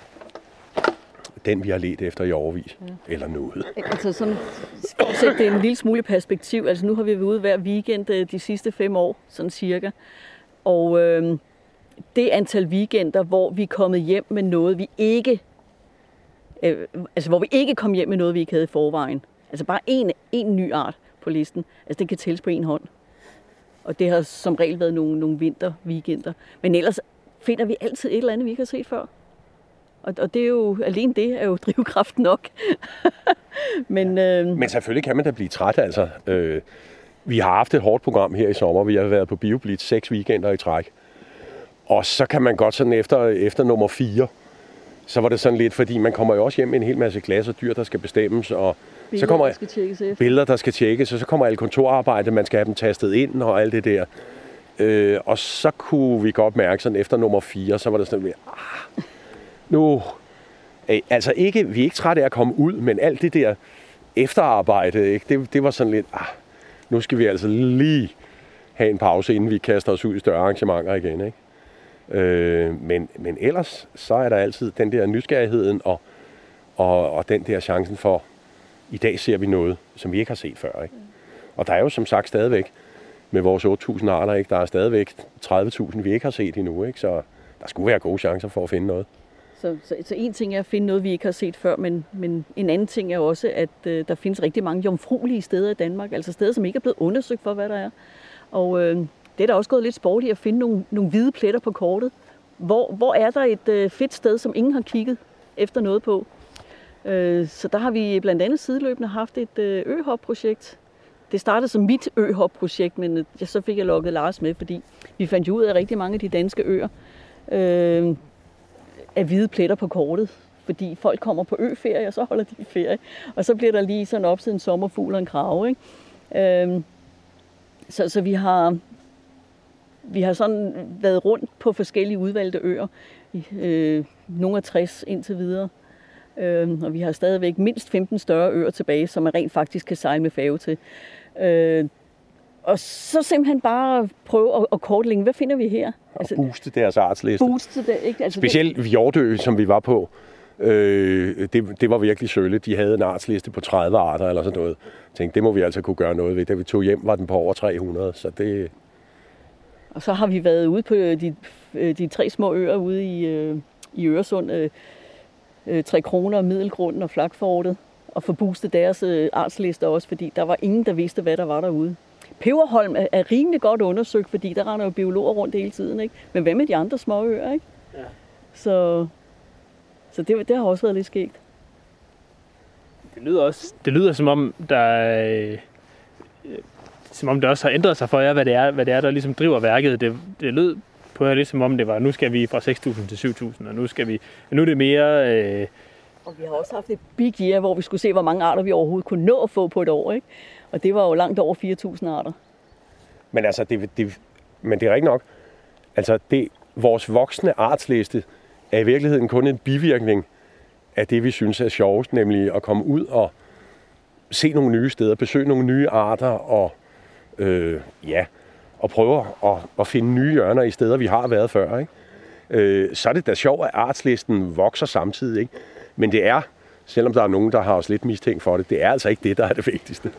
den, vi har let efter i årevis. Ja. Eller noget. Altså sådan, for at sætte det en lille smule perspektiv. Altså nu har vi været ude hver weekend de sidste fem år, sådan cirka. Og øh, det antal weekender, hvor vi er kommet hjem med noget, vi ikke... Øh, altså hvor vi ikke kom hjem med noget, vi ikke havde i forvejen. Altså bare en, en ny art på listen. Altså det kan tælles på en hånd. Og det har som regel været nogle, nogle vinterweekender. Men ellers finder vi altid et eller andet, vi ikke har set før. Og, og det er jo, alene det er jo drivkraft nok. Men, øh... Men selvfølgelig kan man da blive træt, altså. Øh, vi har haft et hårdt program her i sommer. Vi har været på BioBlitz seks weekender i træk. Og så kan man godt sådan efter, efter nummer fire, så var det sådan lidt, fordi man kommer jo også hjem med en hel masse glas og dyr, der skal bestemmes, og billeder, så kommer der skal tjekkes efter. billeder, der skal tjekkes, og så kommer alt kontorarbejde, man skal have dem tastet ind og alt det der. Øh, og så kunne vi godt mærke sådan efter nummer fire, så var det sådan lidt, ah, nu, øh, altså ikke, vi er ikke trætte af at komme ud, men alt det der efterarbejde, ikke, det, det var sådan lidt, ah, nu skal vi altså lige have en pause, inden vi kaster os ud i større arrangementer igen, ikke? Øh, men, men ellers, så er der altid den der nysgerrigheden og, og, og den der chancen for, i dag ser vi noget, som vi ikke har set før, ikke? Og der er jo som sagt stadigvæk, med vores otte tusind arter, ikke, der er stadigvæk tredive tusind, vi ikke har set endnu, ikke? Så der skulle være gode chancer for at finde noget. Så, så, så en ting er at finde noget, vi ikke har set før, men, men en anden ting er også, at øh, der findes rigtig mange jomfruelige steder i Danmark, altså steder, som ikke er blevet undersøgt for, hvad der er. Og øh, det er der også gået lidt sport i at finde nogle, nogle hvide pletter på kortet. Hvor, hvor er der et øh, fedt sted, som ingen har kigget efter noget på? Øh, så der har vi blandt andet sideløbende haft et øh, øhop-projekt. Det startede som mit øhop-projekt, men øh, så fik jeg lukket Lars med, fordi vi fandt jo ud af rigtig mange af de danske øer. Øh, af hvide pletter på kortet. Fordi folk kommer på øferie, og så holder de ferie. Og så bliver der lige sådan opsiden en sommerfugl og en krage. Ikke? Øhm, så, så vi har, vi har sådan været rundt på forskellige udvalgte øer. Øh, nogle af tres indtil videre. Øh, og vi har stadigvæk mindst femten større øer tilbage, som man rent faktisk kan sejle med færge til. Øh, og så simpelthen bare prøve at, at kortlægge, hvad finder vi her? Altså, og booste deres artsliste. Booste det, ikke? Altså, specielt Hjortø, som vi var på. Øh, det, det var virkelig sølle. De havde en artsliste på tredive arter eller sådan noget. Jeg tænkte, det må vi altså kunne gøre noget ved. Da vi tog hjem, var den på over tre hundrede, så det... Og så har vi været ude på de, de tre små øer ude i, i Øresund, øh, Tre Kroner, Middelgrunden og Flakfortet, og få boostet deres øh, artslister også, fordi der var ingen, der vidste, hvad der var derude. Peberholm er, er rimelig godt undersøgt, fordi der render jo biologer rundt hele tiden, ikke? Men hvad med de andre små øer, ikke? Ja. Så, så det, det har også været lidt skægt. Det lyder også, det lyder som om, der øh, som om det også har ændret sig for jer, hvad det er, hvad det er der ligesom driver værket. Det, det lød på jer lidt som om det var, nu skal vi fra seks tusind til syv tusind, og nu skal vi, nu er det mere... Øh... Og vi har også haft et big year, hvor vi skulle se, hvor mange arter vi overhovedet kunne nå at få på et år, ikke? Og det var jo langt over fire tusind arter. Men altså, det, det, men det er rigtigt nok. Altså, det, vores voksne artsliste er i virkeligheden kun en bivirkning af det, vi synes er sjovest, nemlig at komme ud og se nogle nye steder, besøge nogle nye arter og øh, ja, og prøve at, at finde nye hjørner i steder, vi har været før, ikke? Øh, så er det da sjovt, at artslisten vokser samtidig, ikke? Men det er, selvom der er nogen, der har os lidt mistænkt for det, det er altså ikke det, der er det vigtigste.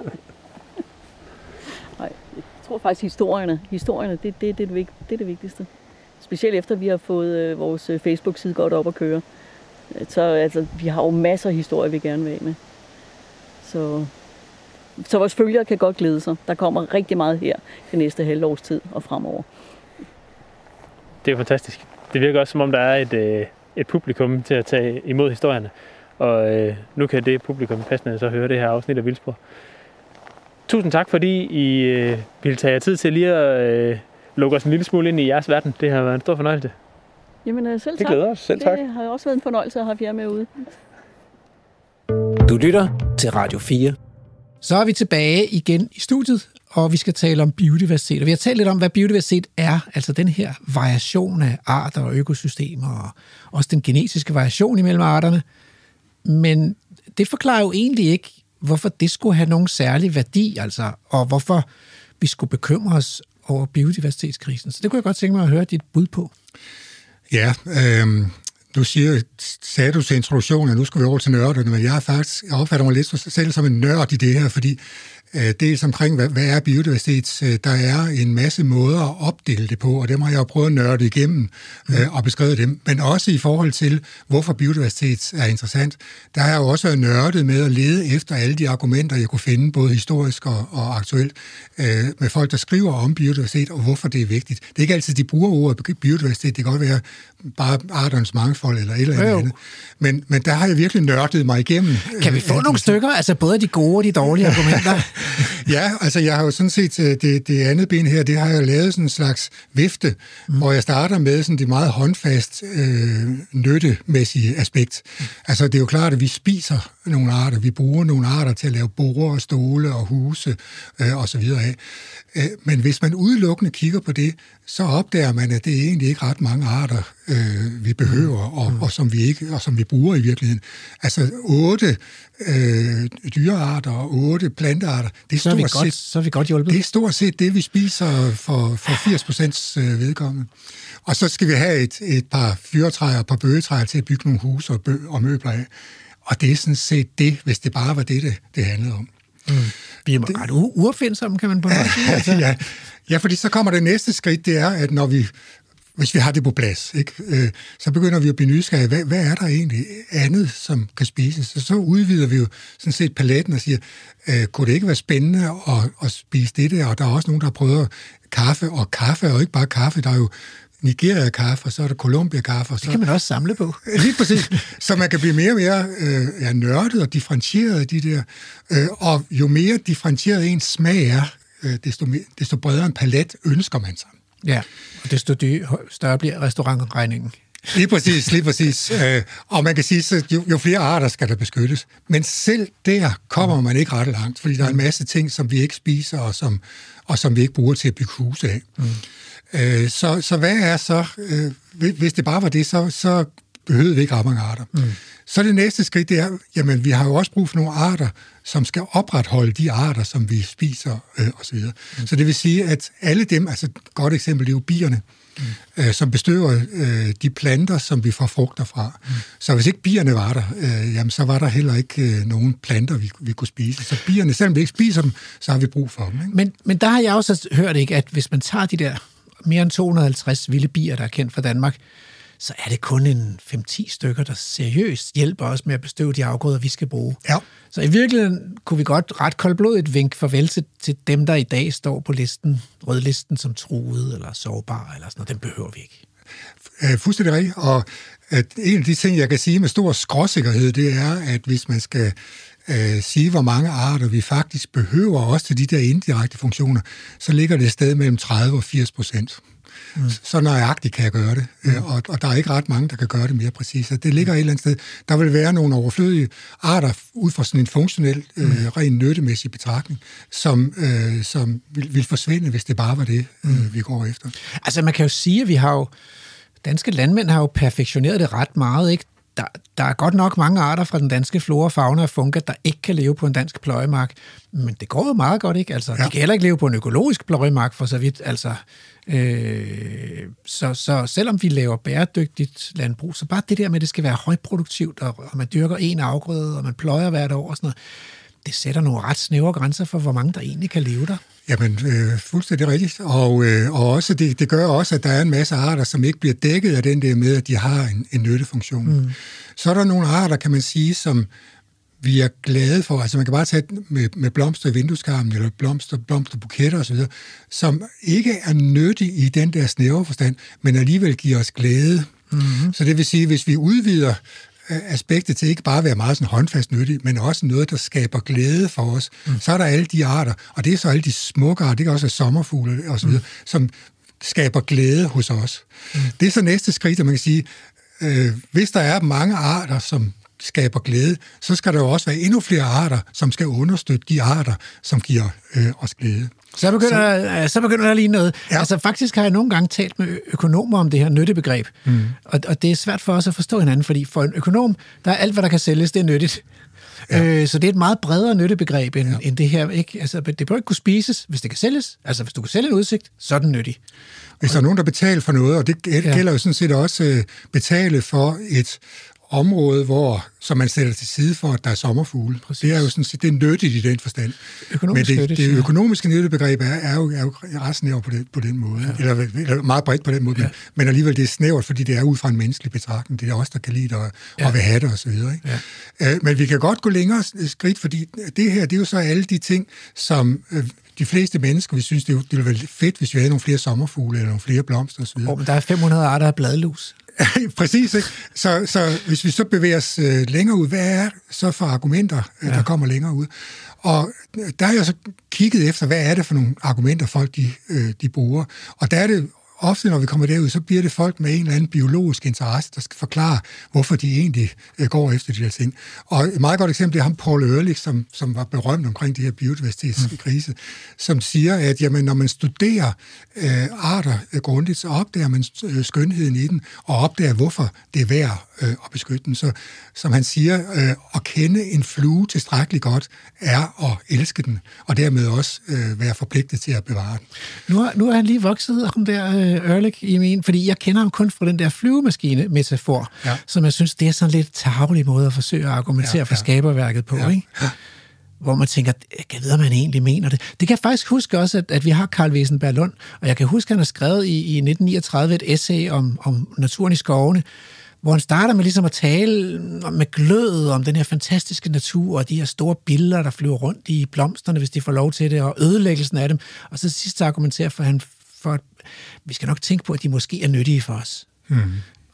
Nej, jeg tror faktisk, historierne, historierne det, det, det, er det, det er det vigtigste. Specielt efter, vi har fået øh, vores Facebook-side godt op at køre. Så altså, vi har jo masser af historier, vi gerne vil af med. Så, så vores følgere kan godt glæde sig. Der kommer rigtig meget her det næste halvårs tid og fremover. Det er fantastisk. Det virker også, som om der er et, øh, et publikum til at tage imod historierne. Og øh, nu kan det publikum passende så høre det her afsnit af Vildspor. Tusind tak, fordi I øh, ville tage jer tid til lige at øh, lukke os en lille smule ind i jeres verden. Det har været en stor fornøjelse. Jamen selv tak. Det glæder os. Selv tak. Det har jo også været en fornøjelse at have jer med ude. Du lytter til Radio fire. Så er vi tilbage igen i studiet, og vi skal tale om biodiversitet. Og vi har talt lidt om, hvad biodiversitet er, altså den her variation af arter og økosystemer, og også den genetiske variation imellem arterne. Men det forklarer jo egentlig ikke, hvorfor det skulle have nogen særlig værdi, altså, og hvorfor vi skulle bekymre os over biodiversitetskrisen. Så det kunne jeg godt tænke mig at høre dit bud på. Ja, øh, du siger, sagde du til introduktionen, at nu skal vi over til nørderne, men jeg har faktisk, jeg opfatter mig lidt selv som en nørd i det her, fordi øh, dels omkring, hvad, hvad er biodiversitet, øh, der er en masse måder at opdele det på, og dem har jeg jo prøvet at nørde igennem øh, og beskrevet dem, men også i forhold til, hvorfor biodiversitet er interessant, der har jeg jo også nørdet med at lede efter alle de argumenter, jeg kunne finde, både historisk og, og aktuelt, øh, med folk, der skriver om biodiversitet, og hvorfor det er vigtigt. Det er ikke altid, de bruger ordet biodiversitet, det kan godt være bare arternes mangfold eller et eller andet. andet. Men, men der har jeg virkelig nørdet mig igennem. Kan vi få øh, nogle stykker, altså både de gode og de dårlige argumenter? Ja, altså jeg har jo sådan set, det, det andet ben her, det har jeg lavet sådan en slags vifte, mm. hvor jeg starter med sådan det meget håndfast øh, nyttemæssige aspekt. Mm. Altså det er jo klart, at vi spiser nogle arter, vi bruger nogle arter til at lave borer og stole og huse øh, og så videre af. Men hvis man udelukkende kigger på det, så opdager man, at det er egentlig ikke ret mange arter, øh, vi behøver, og, og, som vi ikke, og som vi bruger i virkeligheden. Altså otte øh, dyrearter og otte plantearter, det er, så er, vi stort godt, set, så er vi godt hjulpet. Det er stort set det, vi spiser for, for firs procent vedkommende. Og så skal vi have et, et par fyrretræer og et par bøgetræer til at bygge nogle huse og, bø- og møbler af. Og det er sådan set det, hvis det bare var det, det, det handlede om. Mm. Vi er ret u- uopfindsomme, kan man på noget sige. Altså. ja, ja, fordi så kommer det næste skridt, det er, at når vi, hvis vi har det på plads, ikke, øh, så begynder vi at blive nysgerrige. Hvad, hvad er der egentlig andet, som kan spises? Så, så udvider vi jo sådan set paletten og siger, øh, kunne det ikke være spændende at, at spise det der? Og der er også nogen, der prøver kaffe, og kaffe er jo ikke bare kaffe, der er jo Nigeria-kaffe, og så er der Colombia-kaffe. Og så... Det kan man også samle på. Lige præcis. Så man kan blive mere og mere øh, ja, nørdet og differentieret af de der. Øh, og jo mere differentieret ens smag er, øh, desto, mere, desto bredere en palet ønsker man sig. Ja, og desto dyr, større bliver restaurantregningen. Lige præcis, lige præcis. Øh, og man kan sige, at jo, jo flere arter skal der beskyttes. Men selv der kommer man ikke ret langt, fordi der er en masse ting, som vi ikke spiser, og som, og som vi ikke bruger til at bygge huse af. Mm. Øh, så, så hvad er så... Øh, hvis det bare var det, så, så behøvede vi ikke ret mange arter. Mm. Så det næste skridt, det er, jamen vi har jo også brug for nogle arter, som skal opretholde de arter, som vi spiser øh, osv. Mm. Så det vil sige, at alle dem, altså et godt eksempel, det er jo bierne, mm. øh, som bestøver øh, de planter, som vi får frugter fra. Mm. Så hvis ikke bierne var der, øh, jamen så var der heller ikke øh, nogen planter, vi, vi kunne spise. Så bierne, selvom vi ikke spiser dem, så har vi brug for dem. Ikke? Men, men der har jeg også hørt, ikke, at hvis man tager de der mere end to hundrede og halvtreds vilde bier, der er kendt fra Danmark, så er det kun en fem til ti stykker, der seriøst hjælper os med at bestøve de afgrøder, vi skal bruge. Ja. Så i virkeligheden kunne vi godt ret koldblodigt vinke farvel til, til dem, der i dag står på listen, rødlisten som truede eller sårbare eller sådan noget. Dem behøver vi ikke. Øh, fuldstændig rigtigt. Og at en af de ting, jeg kan sige med stor skråsikkerhed, det er, at hvis man skal øh, sige, hvor mange arter vi faktisk behøver også til de der indirekte funktioner, så ligger det et sted mellem tredive og firs procent. Mm. Så nøjagtigt kan jeg gøre det, mm. og, og der er ikke ret mange, der kan gøre det mere præcist. Det ligger et eller andet sted. Der vil være nogle overflødige arter ud fra sådan en funktionel, øh, ren nyttemæssig betragtning, som, øh, som vil, vil forsvinde, hvis det bare var det, mm. øh, vi går efter. Altså man kan jo sige, at vi har jo, danske landmænd har jo perfektioneret det ret meget, ikke? Der, der er godt nok mange arter fra den danske flora, fauna og funga, der ikke kan leve på en dansk pløjemark. Men det går jo meget godt, ikke? Altså, ja. De kan heller ikke leve på en økologisk pløjemark, for så vidt. Altså, øh, så, så selvom vi laver bæredygtigt landbrug, så bare det der med, at det skal være højproduktivt, og, og man dyrker en afgrøde, og man pløjer hvert år og sådan noget, det sætter nogle ret snævre grænser for, hvor mange der egentlig kan leve der. Jamen, øh, fuldstændig rigtigt. Og, øh, og også det, det gør også, at der er en masse arter, som ikke bliver dækket af den der med, at de har en, en nyttefunktion. Mm. Så er der nogle arter, kan man sige, som vi er glade for. Altså man kan bare tage med, med blomster i vindueskarmen, eller blomster, blomsterbuketter osv., som ikke er nyttige i den der snævre forstand, men alligevel giver os glæde. Mm-hmm. Så det vil sige, hvis vi udvider aspektet til ikke bare at være meget sådan håndfast nyttig, men også noget, der skaber glæde for os. Mm. Så er der alle de arter, og det er så alle de smukke arter, det kan også være sommerfugle og så videre, mm. som skaber glæde hos os. Mm. Det er så næste skridt, at man kan sige, øh, hvis der er mange arter, som skaber glæde, så skal der jo også være endnu flere arter, som skal understøtte de arter, som giver øh, os glæde. Så begynder, så, så begynder der lige noget. Ja. Altså faktisk har jeg nogle gange talt med økonomer om det her nyttebegreb, mm. og, og det er svært for os at forstå hinanden, fordi for en økonom, der er alt, hvad der kan sælges, det er nyttigt. Ja. Øh, så det er et meget bredere nyttebegreb end, ja. end det her. Ikke? Altså, det bør ikke kunne spises, hvis det kan sælges. Altså, hvis du kan sælge en udsigt, så er den nyttig. Hvis der er nogen, der betaler for noget, og det gælder ja. jo sådan set også øh, betale for et område, hvor, som man sætter til side for, at der er sommerfugle. Præcis. Det er jo sådan set, det er nyttigt i den forstand. Økonomisk Men det, nyttigt, det økonomiske nyttebegreb er, er, jo, er jo ret snævert på, på den måde. Ja. Eller, eller meget bredt på den måde. Ja. Men, men alligevel det er snævert, fordi det er ud fra en menneskelig betragtning. Det er også der kan lide det, og, ja. og vil have det, og så videre. Ikke? Ja. Øh, men vi kan godt gå længere skridt, fordi det her, det er jo så alle de ting, som øh, de fleste mennesker, vi synes, det, det ville være fedt, hvis vi havde nogle flere sommerfugle, eller nogle flere blomster, og så videre. Oh, men der er fem hundrede arter af bladlus. Præcis, ikke? Så, så hvis vi så bevæger os øh, længere ud, hvad er så for argumenter, øh, ja. der kommer længere ud? Og der er jeg så kigget efter, hvad er det for nogle argumenter, folk de, øh, de bruger? Og der er det ofte, når vi kommer derud, så bliver det folk med en eller anden biologisk interesse, der skal forklare, hvorfor de egentlig øh, går efter de her ting. Og et meget godt eksempel er ham, Paul Ehrlich, som, som var berømt omkring det her biodiversitetskrise, mm. som siger, at jamen, når man studerer øh, arter øh, grundigt, så opdager man øh, skønheden i den, og opdager, hvorfor det er værd øh, at beskytte den. Så som han siger, øh, at kende en flue tilstrækkeligt godt, er at elske den, og dermed også øh, være forpligtet til at bevare den. Nu er, nu er han lige vokset om der øh, Ehrlich i min, fordi jeg kender ham kun fra den der flyvemaskine-metafor, ja. som jeg synes, det er sådan lidt tarvelig måde at forsøge at argumentere ja, ja. for skaberværket på, ja. ikke? Ja. Hvor man tænker, jeg ved, om man egentlig mener det. Det kan jeg faktisk huske også, at, at vi har Carl Wesenberg Lund, og jeg kan huske, at han har skrevet i, i nitten niogtredive et essay om, om naturen i skovene, hvor han starter med ligesom at tale med glød om den her fantastiske natur, og de her store billeder, der flyver rundt i blomsterne, hvis de får lov til det, og ødelæggelsen af dem. Og så sidst argumenterer for han for, at vi skal nok tænke på, at de måske er nyttige for os. Mm.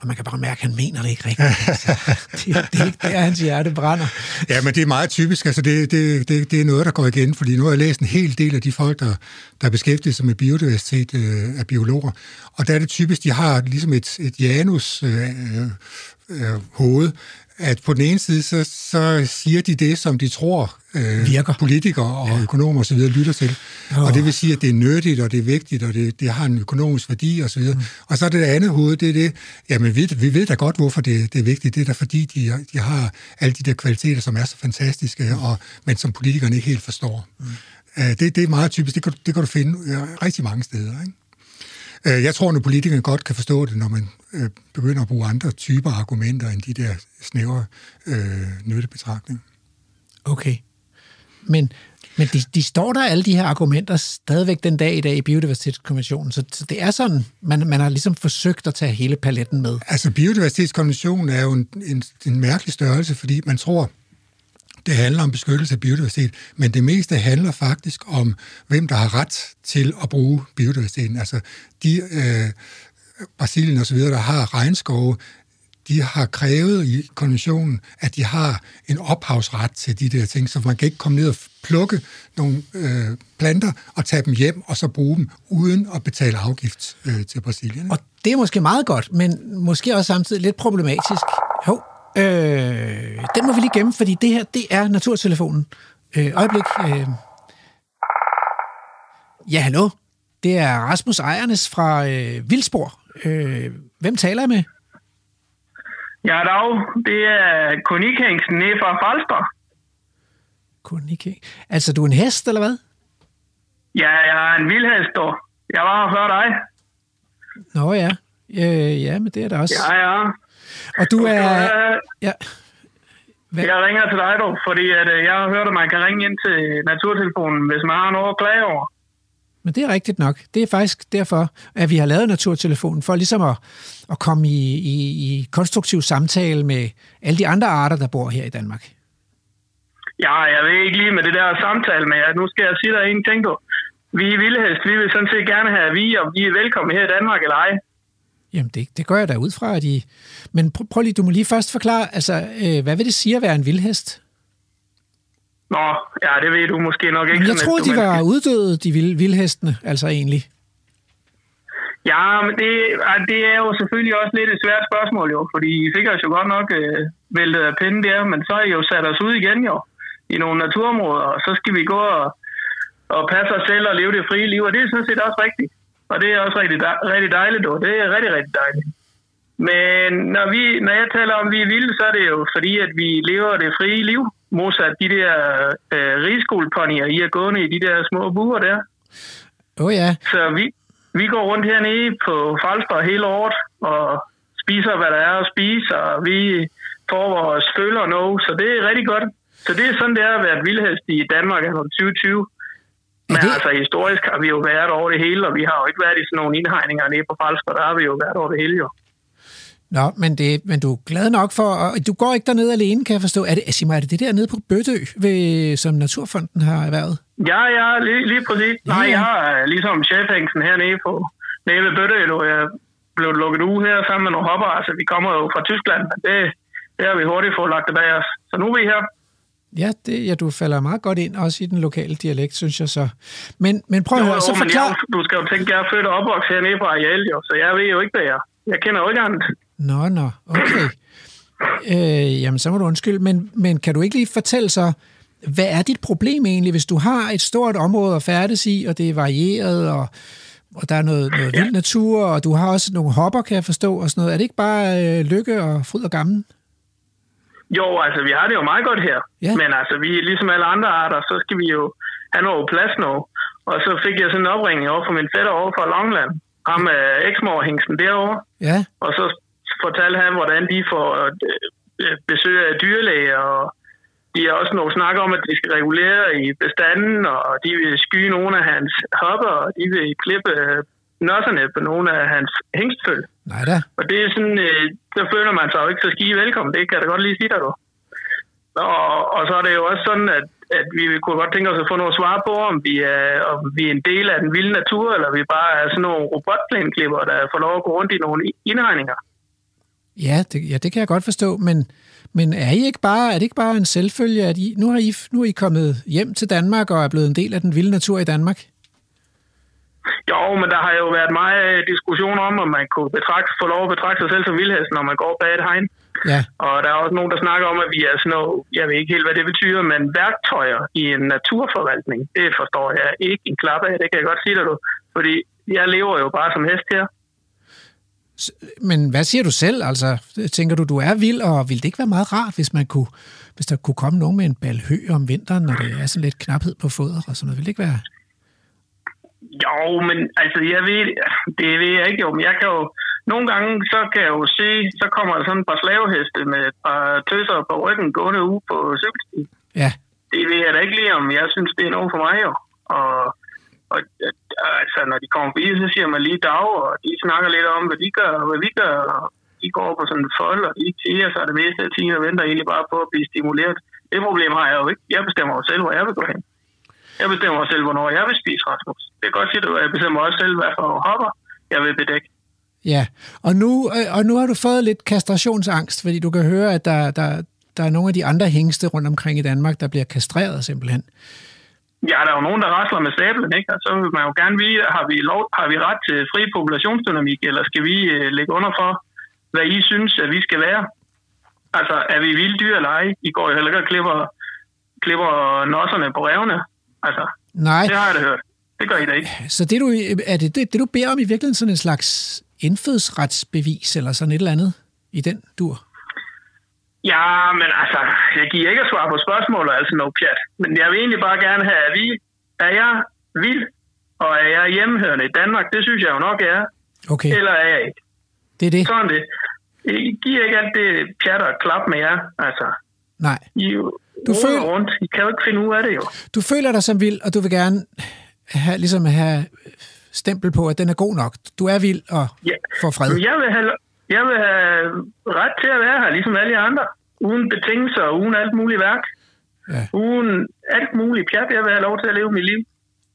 Og man kan bare mærke, at han mener det ikke rigtigt. Altså, det, det er ikke der, hans hjerte brænder. Ja, men det er meget typisk. Altså, det, det, det, det er noget, der går igen, fordi nu har jeg læst en hel del af de folk, der, der beskæftiger sig med biodiversitet øh, af biologer. Og der er det typisk, de har ligesom et, et janus øh, øh, hoved, at på den ene side, så, så siger de det, som de tror øh, politikere og ja. økonomer osv. lytter til. Oh. Og det vil sige, at det er nyttigt, og det er vigtigt, og det, det har en økonomisk værdi osv. Mm. Og så er det det andet hoved, det er det, jamen vi, vi ved da godt, hvorfor det, det er vigtigt. Det er da fordi, de, de har alle de der kvaliteter, som er så fantastiske, og, men som politikerne ikke helt forstår. Mm. Uh, det, det er meget typisk, det kan, det kan du finde uh, rigtig mange steder, ikke? Jeg tror, at politikerne godt kan forstå det, når man øh, begynder at bruge andre typer argumenter end de der snævre øh, nyttebetragtninger. Okay. Men, men de, de står der, alle de her argumenter, stadigvæk den dag i dag i Biodiversitetskonventionen. Så, så det er sådan, man, man har ligesom forsøgt at tage hele paletten med. Altså, Biodiversitetskonventionen er jo en, en, en mærkelig størrelse, fordi man tror, det handler om beskyttelse af biodiversitet, men det meste handler faktisk om, hvem der har ret til at bruge biodiversiteten. Altså, de øh, Brasilien og så videre, der har regnskove, de har krævet i konventionen, at de har en ophavsret til de der ting, så man kan ikke komme ned og plukke nogle øh, planter og tage dem hjem, og så bruge dem, uden at betale afgift øh, til Brasilien. Og det er måske meget godt, men måske også samtidig lidt problematisk. Hov. Øh, den må vi lige gemme, fordi det her, det er Naturtelefonen. Øh, øjeblik. Øh. Ja, hallo. Det er Rasmus Ejernes fra øh, Vildspor. Øh, hvem taler jeg med? Ja, dag. Det er Konikhængsen nede fra Falster. Konikhæng. Altså, du er en hest, eller hvad? Ja, jeg er en vildhest, dog. Jeg var før dig. Nå ja. Øh, ja, men det er der også. Ja, ja. Og du er... Ja. Hvad? Jeg ringer til dig, dog, fordi at, jeg har hørt, at man kan ringe ind til Naturtelefonen, hvis man har noget at klage over. Men det er rigtigt nok. Det er faktisk derfor, at vi har lavet Naturtelefonen, for ligesom at, at komme i, i, i konstruktiv samtale med alle de andre arter, der bor her i Danmark. Ja, jeg ved ikke lige med det der samtale med jer. Nu skal jeg sige dig en ting, du. Vi er vildhest. Vi vil sådan set gerne have vi, og vi er velkommen her i Danmark, eller ej. Jamen, det, det går jeg da ud fra, at I... Men prøv, prøv lige, du må lige først forklare, altså, øh, hvad vil det sige at være en vildhest? Nå, ja, det ved du måske nok ikke. Men jeg troede, de var uddøde, de vild, vildhestene, altså egentlig. Ja, men det, det er jo selvfølgelig også lidt et svært spørgsmål, jo, fordi I fik os jo godt nok øh, væltet af pinde der, men så er I jo sat os ud igen, jo, i nogle naturområder, og så skal vi gå og, og passe os selv og leve det frie liv, og det er sådan set også rigtigt. Og det er også rigtig, rigtig dejligt, og det er rigtig, rigtig dejligt. Men når, vi, når jeg taler om, at vi er vilde, så er det jo fordi, at vi lever det frie liv, modsat de der øh, rigsskoleponier, I er gående i de der små buer der. Åh oh, ja. Så vi, vi går rundt hernede på Falster hele året og spiser, hvad der er at spise, og vi får vores føler og noget, så det er rigtig godt. Så det er sådan, det er at være et vildhest i Danmark i tyve tyve. Men det... altså historisk har vi jo været over det hele, og vi har jo ikke været i sådan nogle indhegninger nede på Falster, der har vi jo været over det hele jo. Nå, men, det, men du er glad nok for, og du går ikke dernede alene, kan jeg forstå. Er det, sig mig, er det det der nede på Bøtø, ved, som Naturfonden har erhvervet? Ja, ja, lige, lige præcis. Ja, Nej, jeg er ligesom chefhængsen hernede på, nede ved Bøtø, og jeg blev lukket uge her sammen med nogle hopper. Altså, vi kommer jo fra Tyskland, men det, det har vi hurtigt fået lagt det bag os. Så nu er vi her. Ja, det, ja, du falder meget godt ind, også i den lokale dialekt, synes jeg så. Men, men prøv at høre, så forklar... Jeg, du skal jo tænke, at jeg er født og opvokset hernede fra Ariel, jo, så jeg ved jo ikke, hvad jeg Jeg kender jo ikke andet. Nå, nå, okay. Øh, jamen, så må du undskylde, men, men kan du ikke lige fortælle så, hvad er dit problem egentlig, hvis du har et stort område at færdes i, og det er varieret, og, og der er noget, noget ja. vild natur, og du har også nogle hopper, kan jeg forstå, og sådan noget. Er det ikke bare øh, lykke og fryd og gammel? Jo, altså, vi har det jo meget godt her. Ja. Men altså, vi ligesom alle andre arter, så skal vi jo have noget plads nu. Og så fik jeg sådan en opringning over fra min fætter over fra Longland. Ham med Exmoor-hængsten derovre. Ja. Og så fortalte han, hvordan de får besøg af dyrlæger, og de har også noget snak om, at de skal regulere i bestanden, og de vil skyde nogle af hans hopper, og de vil klippe nosserne på nogle af hans hængstføl. Nej da. Og det er sådan, øh, så føler man sig jo ikke så skide velkommen, det kan jeg da godt lige sige dig, du. Og, og så er det jo også sådan, at, at vi kunne godt tænke os at få noget svar på, om vi, er, om vi er en del af den vilde natur, eller vi bare er sådan nogle robotplænklipper, der får lov at gå rundt i nogle indhegninger. Ja, det, ja, det kan jeg godt forstå, men, men er I ikke bare, er det ikke bare en selvfølge, at I, nu, har I, nu er I kommet hjem til Danmark og er blevet en del af den vilde natur i Danmark? Jo, men der har jo været meget diskussion om, om man kunne betragte, få lov at betragte sig selv som vildhest, når man går bag et hegn. Ja. Og der er også nogen, der snakker om, at vi er sådan noget, jeg ved ikke helt, hvad det betyder, men værktøjer i en naturforvaltning, det forstår jeg ikke en klap af, det kan jeg godt sige dig, du. Fordi jeg lever jo bare som hest her. Men hvad siger du selv? Altså, tænker du, du er vild, og ville det ikke være meget rart, hvis man kunne, hvis der kunne komme nogen med en bal hø om vinteren, når det er sådan lidt knaphed på foder og sådan noget? Ville det ikke være? Jo, men altså, jeg ved, det ved jeg ikke jo, men jeg kan jo, nogle gange, så kan jeg jo se, så kommer der sådan et par slaveheste med et par tøser på ryggen gående ude på cykelstien. Ja. Det ved jeg da ikke lige om, jeg synes, det er noget for mig jo. Og, og altså, når de kommer forbi, så siger man lige dag, og de snakker lidt om, hvad de gør, og hvad vi gør, og de går på sådan en fold, og de tiger sig det meste af tiden og venter egentlig bare på at blive stimuleret. Det problem har jeg jo ikke. Jeg bestemmer jo selv, hvor jeg vil gå hen. Jeg bestemmer også selv, hvornår jeg vil spise, Rasmus. Det kan godt sige, at jeg bestemmer også selv, hvad for hopper jeg vil bedække. Ja, og nu, og nu har du fået lidt kastrationsangst, fordi du kan høre, at der, der, der er nogle af de andre hængste rundt omkring i Danmark, der bliver kastreret simpelthen. Ja, der er jo nogen, der rasler med sablen, ikke? Og så vil man jo gerne vide, har vi, lov, har vi ret til fri populationsdynamik, eller skal vi øh, lægge under for, hvad I synes, at vi skal være? Altså, er vi vilde dyr eller ej? I går jo heller ikke og klipper, klipper nosserne på revne. Altså, nej. Det har jeg da hørt. Det gør I da ikke. Så det du, er det, det, det, du beder om i virkeligheden sådan en slags indfødsretsbevis, eller sådan et eller andet i den dur? Ja, men altså, jeg giver ikke at svare på spørgsmål, altså no pjat. Men jeg vil egentlig bare gerne have, at vi, er jeg vild, og er jeg hjemmehørende i Danmark? Det synes jeg jo nok, jeg er. Okay. Eller er jeg ikke? Det er det? Sådan det. I giver ikke alt det pjat og klap med jer, altså. Nej. I du føler rundt. I kan jo ikke finde ud af det, jo. Du føler dig som vild, og du vil gerne have, ligesom have stempel på, at den er god nok. Du er vild og ja. får fred. Jeg vil, have, jeg vil have ret til at være her, ligesom alle andre. Uden betingelser, uden alt muligt værk. Ja. Uden alt muligt pjat. Jeg vil have lov til at leve mit liv.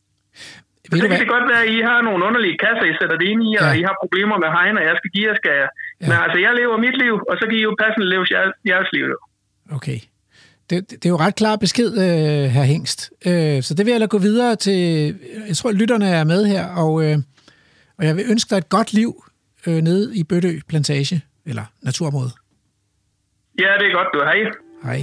Ved det kan det godt være, at I har nogle underlige kasser, I sætter det ind i, og ja. I har problemer med hegn, og jeg skal give jer, skal jeg. Ja. Men altså, jeg lever mit liv, og så kan I jo passende leve jeres liv. Okay. Det, det er jo ret klar besked, øh, hr. Hengst. Øh, så det vil jeg lade gå videre til. Jeg tror, at lytterne er med her, og, øh, og jeg vil ønske dig et godt liv øh, nede i Bøtø Plantage, eller naturområde. Ja, det er godt, du. Hej. Hej.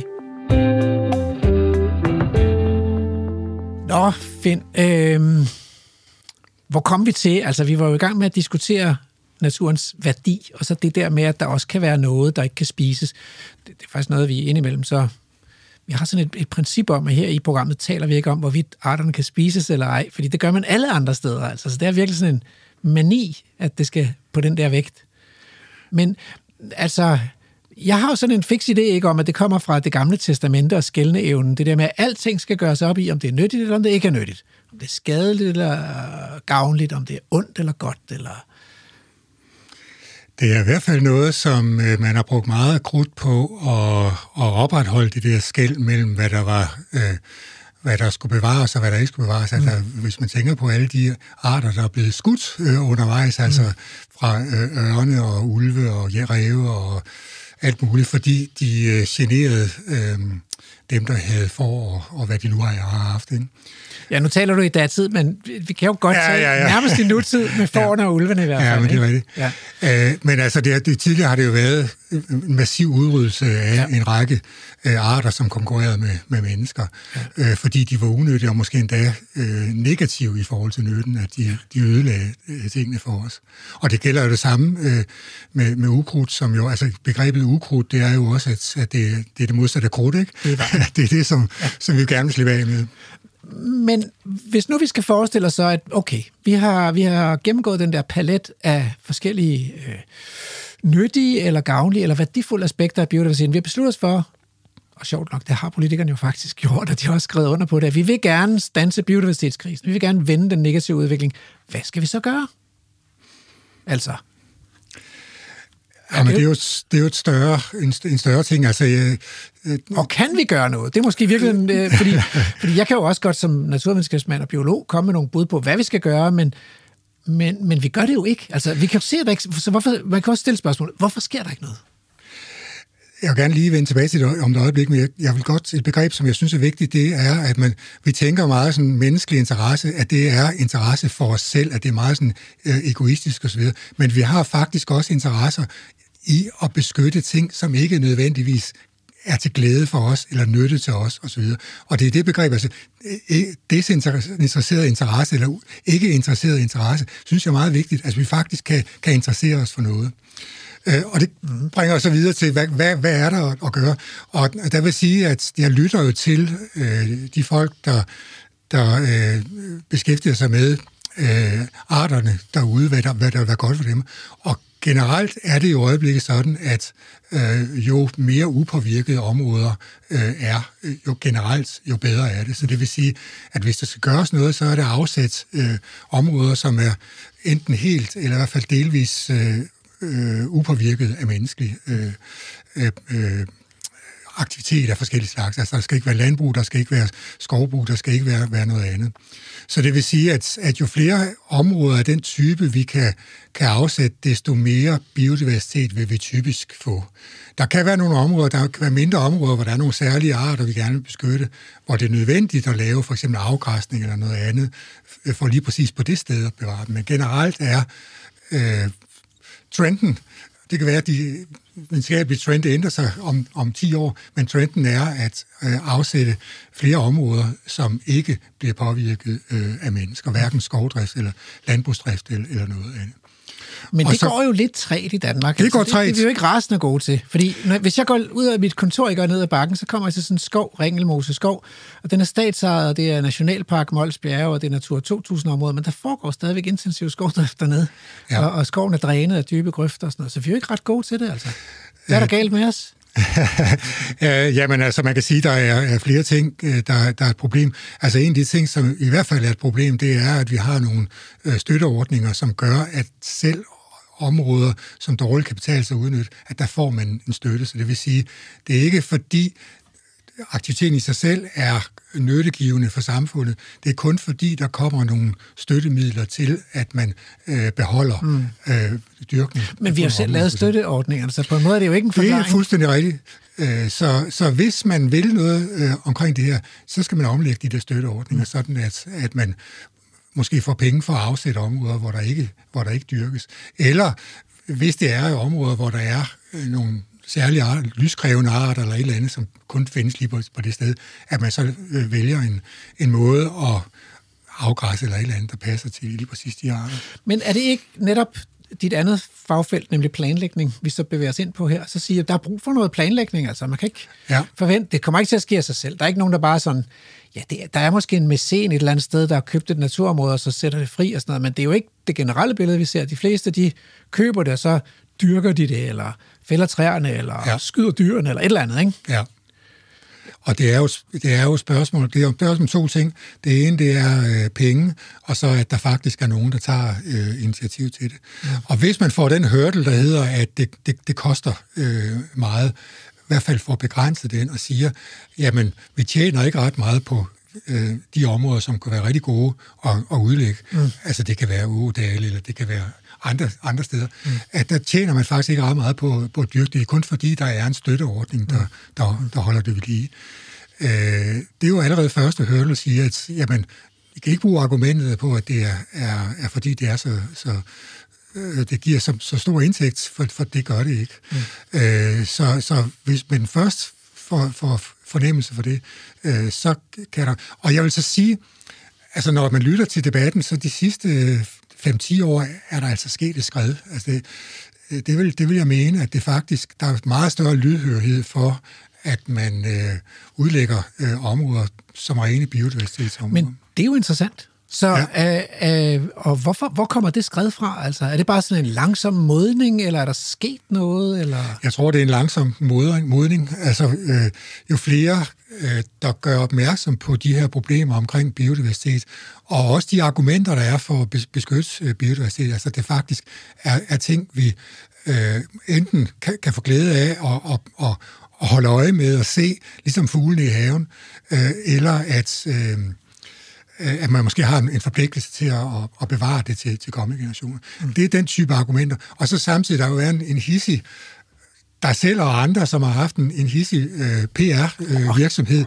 Nå, Finn. Øh, hvor kom vi til? Altså, vi var jo i gang med at diskutere naturens værdi, og så det der med, at der også kan være noget, der ikke kan spises. Det, det er faktisk noget, vi indimellem så... Vi har sådan et, et princip om, at her i programmet taler vi ikke om, hvorvidt arterne kan spises eller ej, fordi det gør man alle andre steder. Altså. Så det er virkelig sådan en mani, at det skal på den der vægt. Men altså, jeg har jo sådan en fiks idé ikke om, at det kommer fra det gamle testamente og skelneevnen. Det der med, at alting skal gøres op i, om det er nyttigt eller om det ikke er nyttigt. Om det er skadeligt eller gavnligt, om det er ondt eller godt, eller... Det er i hvert fald noget, som øh, man har brugt meget krudt på at, at opretholde det der skel mellem, hvad der var, øh, hvad der skulle bevares og hvad der ikke skulle bevares. Mm. Altså, hvis man tænker på alle de arter, der er blevet skudt øh, undervejs, mm. altså fra øh, ørne og ulve og ræve og alt muligt, fordi de øh, generede øh, dem, der havde for, og, og hvad de nu har haft. Ikke? Ja, nu taler du i datid, men vi kan jo godt ja, tage ja, ja. nærmest i nutid med forerne ja. og ulvene i hvert fald. Ja, men det er rigtigt. Ja. Øh, men altså, det, det, tidligere har det jo været en massiv udryddelse af ja. en række øh, arter, som konkurrerede med, med mennesker, ja. øh, fordi de var unødige og måske endda øh, negative i forhold til nytten, at de, de ødelagde øh, tingene for os. Og det gælder jo det samme øh, med, med ukrudt, som jo, altså begrebet ukrudt, det er jo også, at, at det, det er det modsatte af krudt, ikke? Det er det, er det som, ja. som vi gerne vil slippe af med. Men hvis nu vi skal forestille os så, at okay, vi har, vi har gennemgået den der palet af forskellige øh, nyttige eller gavnlige eller værdifulde aspekter af biodiversiteten. Vi har besluttet os for, og sjovt nok, det har politikerne jo faktisk gjort, og de har også skrevet under på det, at vi vil gerne standse biodiversitetskrisen. Vi vil gerne vende den negative udvikling. Hvad skal vi så gøre? Altså... Ja, men det er jo, det er jo et større, en, en større ting. Altså, jeg, jeg, og kan vi gøre noget? Det er måske virkelig... Øh, fordi, fordi jeg kan jo også godt som naturvidenskabsmand og biolog komme med nogle bud på, hvad vi skal gøre, men, Men, men vi gør det jo ikke. Altså, vi kan jo se, at der ikke, så hvorfor, man kan også stille spørgsmål. Hvorfor sker der ikke noget? Jeg vil gerne lige vende tilbage til det om et øjeblik, men jeg, jeg vil godt, et begreb, som jeg synes er vigtigt, det er, at man, vi tænker meget sådan menneskelig interesse, at det er interesse for os selv, at det er meget sådan øh, egoistisk osv., men vi har faktisk også interesser i at beskytte ting, som ikke nødvendigvis er til glæde for os, eller nytte til os, osv. Og det er det begreb, altså desinteresseret interesse, eller ikke interesseret interesse, synes jeg er meget vigtigt, at vi faktisk kan, kan interessere os for noget. Og det bringer os så videre til, hvad, hvad, hvad er der at gøre? Og der vil sige, at jeg lytter jo til øh, de folk, der, der øh, beskæftiger sig med øh, arterne derude, hvad der, hvad der vil være godt for dem. Og generelt er det i øjeblikket sådan, at øh, jo mere upåvirkede områder øh, er, jo generelt, jo bedre er det. Så det vil sige, at hvis der skal gøres noget, så er det afsat øh, områder, som er enten helt, eller i hvert fald delvis øh, øh, upåvirket af menneskelig øh, øh, øh, aktivitet af forskellige slags. Altså, der skal ikke være landbrug, der skal ikke være skovbrug, der skal ikke være, være noget andet. Så det vil sige, at, at jo flere områder af den type, vi kan, kan afsætte, desto mere biodiversitet vil vi typisk få. Der kan være nogle områder, der kan være mindre områder, hvor der er nogle særlige arter, vi gerne vil beskytte, hvor det er nødvendigt at lave for eksempel afgræsning eller noget andet, for lige præcis på det sted at bevare dem. Men generelt er øh, trenden, det kan være, at de videnskabelige trend ændrer sig om, om ti år, men trenden er at øh, afsætte flere områder, som ikke bliver påvirket øh, af mennesker, hverken skovdrift eller landbrugsdrift eller, eller noget andet. Men og det så, går jo lidt træt i Danmark. Det altså, går det, træt. det er vi jo ikke rasende gode til. Fordi når, hvis jeg går ud af mit kontor, jeg går ned ad bakken, så kommer jeg til sådan en skov, Ringelmose skov, og den er statsejet, og det er Nationalpark Mols Bjerge, og det er Natura to tusind-område, men der foregår stadigvæk intensiv skovdrift dernede, ja. og, og skoven er drænet af dybe grøfter og sådan noget, så vi er jo ikke ret gode til det, altså. Hvad er der galt med os? Jamen altså, man kan sige, at der er, er flere ting, der, der er et problem. Altså en af de ting, som i hvert fald er et problem, det er, at vi har nogle øh, støtteordninger, som gør, at selv områder, som dårligt kan betale sig at udnytte, at der får man en støtte. Så det vil sige, det er ikke fordi aktiviteten i sig selv er nyttegivende for samfundet. Det er kun fordi, der kommer nogle støttemidler til, at man øh, beholder mm. øh, dyrkning. Men vi har jo selv lavet støtteordninger, så på en måde er det jo ikke en forklaring. Det er fuldstændig rigtigt. Så, så hvis man vil noget øh, omkring det her, så skal man omlægge de der støtteordninger, mm. sådan at, at man måske får penge for at afsætte områder, hvor der ikke, hvor der ikke dyrkes. Eller hvis det er områder, hvor der er øh, nogle særlige arter, lyskrævende arter eller et eller andet, som kun findes lige på, på det sted, at man så øh, vælger en, en måde at afgræsse eller et eller andet, der passer til lige præcis de arter. Men er det ikke netop dit andet fagfelt, nemlig planlægning, vi så bevæger os ind på her, så siger jeg, at der er brug for noget planlægning, altså man kan ikke ja. forvente, det kommer ikke til at ske af sig selv. Der er ikke nogen, der bare sådan, ja, det, der er måske en mæcen et eller andet sted, der har købt et naturområde, og så sætter det fri og sådan noget, men det er jo ikke det generelle billede, vi ser. De fleste, de køber det, og så dyrker de det, eller fælder træerne, eller ja. skyder dyrene, eller et eller andet, ikke? Ja. Og det er jo, det er jo spørgsmål, det er jo spørgsmål om to ting. Det ene, det er øh, penge, og så at der faktisk er nogen, der tager øh, initiativ til det. Ja. Og hvis man får den hurdle, der hedder, at det, det, det koster øh, meget, i hvert fald får begrænset den, og siger, jamen, vi tjener ikke ret meget på øh, de områder, som kan være rigtig gode at, at udlægge. Mm. Altså, det kan være Ådale, eller det kan være andre, andre steder. Mm. At der tjener man faktisk ikke ret meget på, på at dyrke det, kun fordi der er en støtteordning, der, mm. der, der holder det ved lige. Øh, det er jo allerede første hurdle at sige, at jamen, vi kan ikke bruge argumentet på, at det er, er, er fordi det er så, så øh, det giver så, så stor indtægt, for, for det gør det ikke. Mm. Øh, så, så hvis man først får, får fornemmelse for det, øh, så kan der... Og jeg vil så sige, altså når man lytter til debatten, så de sidste fem til ti år er der altså sket et skred. Altså det, det, vil, det vil jeg mene, at det faktisk, der er meget større lydhørhed for, at man øh, udlægger øh, områder som rene biodiversitetsområder. Men det er jo interessant. Så, ja. øh, øh, og hvorfor, hvor kommer det skred fra? Altså, er det bare sådan en langsom modning, eller er der sket noget? Eller? Jeg tror, det er en langsom modning. modning. Altså, øh, jo flere, øh, der gør opmærksom på de her problemer omkring biodiversitet, og også de argumenter, der er for at beskytte biodiversitet, altså det faktisk er, er ting, vi øh, enten kan, kan få glæde af og, og, og, og holde øje med og se, ligesom fuglene i haven, øh, eller at... Øh, at man måske har en forpligtelse til at, at bevare det til, til kommende generationer. Mm. Det er den type argumenter. Og så samtidig, der jo er en, en hissig, der selv og andre, som har haft en, en hissig øh, P R-virksomhed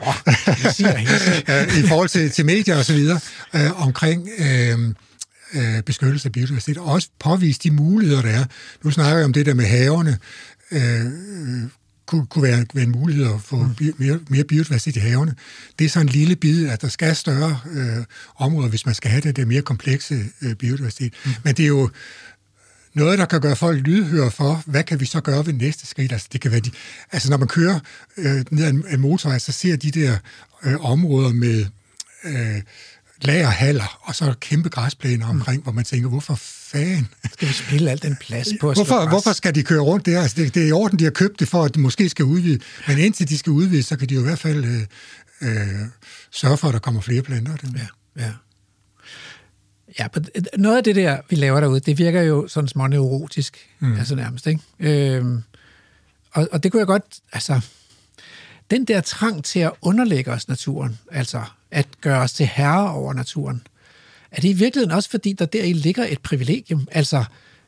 øh, øh, i forhold til, til medier og så videre, øh, omkring øh, øh, beskyttelse af biodiversitet, og også påvise de muligheder, der er. Nu snakker jeg om det der med haverne, øh, kunne, kunne være, være en mulighed at få bi- mere, mere biodiversitet i havene. Det er så en lille bid, at der skal større øh, områder, hvis man skal have det der mere komplekse øh, biodiversitet. Mm. Men det er jo noget, der kan gøre folk lydhøre for, hvad kan vi så gøre ved næste skridt? Altså, det kan være de, altså når man kører øh, ned ad en, en motorvej, så ser de der øh, områder med øh, lagerhaller, og så er der kæmpe græsplæner omkring, mm. hvor man tænker, hvorfor fanden skal vi spille al den plads på at hvorfor, hvorfor skal de køre rundt der? Altså, det, det er i orden, de har købt det for, at de måske skal udvide. Men indtil de skal udvide, så kan de jo i hvert fald øh, øh, sørge for, at der kommer flere planter. Ja, ja. Ja, noget af det der, vi laver derude, det virker jo sådan småneurotisk, mm. altså nærmest, ikke? Øhm, og, og det kunne jeg godt, altså, den der trang til at underlægge os naturen, altså at gøre os til herre over naturen, er det i virkeligheden også, fordi der deri ligger et privilegium, altså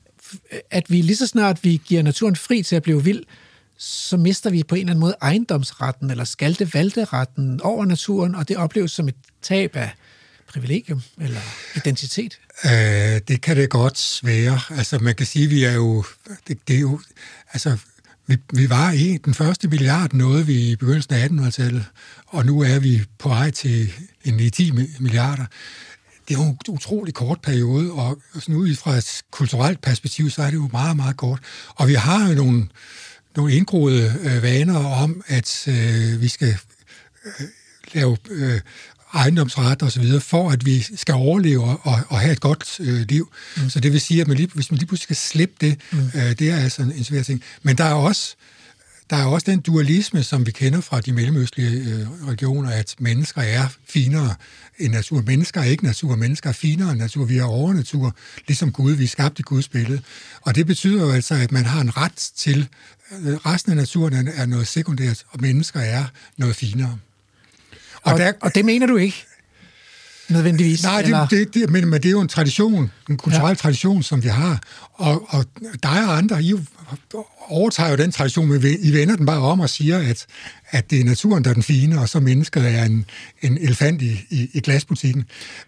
at vi lige så snart vi giver naturen fri til at blive vild, så mister vi på en eller anden måde ejendomsretten, eller skalte-valte-retten over naturen, og det opleves som et tab af privilegium eller identitet? Øh, det kan det godt være. Altså, man kan sige, vi er jo... Det, det er jo altså, vi, vi var i den første milliard noget vi i begyndelsen af attenhundredetallet, og nu er vi på vej til en ni til ti milliarder. Det er jo en utrolig kort periode, og sådan ud fra et kulturelt perspektiv, så er det jo meget, meget kort. Og vi har jo nogle, nogle indgroede øh, vaner om, at øh, vi skal øh, lave... Øh, ejendomsret og så videre, for at vi skal overleve og, og have et godt øh, liv. Mm. Så det vil sige, at man lige, hvis man lige pludselig skal slippe det, mm. øh, det er altså en, en svær ting. Men der er også der er også den dualisme, som vi kender fra de mellemøstlige øh, regioner, at mennesker er finere end natur. Mennesker er ikke natur, mennesker er finere end natur. Vi er overnatur, ligesom Gud, vi er skabt i Guds billede. Og det betyder jo altså, at man har en ret til, øh, resten af naturen er noget sekundært, og mennesker er noget finere. Og, og, der, og det mener du ikke nødvendigvis? Nej, det, det, det, men, men det er jo en tradition, en kulturel ja. tradition, som vi har. Og, og dig og andre, I overtager jo den tradition, men I vender den bare om og siger, at, at det er naturen, der er den fine, og så mennesket er en, en elefant i, i, i glasbutikken.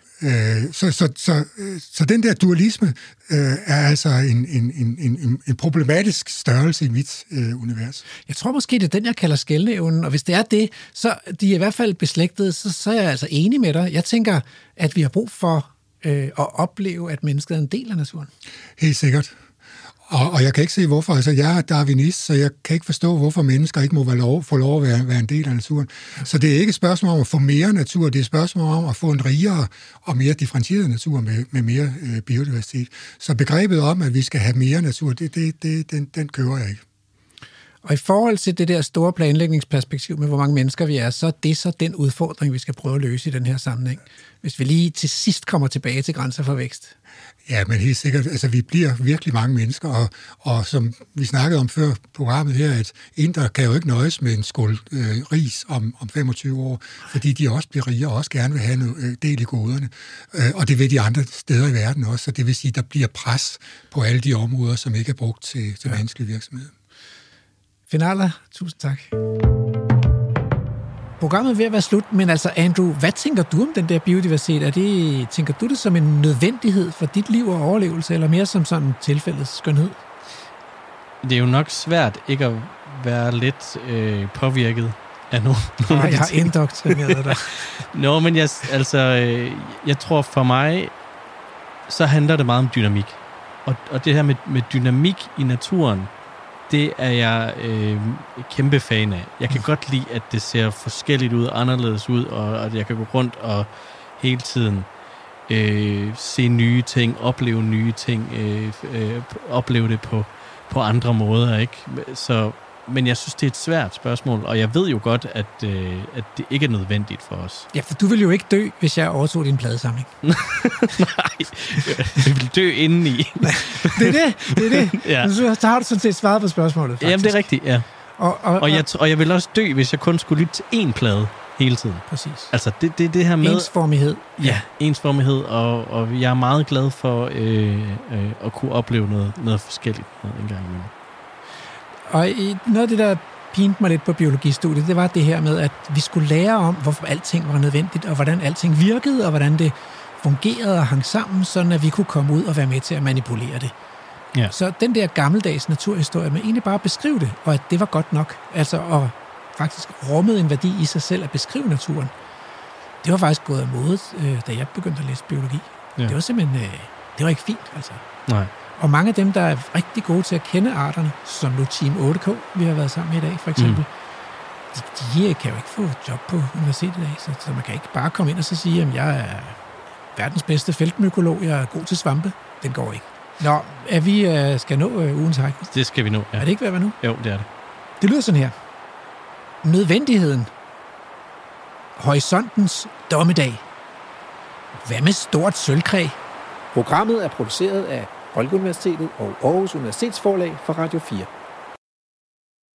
Så, så, så, så den der dualisme øh, er altså en, en, en, en, en problematisk størrelse i mit øh, univers. Jeg tror måske, det er den, jeg kalder skelneevnen, og hvis det er det, så de er i hvert fald beslægtet, så, så er jeg altså enig med dig. Jeg tænker, at vi har brug for øh, at opleve, at mennesket er en del af naturen. Helt sikkert. Og, og jeg kan ikke se, hvorfor. Altså, jeg er darwinist, så jeg kan ikke forstå, hvorfor mennesker ikke må være lov, få lov at være, være en del af naturen. Så det er ikke et spørgsmål om at få mere natur, det er et spørgsmål om at få en rigere og mere differentieret natur med, med mere øh, biodiversitet. Så begrebet om, at vi skal have mere natur, det, det, det, den, den kører jeg ikke. Og i forhold til det der store planlægningsperspektiv med, hvor mange mennesker vi er, så er det så den udfordring, vi skal prøve at løse i den her sammenhæng. Hvis vi lige til sidst kommer tilbage til grænser for vækst. Ja, men helt sikkert. Altså, vi bliver virkelig mange mennesker, og, og som vi snakkede om før programmet her, at indre kan jo ikke nøjes med en skål øh, ris om, om femogtyve år, fordi de også bliver rige og også gerne vil have en øh, del i goderne. Øh, og det vil de andre steder i verden også, så det vil sige, at der bliver pres på alle de områder, som ikke er brugt til, til ja. menneskelig virksomhed. Finaler, tusind tak. Programmet er ved at være slut, men altså Andrew, hvad tænker du om den der biodiversitet? Er det, tænker du det som en nødvendighed for dit liv og overlevelse, eller mere som sådan en tilfældets skønhed? Det er jo nok svært ikke at være lidt øh, påvirket af nogen. Nej, jeg har indoktrineret dig. Nå, men jeg, altså, øh, jeg tror for mig, så handler det meget om dynamik. Og, og det her med, med dynamik i naturen, det er jeg øh, kæmpe fan af. Jeg kan godt lide, at det ser forskelligt ud, anderledes ud, og at jeg kan gå rundt og hele tiden øh, se nye ting, opleve nye ting, øh, øh, opleve det på, på andre måder, ikke? Så, men jeg synes, det er et svært spørgsmål, og jeg ved jo godt, at, øh, at det ikke er nødvendigt for os. Ja, for du vil jo ikke dø, hvis jeg overtog din pladesamling. Nej, jeg vil dø indeni. det er det, det er det. Ja. Så har du sådan set svaret på spørgsmålet, faktisk. Jamen, det er rigtigt, ja. Og, og, og, jeg, og jeg vil også dø, hvis jeg kun skulle lytte til én plade. hele tiden. Præcis. Altså, det, det, det her med... Ensformighed. Ja, ensformighed, og, og jeg er meget glad for øh, øh, at kunne opleve noget, noget forskelligt noget en gang imellem. Og i, noget af det, der pinte mig lidt på biologistudiet, det var det her med, at vi skulle lære om, hvorfor alting var nødvendigt, og hvordan alting virkede, og hvordan det fungerede og hang sammen, sådan at vi kunne komme ud og være med til at manipulere det. Ja. Så den der gammeldags naturhistorie, med egentlig bare beskrive det, og at det var godt nok, altså at faktisk rummede en værdi i sig selv at beskrive naturen, det var faktisk gået af mode, øh, da jeg begyndte at læse biologi. Ja. Det var simpelthen, øh, det var ikke fint, altså. Nej. Og mange af dem, der er rigtig gode til at kende arterne, som nu Team otte K, vi har været sammen med i dag, for eksempel, mm. de, de kan jo ikke få job på universitetet i dag, så, så man kan ikke bare komme ind og så sige, at jeg er verdens bedste feltmykolog, jeg er god til svampe. Den går ikke. Nå, er vi øh, skal nå øh, ugens hike? Det skal vi nå, ja. Er det ikke, hvad vi nu? Jo, det er det. Det lyder sådan her. Nødvendigheden. Horisontens dommedag. Hvad med stort sølvkræ? Programmet er produceret af Folkeuniversitetet og Aarhus Universitetsforlag for Radio fire.